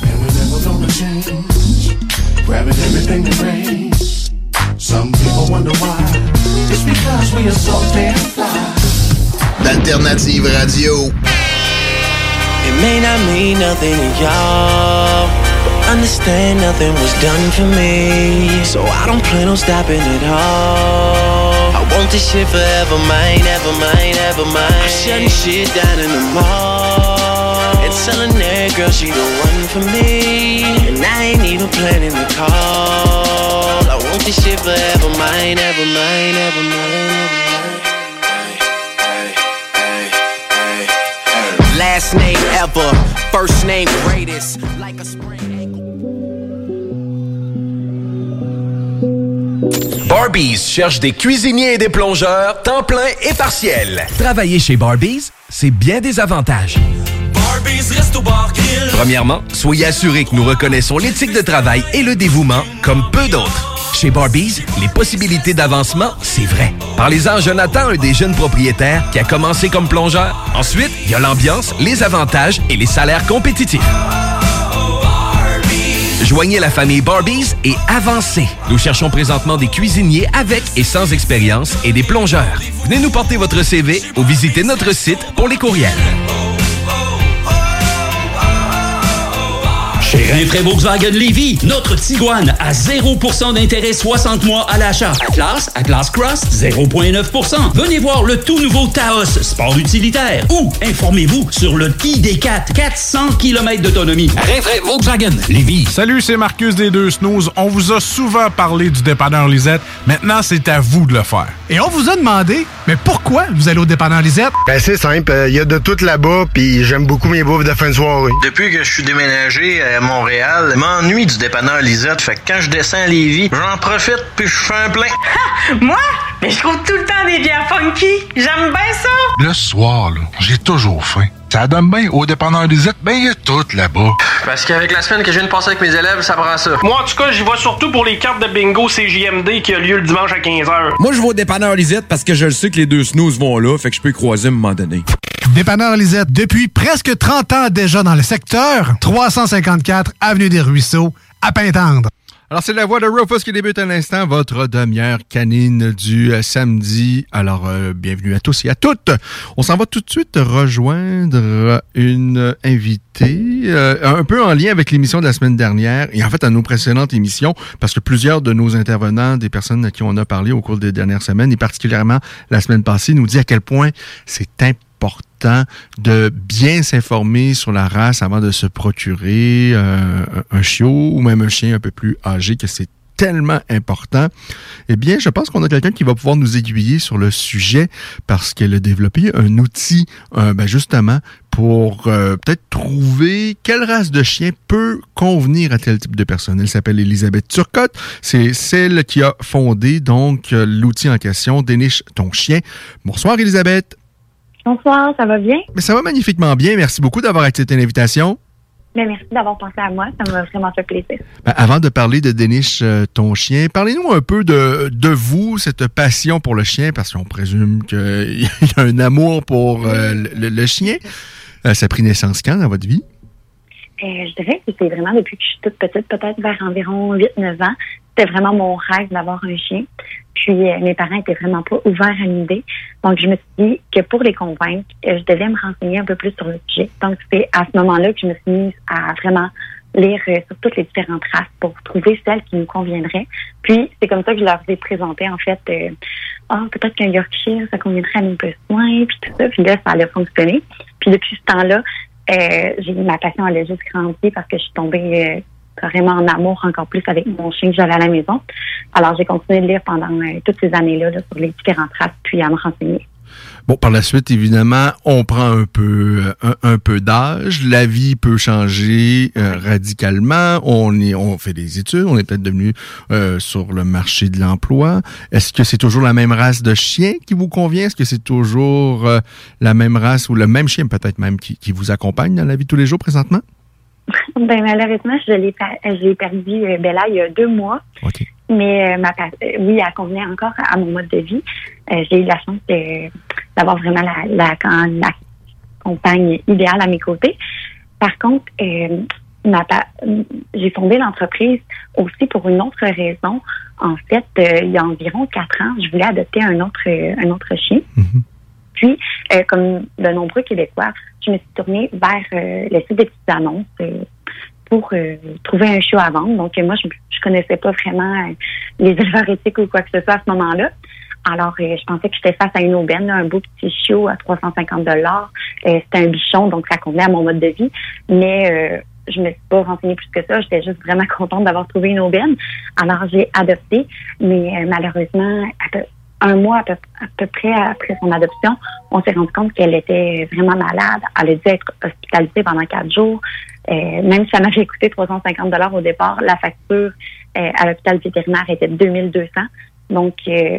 Some people wonder why. It's because we are so damn fly. D'Alternative Radio. It may not mean nothing to y'all, but understand nothing was done for me. So I don't plan on stopping at all. I want this shit forever mine, ever mine, ever mine. I'm shutting shit down in the mall and telling that girl she the one for me. And I ain't even planning the call. I want this shit forever mine, ever mine, ever mine, ever mine. last name ever, first name greatest. Like a spring. Barbies cherche des cuisiniers et des plongeurs, temps plein et partiel. Travailler chez Barbies, c'est bien des avantages. Premièrement, soyez assurés que nous reconnaissons l'éthique de travail et le dévouement comme peu d'autres. Chez Barbies, les possibilités d'avancement, c'est vrai. Parlez-en à Jonathan, un des jeunes propriétaires qui a commencé comme plongeur. Ensuite, il y a l'ambiance, les avantages et les salaires compétitifs. Joignez la famille Barbies et avancez. Nous cherchons présentement des cuisiniers avec et sans expérience et des plongeurs. Venez nous porter votre CV ou visitez notre site pour les courriels. Chez Rinfraie Volkswagen Lévy, notre Tiguan à 0% d'intérêt 60 mois à l'achat. Atlas Cross, 0,9%. Venez voir le tout nouveau Taos, sport utilitaire. Ou informez-vous sur le ID4, 400 km d'autonomie. Rinfraie Volkswagen Lévy. Salut, c'est Marcus des Deux Snooze. On vous a souvent parlé du dépanneur Lisette. Maintenant, c'est à vous de le faire. Et on vous a demandé, mais pourquoi vous allez au dépanneur Lisette? Ben c'est simple, il y a de tout là-bas, puis j'aime beaucoup mes bouffes de fin de soirée. Depuis que je suis déménagé à Montréal, je m'ennuie du dépanneur Lisette. Fait que quand je descends à Lévis, j'en profite puis je fais un plein. Ha! Moi? Mais je trouve tout le temps des bières funky. J'aime bien ça. Le soir, là, j'ai toujours faim. Ça donne bien au dépanneur Lisette, ben il y a tout là-bas. Parce qu'avec la semaine que je viens de passer avec mes élèves, ça prend ça. Moi, en tout cas, j'y vais surtout pour les cartes de bingo CJMD qui a lieu le dimanche à 15h. Moi, je vais au dépanneur Lisette parce que je le sais que les deux snooze vont là, fait que je peux y croiser à un moment donné. Dépanneur Lisette, depuis presque 30 ans déjà dans le secteur, 354 Avenue des Ruisseaux, à Pintendre. Alors, c'est la voix de Rufus qui débute à l'instant, votre demi-heure canine du samedi. Alors, bienvenue à tous et à toutes. On s'en va tout de suite rejoindre une invitée, un peu en lien avec l'émission de la semaine dernière, et en fait à nos précédentes émissions, parce que plusieurs de nos intervenants, des personnes à qui on a parlé au cours des dernières semaines, et particulièrement la semaine passée, nous dit à quel point c'est important de bien s'informer sur la race avant de se procurer un chiot ou même un chien un peu plus âgé, que c'est tellement important. Eh bien, je pense qu'on a quelqu'un qui va pouvoir nous aiguiller sur le sujet parce qu'elle a développé un outil, justement, pour peut-être trouver quelle race de chien peut convenir à tel type de personne. Elle s'appelle Elisabeth Turcotte. C'est celle qui a fondé, donc, l'outil en question, Déniche ton chien. Bonsoir, Elisabeth. Bonsoir, ça va bien? Mais ça va magnifiquement bien. Merci beaucoup d'avoir accepté l'invitation. Mais merci d'avoir pensé à moi. Ça m'a vraiment fait plaisir. Avant de parler de Déniche ton chien, parlez-nous un peu de vous, cette passion pour le chien, parce qu'on présume qu'il y a un amour pour le chien. Ça a pris naissance quand dans votre vie? Je dirais que c'est vraiment depuis que je suis toute petite, peut-être vers environ 8-9 ans. C'était vraiment mon rêve d'avoir un chien. Puis mes parents étaient vraiment pas ouverts à l'idée. Donc je me suis dit que pour les convaincre, je devais me renseigner un peu plus sur le sujet. Donc c'est à ce moment-là que je me suis mise à vraiment lire sur toutes les différentes races pour trouver celle qui nous conviendrait. Puis c'est comme ça que je leur ai présenté en fait peut-être qu'un Yorkshire, ça conviendrait à mes besoins, puis tout ça. Puis là, ça a fonctionné. Puis depuis ce temps-là, ma passion elle a juste grandi parce que je suis tombée carrément en amour encore plus avec mon chien que j'avais à la maison. Alors, j'ai continué de lire pendant toutes ces années-là sur les différentes races, puis à me renseigner. Bon, par la suite, évidemment, on prend un peu d'âge. La vie peut changer radicalement. On fait des études. On est peut-être devenu sur le marché de l'emploi. Est-ce que c'est toujours la même race de chien qui vous convient? Est-ce que c'est toujours la même race ou le même chien peut-être même qui vous accompagne dans la vie de tous les jours présentement? Ben malheureusement, j'ai perdu Bella il y a 2 mois. Okay. Mais oui, elle convenait encore à mon mode de vie. J'ai eu la chance d'avoir vraiment la compagne idéale à mes côtés. Par contre, j'ai fondé l'entreprise aussi pour une autre raison. En fait, il y a environ 4 ans, je voulais adopter un autre chien. Mm-hmm. Puis, comme de nombreux Québécois, je me suis tournée vers le site des petites annonces pour trouver un chiot à vendre. Donc, moi, je connaissais pas vraiment les éleveurs éthiques ou quoi que ce soit à ce moment-là. Alors, je pensais que j'étais face à une aubaine, un beau petit chiot à 350 $. C'était un bichon, donc ça convenait à mon mode de vie. Mais je me suis pas renseignée plus que ça. J'étais juste vraiment contente d'avoir trouvé une aubaine. Alors, j'ai adopté, mais malheureusement, un mois à peu près après son adoption, on s'est rendu compte qu'elle était vraiment malade. Elle a dû être hospitalisée pendant 4 jours. Même si ça m'avait coûté 350 $ au départ, la facture à l'hôpital vétérinaire était de 2200. Donc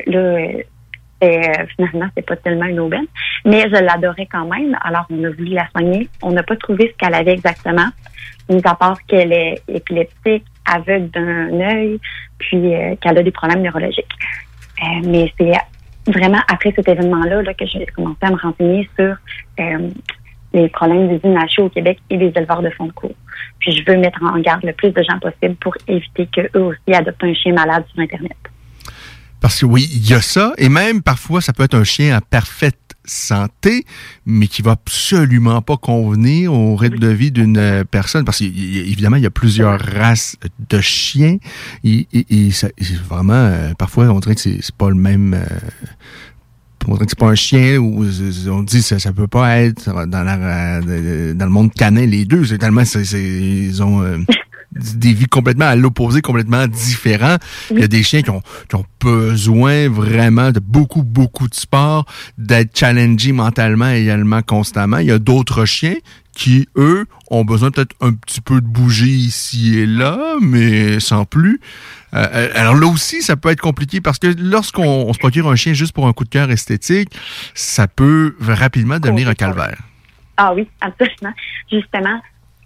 finalement, c'est pas tellement une aubaine. Mais je l'adorais quand même. Alors, on a voulu la soigner. On n'a pas trouvé ce qu'elle avait exactement, mis à part qu'elle est épileptique, aveugle d'un œil, puis qu'elle a des problèmes neurologiques. Mais c'est vraiment après cet événement-là là, que j'ai commencé à me renseigner sur les problèmes des inachés au Québec et des éleveurs de fonds de cours. Puis je veux mettre en garde le plus de gens possible pour éviter qu'eux aussi adoptent un chien malade sur Internet. Parce que oui, il y a ça, et même parfois, ça peut être un chien en parfaite santé, mais qui va absolument pas convenir au rythme de vie d'une personne, parce qu'évidemment, il y a plusieurs races de chiens, et ça, vraiment, parfois, on dirait que c'est pas le même... on dirait que c'est pas un chien, ou on dit que ça peut pas être dans le monde canin, les deux, c'est tellement... ils ont... des vies complètement à l'opposé, complètement différents. Il y a des chiens qui ont besoin vraiment de beaucoup de sport, d'être challengés mentalement également constamment. Il y a d'autres chiens qui, eux, ont besoin peut-être un petit peu de bouger ici et là, mais sans plus. Alors là aussi, ça peut être compliqué parce que lorsqu'on se procure un chien juste pour un coup de cœur esthétique, ça peut rapidement devenir un calvaire. Ah oui, absolument. Justement,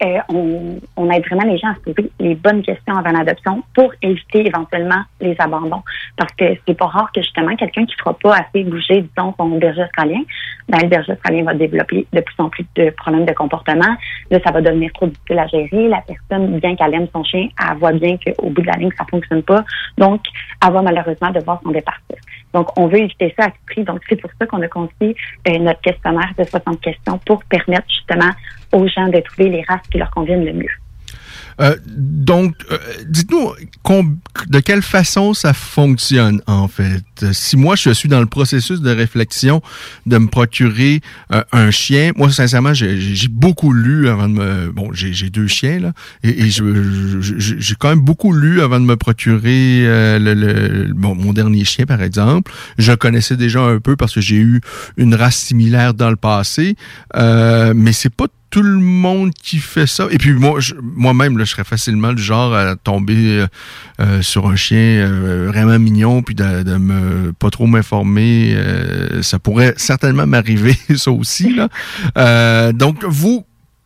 on aide vraiment les gens à se poser les bonnes questions avant l'adoption pour éviter éventuellement les abandons. Parce que c'est pas rare que justement quelqu'un qui fera pas assez bouger, disons, son berger australien, le berger australien va développer de plus en plus de problèmes de comportement. Là, ça va devenir trop difficile à gérer. La personne, bien qu'elle aime son chien, elle voit bien qu'au bout de la ligne, ça fonctionne pas. Donc, elle va malheureusement devoir s'en départir. Donc, on veut éviter ça à tout prix. Donc, c'est pour ça qu'on a conçu notre questionnaire de 60 questions pour permettre justement aux gens de trouver les races qui leur conviennent le mieux. Donc, dites-nous de quelle façon ça fonctionne, en fait. Si moi, je suis dans le processus de réflexion de me procurer un chien, moi, sincèrement, j'ai beaucoup lu avant de me... Bon, j'ai 2 chiens, là, et j'ai quand même beaucoup lu avant de me procurer mon dernier chien, par exemple. Je connaissais déjà un peu parce que j'ai eu une race similaire dans le passé, mais c'est pas tout le monde qui fait ça. Et puis moi-même, là, je serais facilement du genre à tomber sur un chien vraiment mignon, puis de me pas trop m'informer. Ça pourrait certainement m'arriver, ça aussi, là. Donc, où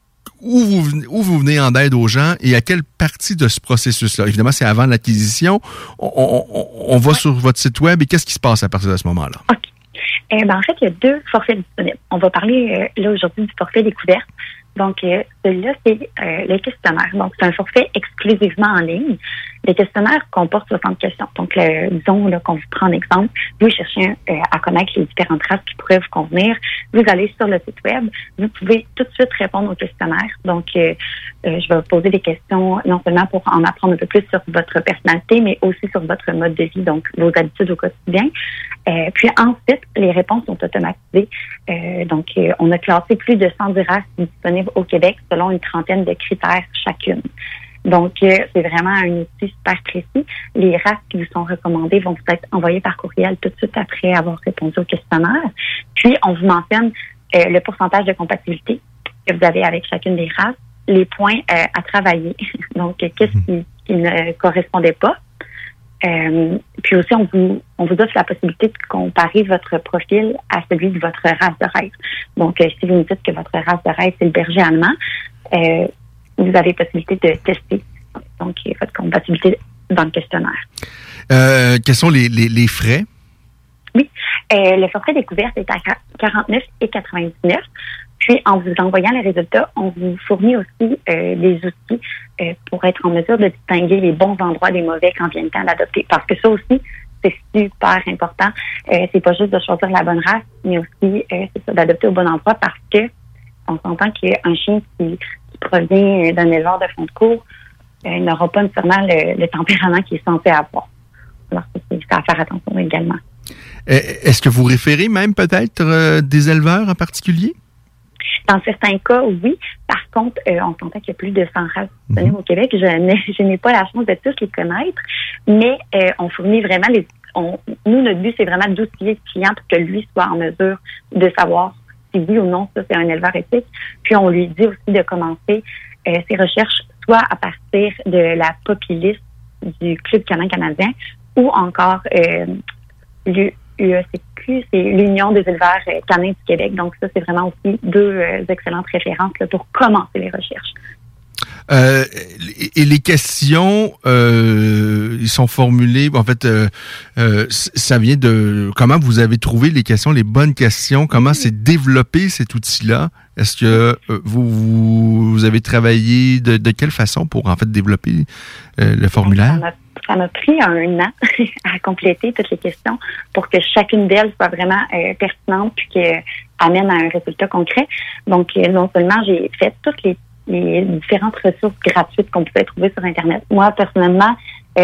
vous venez en aide aux gens et à quelle partie de ce processus-là? Évidemment, c'est avant l'acquisition. On va sur votre site web et qu'est-ce qui se passe à partir de ce moment-là? OK. En fait, il y a 2 forfaits disponibles. On va parler là aujourd'hui du forfait découverte. Donc, celui-là, c'est le questionnaire. Donc, c'est un forfait exclusivement en ligne. Le questionnaire comporte 60 questions. Donc, disons là, qu'on vous prend un exemple. Vous cherchez à connaître les différentes races qui pourraient vous convenir. Vous allez sur le site web. Vous pouvez tout de suite répondre au questionnaire. Donc, je vais vous poser des questions non seulement pour en apprendre un peu plus sur votre personnalité, mais aussi sur votre mode de vie, donc vos habitudes au quotidien. Puis ensuite, les réponses sont automatisées. Donc, on a classé plus de 110 races disponibles au Québec selon une trentaine de critères chacune. Donc, c'est vraiment un outil super précis. Les races qui vous sont recommandées vont vous être envoyées par courriel tout de suite après avoir répondu au questionnaire. Puis, on vous mentionne le pourcentage de compatibilité que vous avez avec chacune des races, les points à travailler. Donc, qu'est-ce qui ne correspondait pas. Puis aussi, on vous offre la possibilité de comparer votre profil à celui de votre race de rêve. Donc, si vous me dites que votre race de rêve, c'est le berger allemand, vous avez la possibilité de tester donc votre compatibilité dans le questionnaire. Quels sont les frais? Oui. Le forfait découverte est à 49,99 $. Puis, en vous envoyant les résultats, on vous fournit aussi des outils pour être en mesure de distinguer les bons endroits des mauvais quand vient le temps d'adopter. Parce que ça aussi, c'est super important. C'est pas juste de choisir la bonne race, mais aussi c'est ça, d'adopter au bon endroit parce que on s'entend qu'un chien qui provient d'un éleveur de fond de cours n'aura pas nécessairement le tempérament qu'il est censé avoir. Alors, c'est à faire attention également. Est-ce que vous référez même peut-être des éleveurs en particulier? Dans certains cas, oui. Par contre, on s'entend qu'il y a plus de 100 races disponibles au Québec. Je n'ai pas la chance de tous les connaître, mais on fournit vraiment nous, notre but, c'est vraiment d'outiller le client pour que lui soit en mesure de savoir si oui ou non, ça, c'est un éleveur éthique. Puis, on lui dit aussi de commencer ses recherches soit à partir de la populiste du Club canin canadien ou encore l'UECQ, c'est l'Union des éleveurs canins du Québec. Donc, ça, c'est vraiment aussi deux excellentes références là, pour commencer les recherches. Et les questions, ils sont formulées. En fait, ça vient de comment vous avez trouvé les questions, les bonnes questions. Comment s'est développé cet outil-là? Est-ce que vous avez travaillé de quelle façon pour en fait développer le formulaire? Ça m'a pris 1 an à compléter toutes les questions pour que chacune d'elles soit vraiment pertinente puis qu'amène à un résultat concret. Donc, non seulement j'ai fait toutes les différentes ressources gratuites qu'on pouvait trouver sur Internet. Moi, personnellement,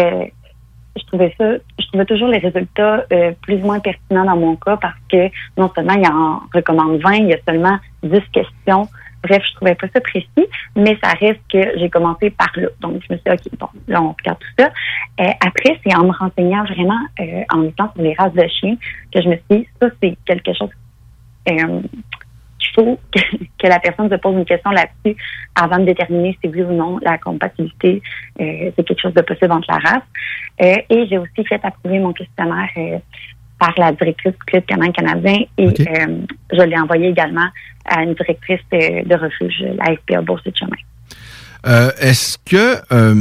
je trouvais toujours les résultats plus ou moins pertinents dans mon cas parce que non seulement il en recommande 20, il y a seulement 10 questions. Bref, je trouvais pas ça précis, mais ça reste que j'ai commencé par là. Donc, je me suis dit, OK, bon, là, on regarde tout ça. Après, c'est en me renseignant vraiment, en étant sur les races de chiens, que je me suis dit, ça, c'est quelque chose qu'il faut que la personne se pose une question là-dessus avant de déterminer si oui ou non la compatibilité, c'est quelque chose de possible entre la race. Et j'ai aussi fait approuver mon questionnaire par la directrice du Club canin canadien et je l'ai envoyé également à une directrice de refuge, la SPA Beauce-de-Chemin. Est-ce que,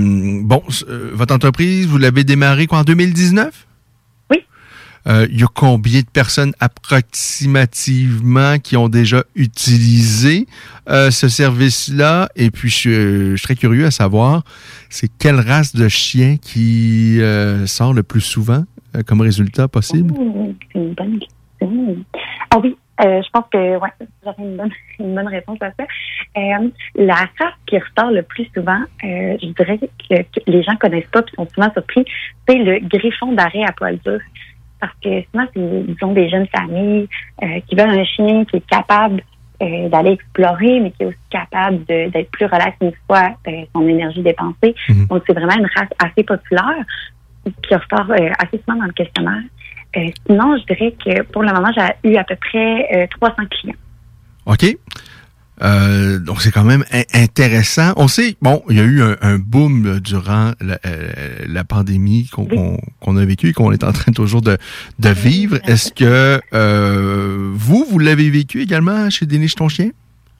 votre entreprise, vous l'avez démarrée en 2019? Oui. Il y a combien de personnes approximativement qui ont déjà utilisé ce service-là? Et puis, je serais curieux à savoir, c'est quelle race de chien qui sort le plus souvent comme résultat possible? C'est une bonne question. Ah oui, je pense que j'aurais une bonne réponse à ça. La race qui ressort le plus souvent, je dirais que les gens connaissent pas et sont souvent surpris, c'est le griffon d'arrêt à poil dur. Parce que souvent, c'est, disons, des jeunes familles qui veulent un chien qui est capable d'aller explorer, mais qui est aussi capable d'être plus relax une fois son énergie dépensée. Mm-hmm. Donc, c'est vraiment une race assez populaire qui ressort assez souvent dans le questionnaire. Sinon, je dirais que pour le moment, j'ai eu à peu près 300 clients. OK. Donc, c'est quand même intéressant. On sait, il y a eu un boom durant la pandémie qu'on a vécu et qu'on est en train toujours de vivre. Est-ce que vous l'avez vécu également chez Déniche ton chien?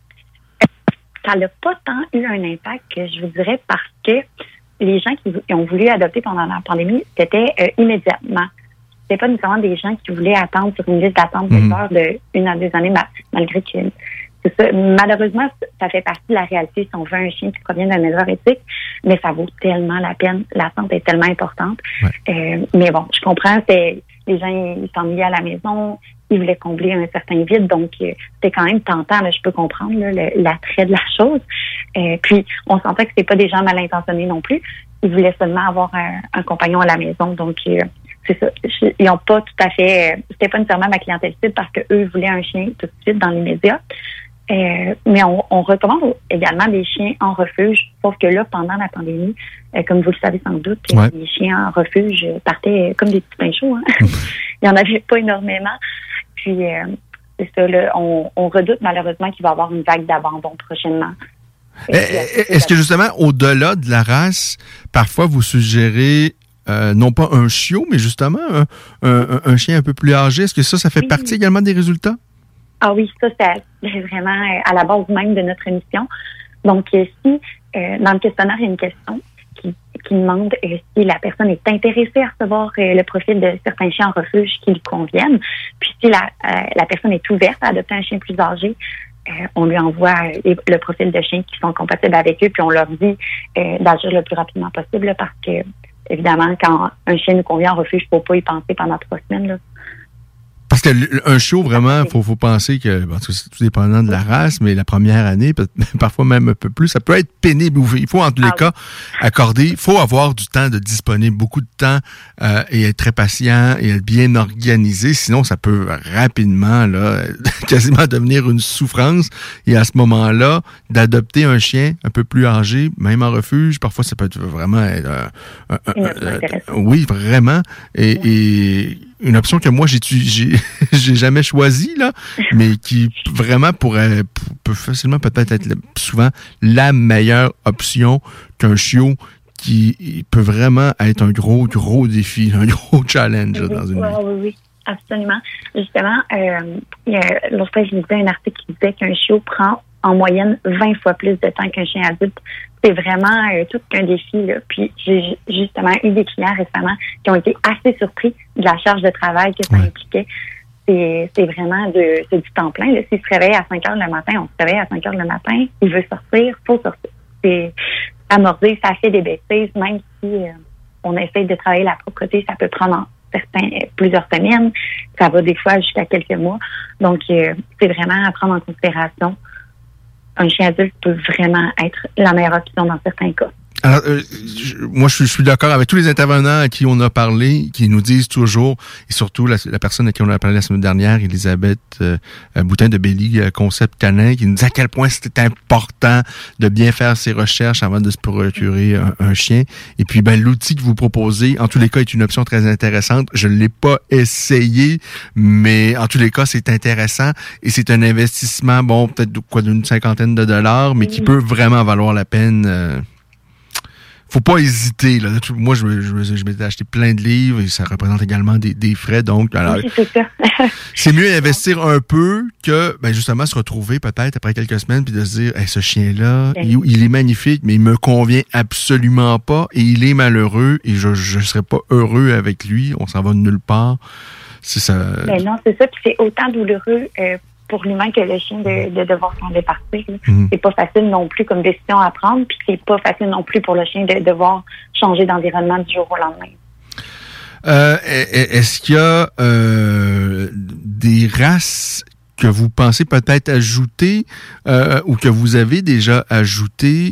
Ça n'a pas tant eu un impact que je vous dirais parce que les gens qui ont voulu adopter pendant la pandémie, c'était immédiatement. C'était pas nécessairement des gens qui voulaient attendre sur une liste d'attente de 1 à 2 années, malgré que c'est ça. Malheureusement, ça fait partie de la réalité si on veut un chien qui provient d'un éleveur éthique, mais ça vaut tellement la peine. L'attente est tellement importante. Ouais. Mais bon, je comprends, les gens, ils s'ennuyaient à la maison, ils voulaient combler un certain vide, donc c'était quand même tentant, là, je peux comprendre l'attrait de la chose. Puis, on sentait que c'était pas des gens mal intentionnés non plus. Ils voulaient seulement avoir un compagnon à la maison, donc c'est ça. Ils n'ont pas tout à fait... c'était pas nécessairement ma clientèle cible parce qu'eux voulaient un chien tout de suite dans l'immédiat. Mais on recommande également des chiens en refuge, sauf que là, pendant la pandémie, comme vous le savez sans doute, les chiens en refuge partaient comme des petits pains chauds. Hein? Il n'y en avait pas énormément. Puis, c'est ça, là, on redoute malheureusement qu'il va y avoir une vague d'abandon prochainement. Est-ce que justement, au-delà de la race, parfois vous suggérez non pas un chiot, mais justement un chien un peu plus âgé? Est-ce que ça fait partie également des résultats? Ah oui, ça, c'est vraiment à la base même de notre émission. Donc, si dans le questionnaire, il y a une question qui demande si la personne est intéressée à recevoir le profil de certains chiens en refuge qui lui conviennent, puis si la personne est ouverte à adopter un chien plus âgé, on lui envoie le profil de chiens qui sont compatibles avec eux, puis on leur dit d'agir le plus rapidement possible, là, parce que, évidemment, quand un chien nous convient en refuge, il ne faut pas y penser pendant 3 semaines. Là. Parce que un chiot, vraiment, faut penser que, c'est tout dépendant de la race, mais la première année, parfois même un peu plus, ça peut être pénible. Il faut, en tous les cas, il faut avoir du temps de disponible, beaucoup de temps, et être très patient et être bien organisé. Sinon, ça peut rapidement, là, quasiment devenir une souffrance. Et à ce moment-là, d'adopter un chien un peu plus âgé, même en refuge, parfois, ça peut être vraiment oui, vraiment. Et une option que moi, j'ai jamais choisie, là, mais qui vraiment peut facilement peut-être être souvent la meilleure option qu'un chiot qui peut vraiment être un gros défi, un gros challenge dans une vie. Oui, absolument. Justement, l'autre fois, je lisais un article qui disait qu'un chiot prend en moyenne 20 fois plus de temps qu'un chien adulte. C'est vraiment tout un défi, là. Puis j'ai justement eu des clients récemment qui ont été assez surpris de la charge de travail que ça impliquait. C'est vraiment c'est du temps plein. Là. S'il se réveille à 5 heures le matin, on se réveille à 5 heures le matin, il veut sortir, faut sortir. C'est amorder, ça fait des bêtises, même si on essaie de travailler la propreté, ça peut prendre plusieurs semaines, ça va des fois jusqu'à quelques mois. Donc, c'est vraiment à prendre en considération. Un chien adulte peut vraiment être la meilleure option dans certains cas. Alors, moi, je suis d'accord avec tous les intervenants à qui on a parlé, qui nous disent toujours, et surtout la personne à qui on a parlé la semaine dernière, Elisabeth Boutin de Belly, Concept Canin, qui nous dit à quel point c'était important de bien faire ses recherches avant de se procurer un chien. Et puis, l'outil que vous proposez, en tous les cas, est une option très intéressante. Je ne l'ai pas essayé, mais en tous les cas, c'est intéressant. Et c'est un investissement, peut-être d'une cinquantaine de dollars, mais qui peut vraiment valoir la peine. Faut pas hésiter. Là. Moi, je m'étais acheté plein de livres et ça représente également des frais. Donc, alors, c'est ça. C'est mieux investir un peu que justement se retrouver peut-être après quelques semaines puis de se dire ce chien-là, il est magnifique, mais il me convient absolument pas et il est malheureux et je serais pas heureux avec lui. On s'en va de nulle part. C'est ça. Non, c'est ça. Puis c'est autant douloureux pour l'humain que le chien de devoir s'en départir. C'est pas facile non plus comme décision à prendre, puis c'est pas facile non plus pour le chien de devoir changer d'environnement du jour au lendemain. Est-ce qu'il y a des races que vous pensez peut-être ajouter ou que vous avez déjà ajouté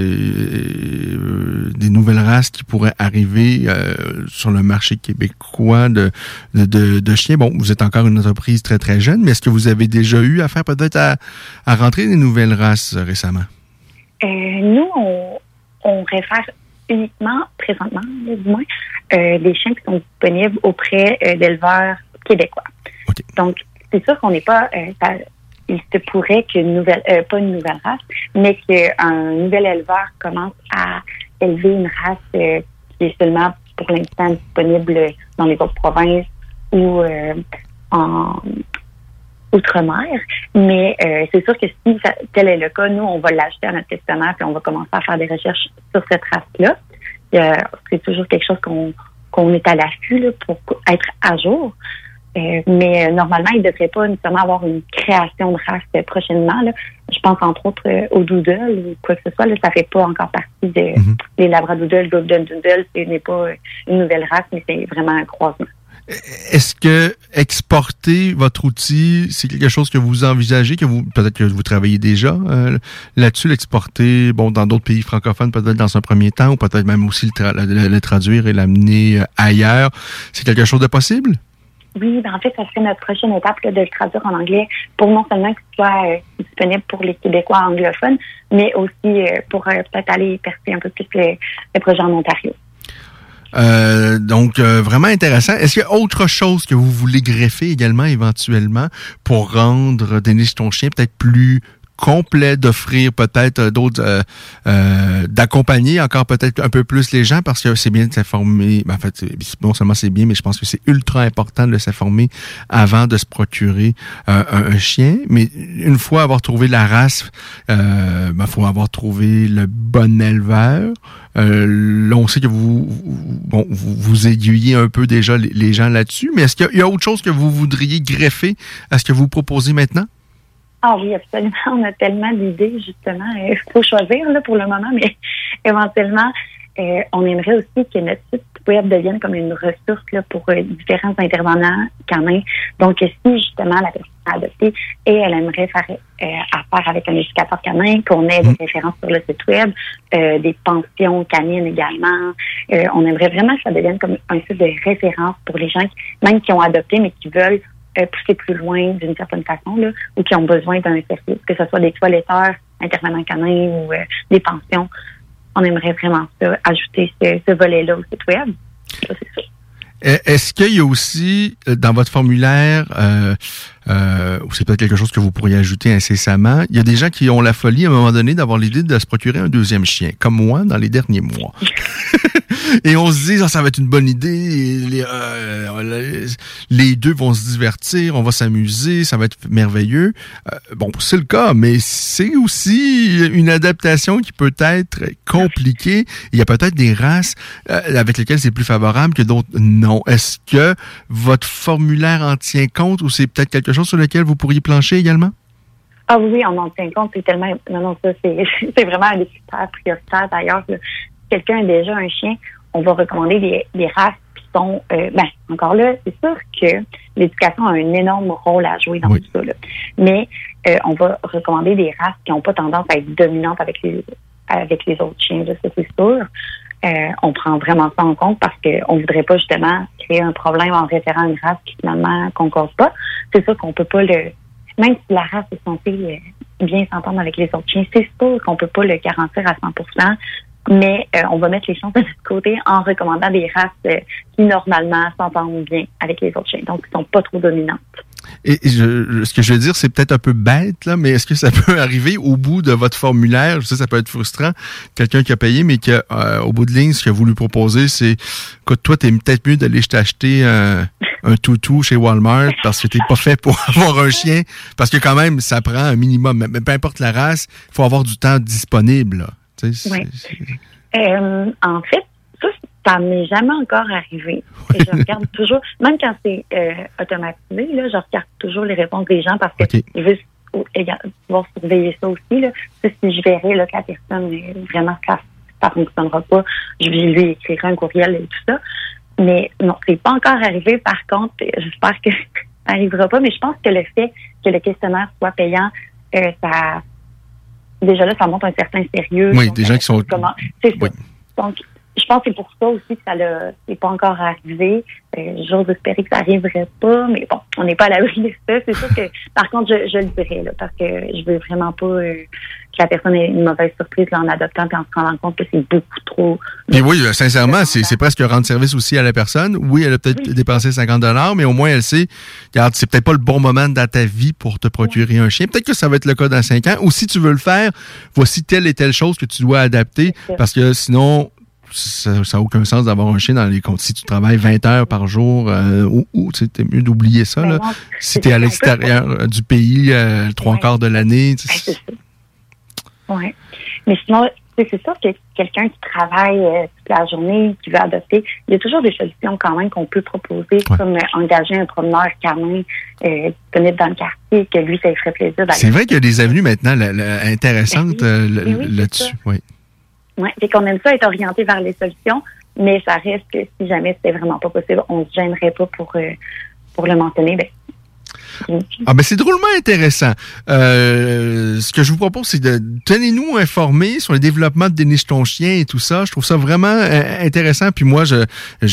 des nouvelles races qui pourraient arriver sur le marché québécois de chiens? Bon, vous êtes encore une entreprise très, très jeune, mais est-ce que vous avez déjà eu affaire peut-être à rentrer des nouvelles races récemment? Nous, on réfère uniquement, présentement, du moins, des chiens qui sont disponibles auprès d'éleveurs québécois. Okay. Donc, c'est sûr qu'on n'est pas... il se pourrait qu'une nouvelle... pas une nouvelle race, mais qu'un nouvel éleveur commence à élever une race qui est seulement pour l'instant disponible dans les autres provinces ou en outre-mer. Mais c'est sûr que si tel est le cas, nous, on va l'ajouter à notre questionnaire puis on va commencer à faire des recherches sur cette race-là. C'est toujours quelque chose qu'on est à l'affût là, pour être à jour. Mais normalement, il ne devrait pas nécessairement avoir une création de race prochainement. Là. Je pense entre autres au Doodle ou quoi que ce soit. Là, ça ne fait pas encore partie des Labradoodle, Golden Doodle. Ce n'est pas une nouvelle race, mais c'est vraiment un croisement. Est-ce que exporter votre outil, c'est quelque chose que vous envisagez, peut-être que vous travaillez déjà là-dessus, l'exporter dans d'autres pays francophones, peut-être dans un premier temps, ou peut-être même aussi le traduire et l'amener ailleurs. C'est quelque chose de possible? Oui, en fait, ça serait notre prochaine étape là, de le traduire en anglais pour non seulement que ce soit disponible pour les Québécois anglophones, mais aussi pour peut-être aller percer un peu plus le projet en Ontario. Donc, vraiment intéressant. Est-ce qu'il y a autre chose que vous voulez greffer également éventuellement pour rendre Déniche ton chien peut-être plus complet, d'offrir peut-être d'autres, d'accompagner encore peut-être un peu plus les gens, parce que c'est bien de s'informer. En fait, non seulement c'est bien, mais je pense que c'est ultra important de s'informer avant de se procurer un chien. Mais une fois avoir trouvé la race, faut avoir trouvé le bon éleveur. Là, on sait que vous aiguillez un peu déjà les gens là-dessus, mais est-ce qu'il y a autre chose que vous voudriez greffer à ce que vous proposez maintenant? Ah oui, absolument. On a tellement d'idées, justement. Il faut choisir là, pour le moment, mais éventuellement, on aimerait aussi que notre site web devienne comme une ressource là, pour différents intervenants canins. Donc, si justement la personne a adopté et elle aimerait faire affaire avec un éducateur canin, qu'on ait des références sur le site web, des pensions canines également. On aimerait vraiment que ça devienne comme un site de référence pour les gens même qui ont adopté, mais qui veulent pousser plus loin d'une certaine façon, là, ou qui ont besoin d'un service, que ce soit des toiletteurs, intervenants canins ou des pensions. On aimerait vraiment ça, ajouter ce volet-là au site web. Ça, c'est ça. Est-ce qu'il y a aussi, dans votre formulaire, ou c'est peut-être quelque chose que vous pourriez ajouter incessamment, il y a des gens qui ont la folie, à un moment donné, d'avoir l'idée de se procurer un deuxième chien, comme moi, dans les derniers mois. Et on se dit, ça va être une bonne idée, les deux vont se divertir, on va s'amuser, ça va être merveilleux. Bon, c'est le cas, mais c'est aussi une adaptation qui peut être compliquée. Il y a peut-être des races avec lesquelles c'est plus favorable que d'autres non. Est-ce que votre formulaire en tient compte ou c'est peut-être quelque chose sur lequel vous pourriez plancher également? Ah oui, on en tient compte. C'est tellement... Non, ça, c'est vraiment un des critères prioritaires. D'ailleurs, là, si quelqu'un a déjà un chien, on va recommander des races qui sont... encore là, c'est sûr que l'éducation a un énorme rôle à jouer dans tout ça. Là. Mais on va recommander des races qui n'ont pas tendance à être dominantes avec les autres chiens. Là, ça, c'est sûr. On prend vraiment ça en compte parce qu'on voudrait pas justement créer un problème en référant à une race qui finalement concorde pas. C'est sûr qu'on peut pas même si la race est censée bien s'entendre avec les autres chiens, c'est sûr qu'on peut pas le garantir à 100%, mais on va mettre les chances de notre côté en recommandant des races qui normalement s'entendent bien avec les autres chiens, donc qui sont pas trop dominantes. Et ce que je veux dire, c'est peut-être un peu bête, là, mais est-ce que ça peut arriver au bout de votre formulaire? Je sais, ça peut être frustrant. Quelqu'un qui a payé, mais qui a, au bout de ligne, ce que vous lui proposez, c'est, écoute, toi, t'es peut-être mieux d'aller t'acheter un toutou chez Walmart parce que t'es pas fait pour avoir un chien. Parce que quand même, ça prend un minimum. Mais peu importe la race, il faut avoir du temps disponible, là. Oui. En fait, ça m'est jamais encore arrivé. Et je regarde toujours, même quand c'est automatisé, là, je regarde toujours les réponses des gens parce que je veux pouvoir surveiller ça aussi. Là. Si je verrais là, que la personne vraiment ça fonctionnera pas, je vais lui écrire un courriel et tout ça. Mais non, c'est pas encore arrivé. Par contre, j'espère que ça arrivera pas. Mais je pense que le fait que le questionnaire soit payant, ça déjà là, ça montre un certain sérieux. Oui, donc, des gens qui sont... C'est ça. Donc, je pense que c'est pour ça aussi que c'est pas encore arrivé. J'ose espérer que ça arriverait pas, mais bon, on n'est pas à l'abri de ça. C'est sûr que, par contre, je le dirais, là, parce que je veux vraiment pas que la personne ait une mauvaise surprise là, en adoptant et en se rendant compte que c'est beaucoup trop... Et oui, sincèrement, c'est presque rendre service aussi à la personne. Oui, elle a peut-être dépensé 50$, mais au moins, elle sait, regarde, c'est peut-être pas le bon moment dans ta vie pour te procurer un chien. Peut-être que ça va être le cas dans 5 ans. Ou si tu veux le faire, voici telle et telle chose que tu dois adapter, parce que sinon... Ça n'a aucun sens d'avoir un chien dans les comptes. Si tu travailles 20 heures par jour, c'est mieux d'oublier ça. Là. Si tu es à l'extérieur du pays, 3/4 de l'année. Oui. Mais sinon, c'est sûr que quelqu'un qui travaille toute la journée, qui veut adopter, il y a toujours des solutions quand même qu'on peut proposer, comme engager un promeneur canin disponible dans le quartier, que lui, ça lui ferait plaisir d'aller. C'est vrai qu'il y a des avenues maintenant intéressantes là-dessus. Oui. Oui, c'est qu'on aime ça être orienté vers les solutions, mais ça reste que si jamais c'était vraiment pas possible, on se gênerait pas pour le mentionner. C'est drôlement intéressant. Ce que je vous propose, c'est de tenez-nous informés sur le développement de Déniche ton chien et tout ça. Je trouve ça vraiment intéressant. Puis moi, ça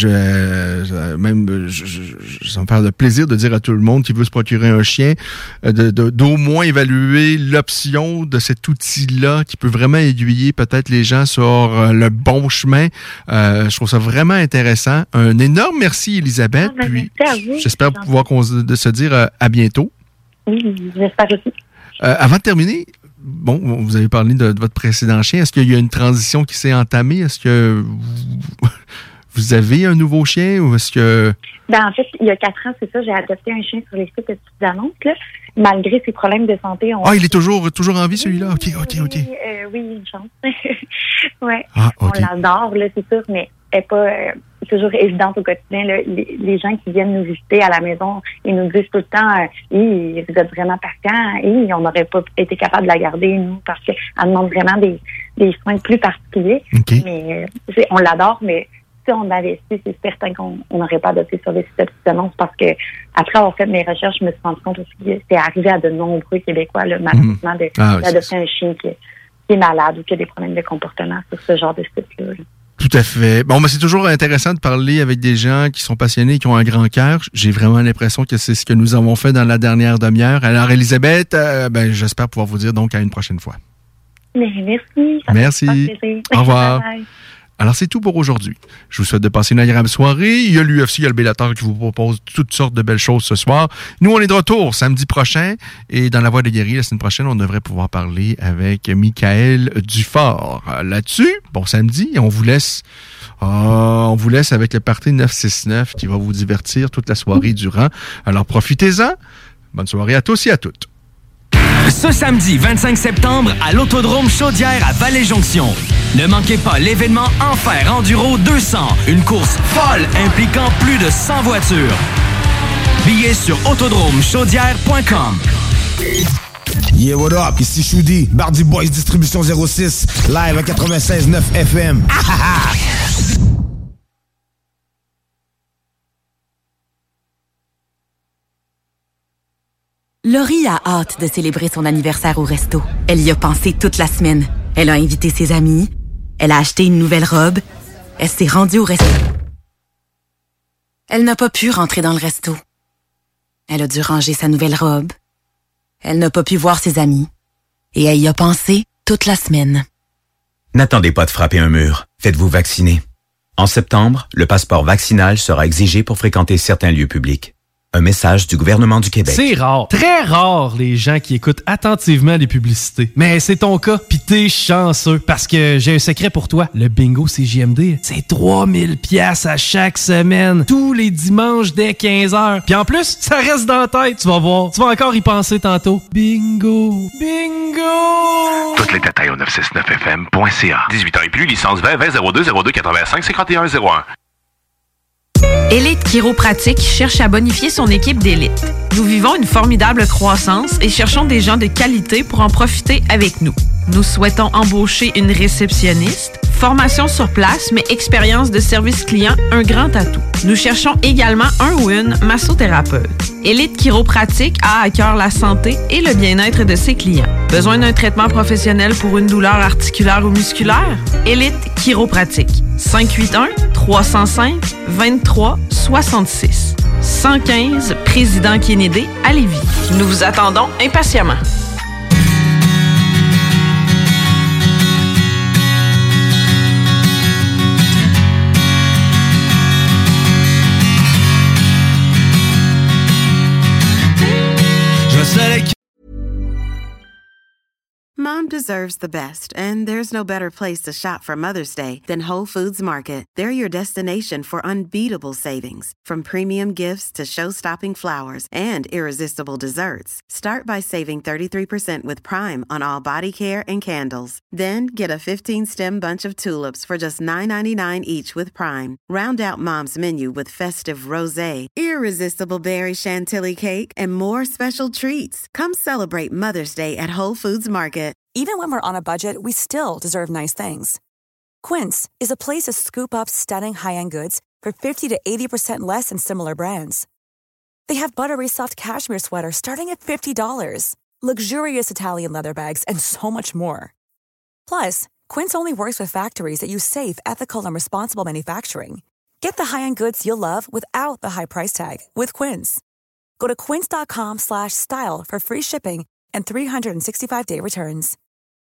me fait de plaisir de dire à tout le monde qui veut se procurer un chien, d'au moins évaluer l'option de cet outil-là qui peut vraiment aiguiller peut-être les gens sur le bon chemin. Je trouve ça vraiment intéressant. Un énorme merci, Elisabeth. Puis j'espère pouvoir se dire à bientôt. Oui, j'espère aussi. Avant de terminer, vous avez parlé de votre précédent chien. Est-ce qu'il y a une transition qui s'est entamée? Est-ce que vous avez un nouveau chien ou est-ce que... En fait, il y a 4 ans, c'est ça, j'ai adopté un chien sur les sites de petites annonces. Là. Malgré ses problèmes de santé... il est toujours en vie, celui-là? OK. Oui, une chance. Ouais. On l'adore, là, c'est sûr, mais elle n'est pas... toujours évidente au quotidien. Là. Les gens qui viennent nous visiter à la maison, ils nous disent tout le temps vous êtes vraiment patient, on n'aurait pas été capable de la garder, nous, parce qu'elle demande vraiment des des soins plus particuliers. Okay. Mais on l'adore, mais si on avait su, c'est certain qu'on n'aurait pas adopté sur des petites annonces parce que après avoir fait mes recherches, je me suis rendu compte aussi que c'est arrivé à de nombreux Québécois, là, malheureusement, d'adopter un chien qui est malade ou qui a des problèmes de comportement sur ce genre de site-là. Là. Tout à fait. Bon, mais c'est toujours intéressant de parler avec des gens qui sont passionnés, qui ont un grand cœur. J'ai vraiment l'impression que c'est ce que nous avons fait dans la dernière demi-heure. Alors, Elisabeth, j'espère pouvoir vous dire donc à une prochaine fois. Mais merci. Merci. Au revoir. Bye-bye. Alors, c'est tout pour aujourd'hui. Je vous souhaite de passer une agréable soirée. Il y a l'UFC, il y a le Bellator qui vous propose toutes sortes de belles choses ce soir. Nous, on est de retour samedi prochain. Et dans La Voix des guerriers, la semaine prochaine, on devrait pouvoir parler avec Michael Dufort. Là-dessus, bon samedi, on vous laisse avec le Party 969 qui va vous divertir toute la soirée durant. Alors, profitez-en. Bonne soirée à tous et à toutes. Ce samedi 25 septembre à l'Autodrome Chaudière à Vallée-Jonction. Ne manquez pas l'événement Enfer Enduro 200, une course folle impliquant plus de 100 voitures. Billets sur autodromechaudière.com. Yeah, what up? Ici Choudi, Bardi Boys Distribution 06, live à 96.9 FM. Laurie a hâte de célébrer son anniversaire au resto. Elle y a pensé toute la semaine. Elle a invité ses amis. Elle a acheté une nouvelle robe. Elle s'est rendue au resto. Elle n'a pas pu rentrer dans le resto. Elle a dû ranger sa nouvelle robe. Elle n'a pas pu voir ses amis. Et elle y a pensé toute la semaine. N'attendez pas de frapper un mur. Faites-vous vacciner. En septembre, le passeport vaccinal sera exigé pour fréquenter certains lieux publics. Un message du gouvernement du Québec. C'est rare, très rare, les gens qui écoutent attentivement les publicités. Mais c'est ton cas, pis t'es chanceux, parce que j'ai un secret pour toi. Le bingo CJMD, c'est 3000 pièces à chaque semaine, tous les dimanches dès 15h. Puis en plus, ça reste dans la tête, tu vas voir. Tu vas encore y penser tantôt. Bingo, bingo! Tous les détails au 969fm.ca. 18 ans et plus, licence 20 02 02 85 51 01. Élite Chiropratique cherche à bonifier son équipe d'élite. Nous vivons une formidable croissance et cherchons des gens de qualité pour en profiter avec nous. Nous souhaitons embaucher une réceptionniste, formation sur place, mais expérience de service client, un grand atout. Nous cherchons également un ou une massothérapeute. Élite Chiropratique a à cœur la santé et le bien-être de ses clients. Besoin d'un traitement professionnel pour une douleur articulaire ou musculaire? Élite Chiropratique. 581-305-2366. 115 Président Kennedy à Lévis. Nous vous attendons impatiemment. Mom deserves the best, and there's no better place to shop for Mother's Day than Whole Foods Market. They're your destination for unbeatable savings, from premium gifts to show-stopping flowers and irresistible desserts. Start by saving 33% with Prime on all body care and candles. Then get a 15-stem bunch of tulips for just $9.99 each with Prime. Round out Mom's menu with festive rosé, irresistible berry chantilly cake, and more special treats. Come celebrate Mother's Day at Whole Foods Market. Even when we're on a budget, we still deserve nice things. Quince is a place to scoop up stunning high-end goods for 50 to 80% less than similar brands. They have buttery soft cashmere sweaters starting at $50, luxurious Italian leather bags, and so much more. Plus, Quince only works with factories that use safe, ethical, and responsible manufacturing. Get the high-end goods you'll love without the high price tag with Quince. Go to quince.com/style for free shipping and 365-day returns.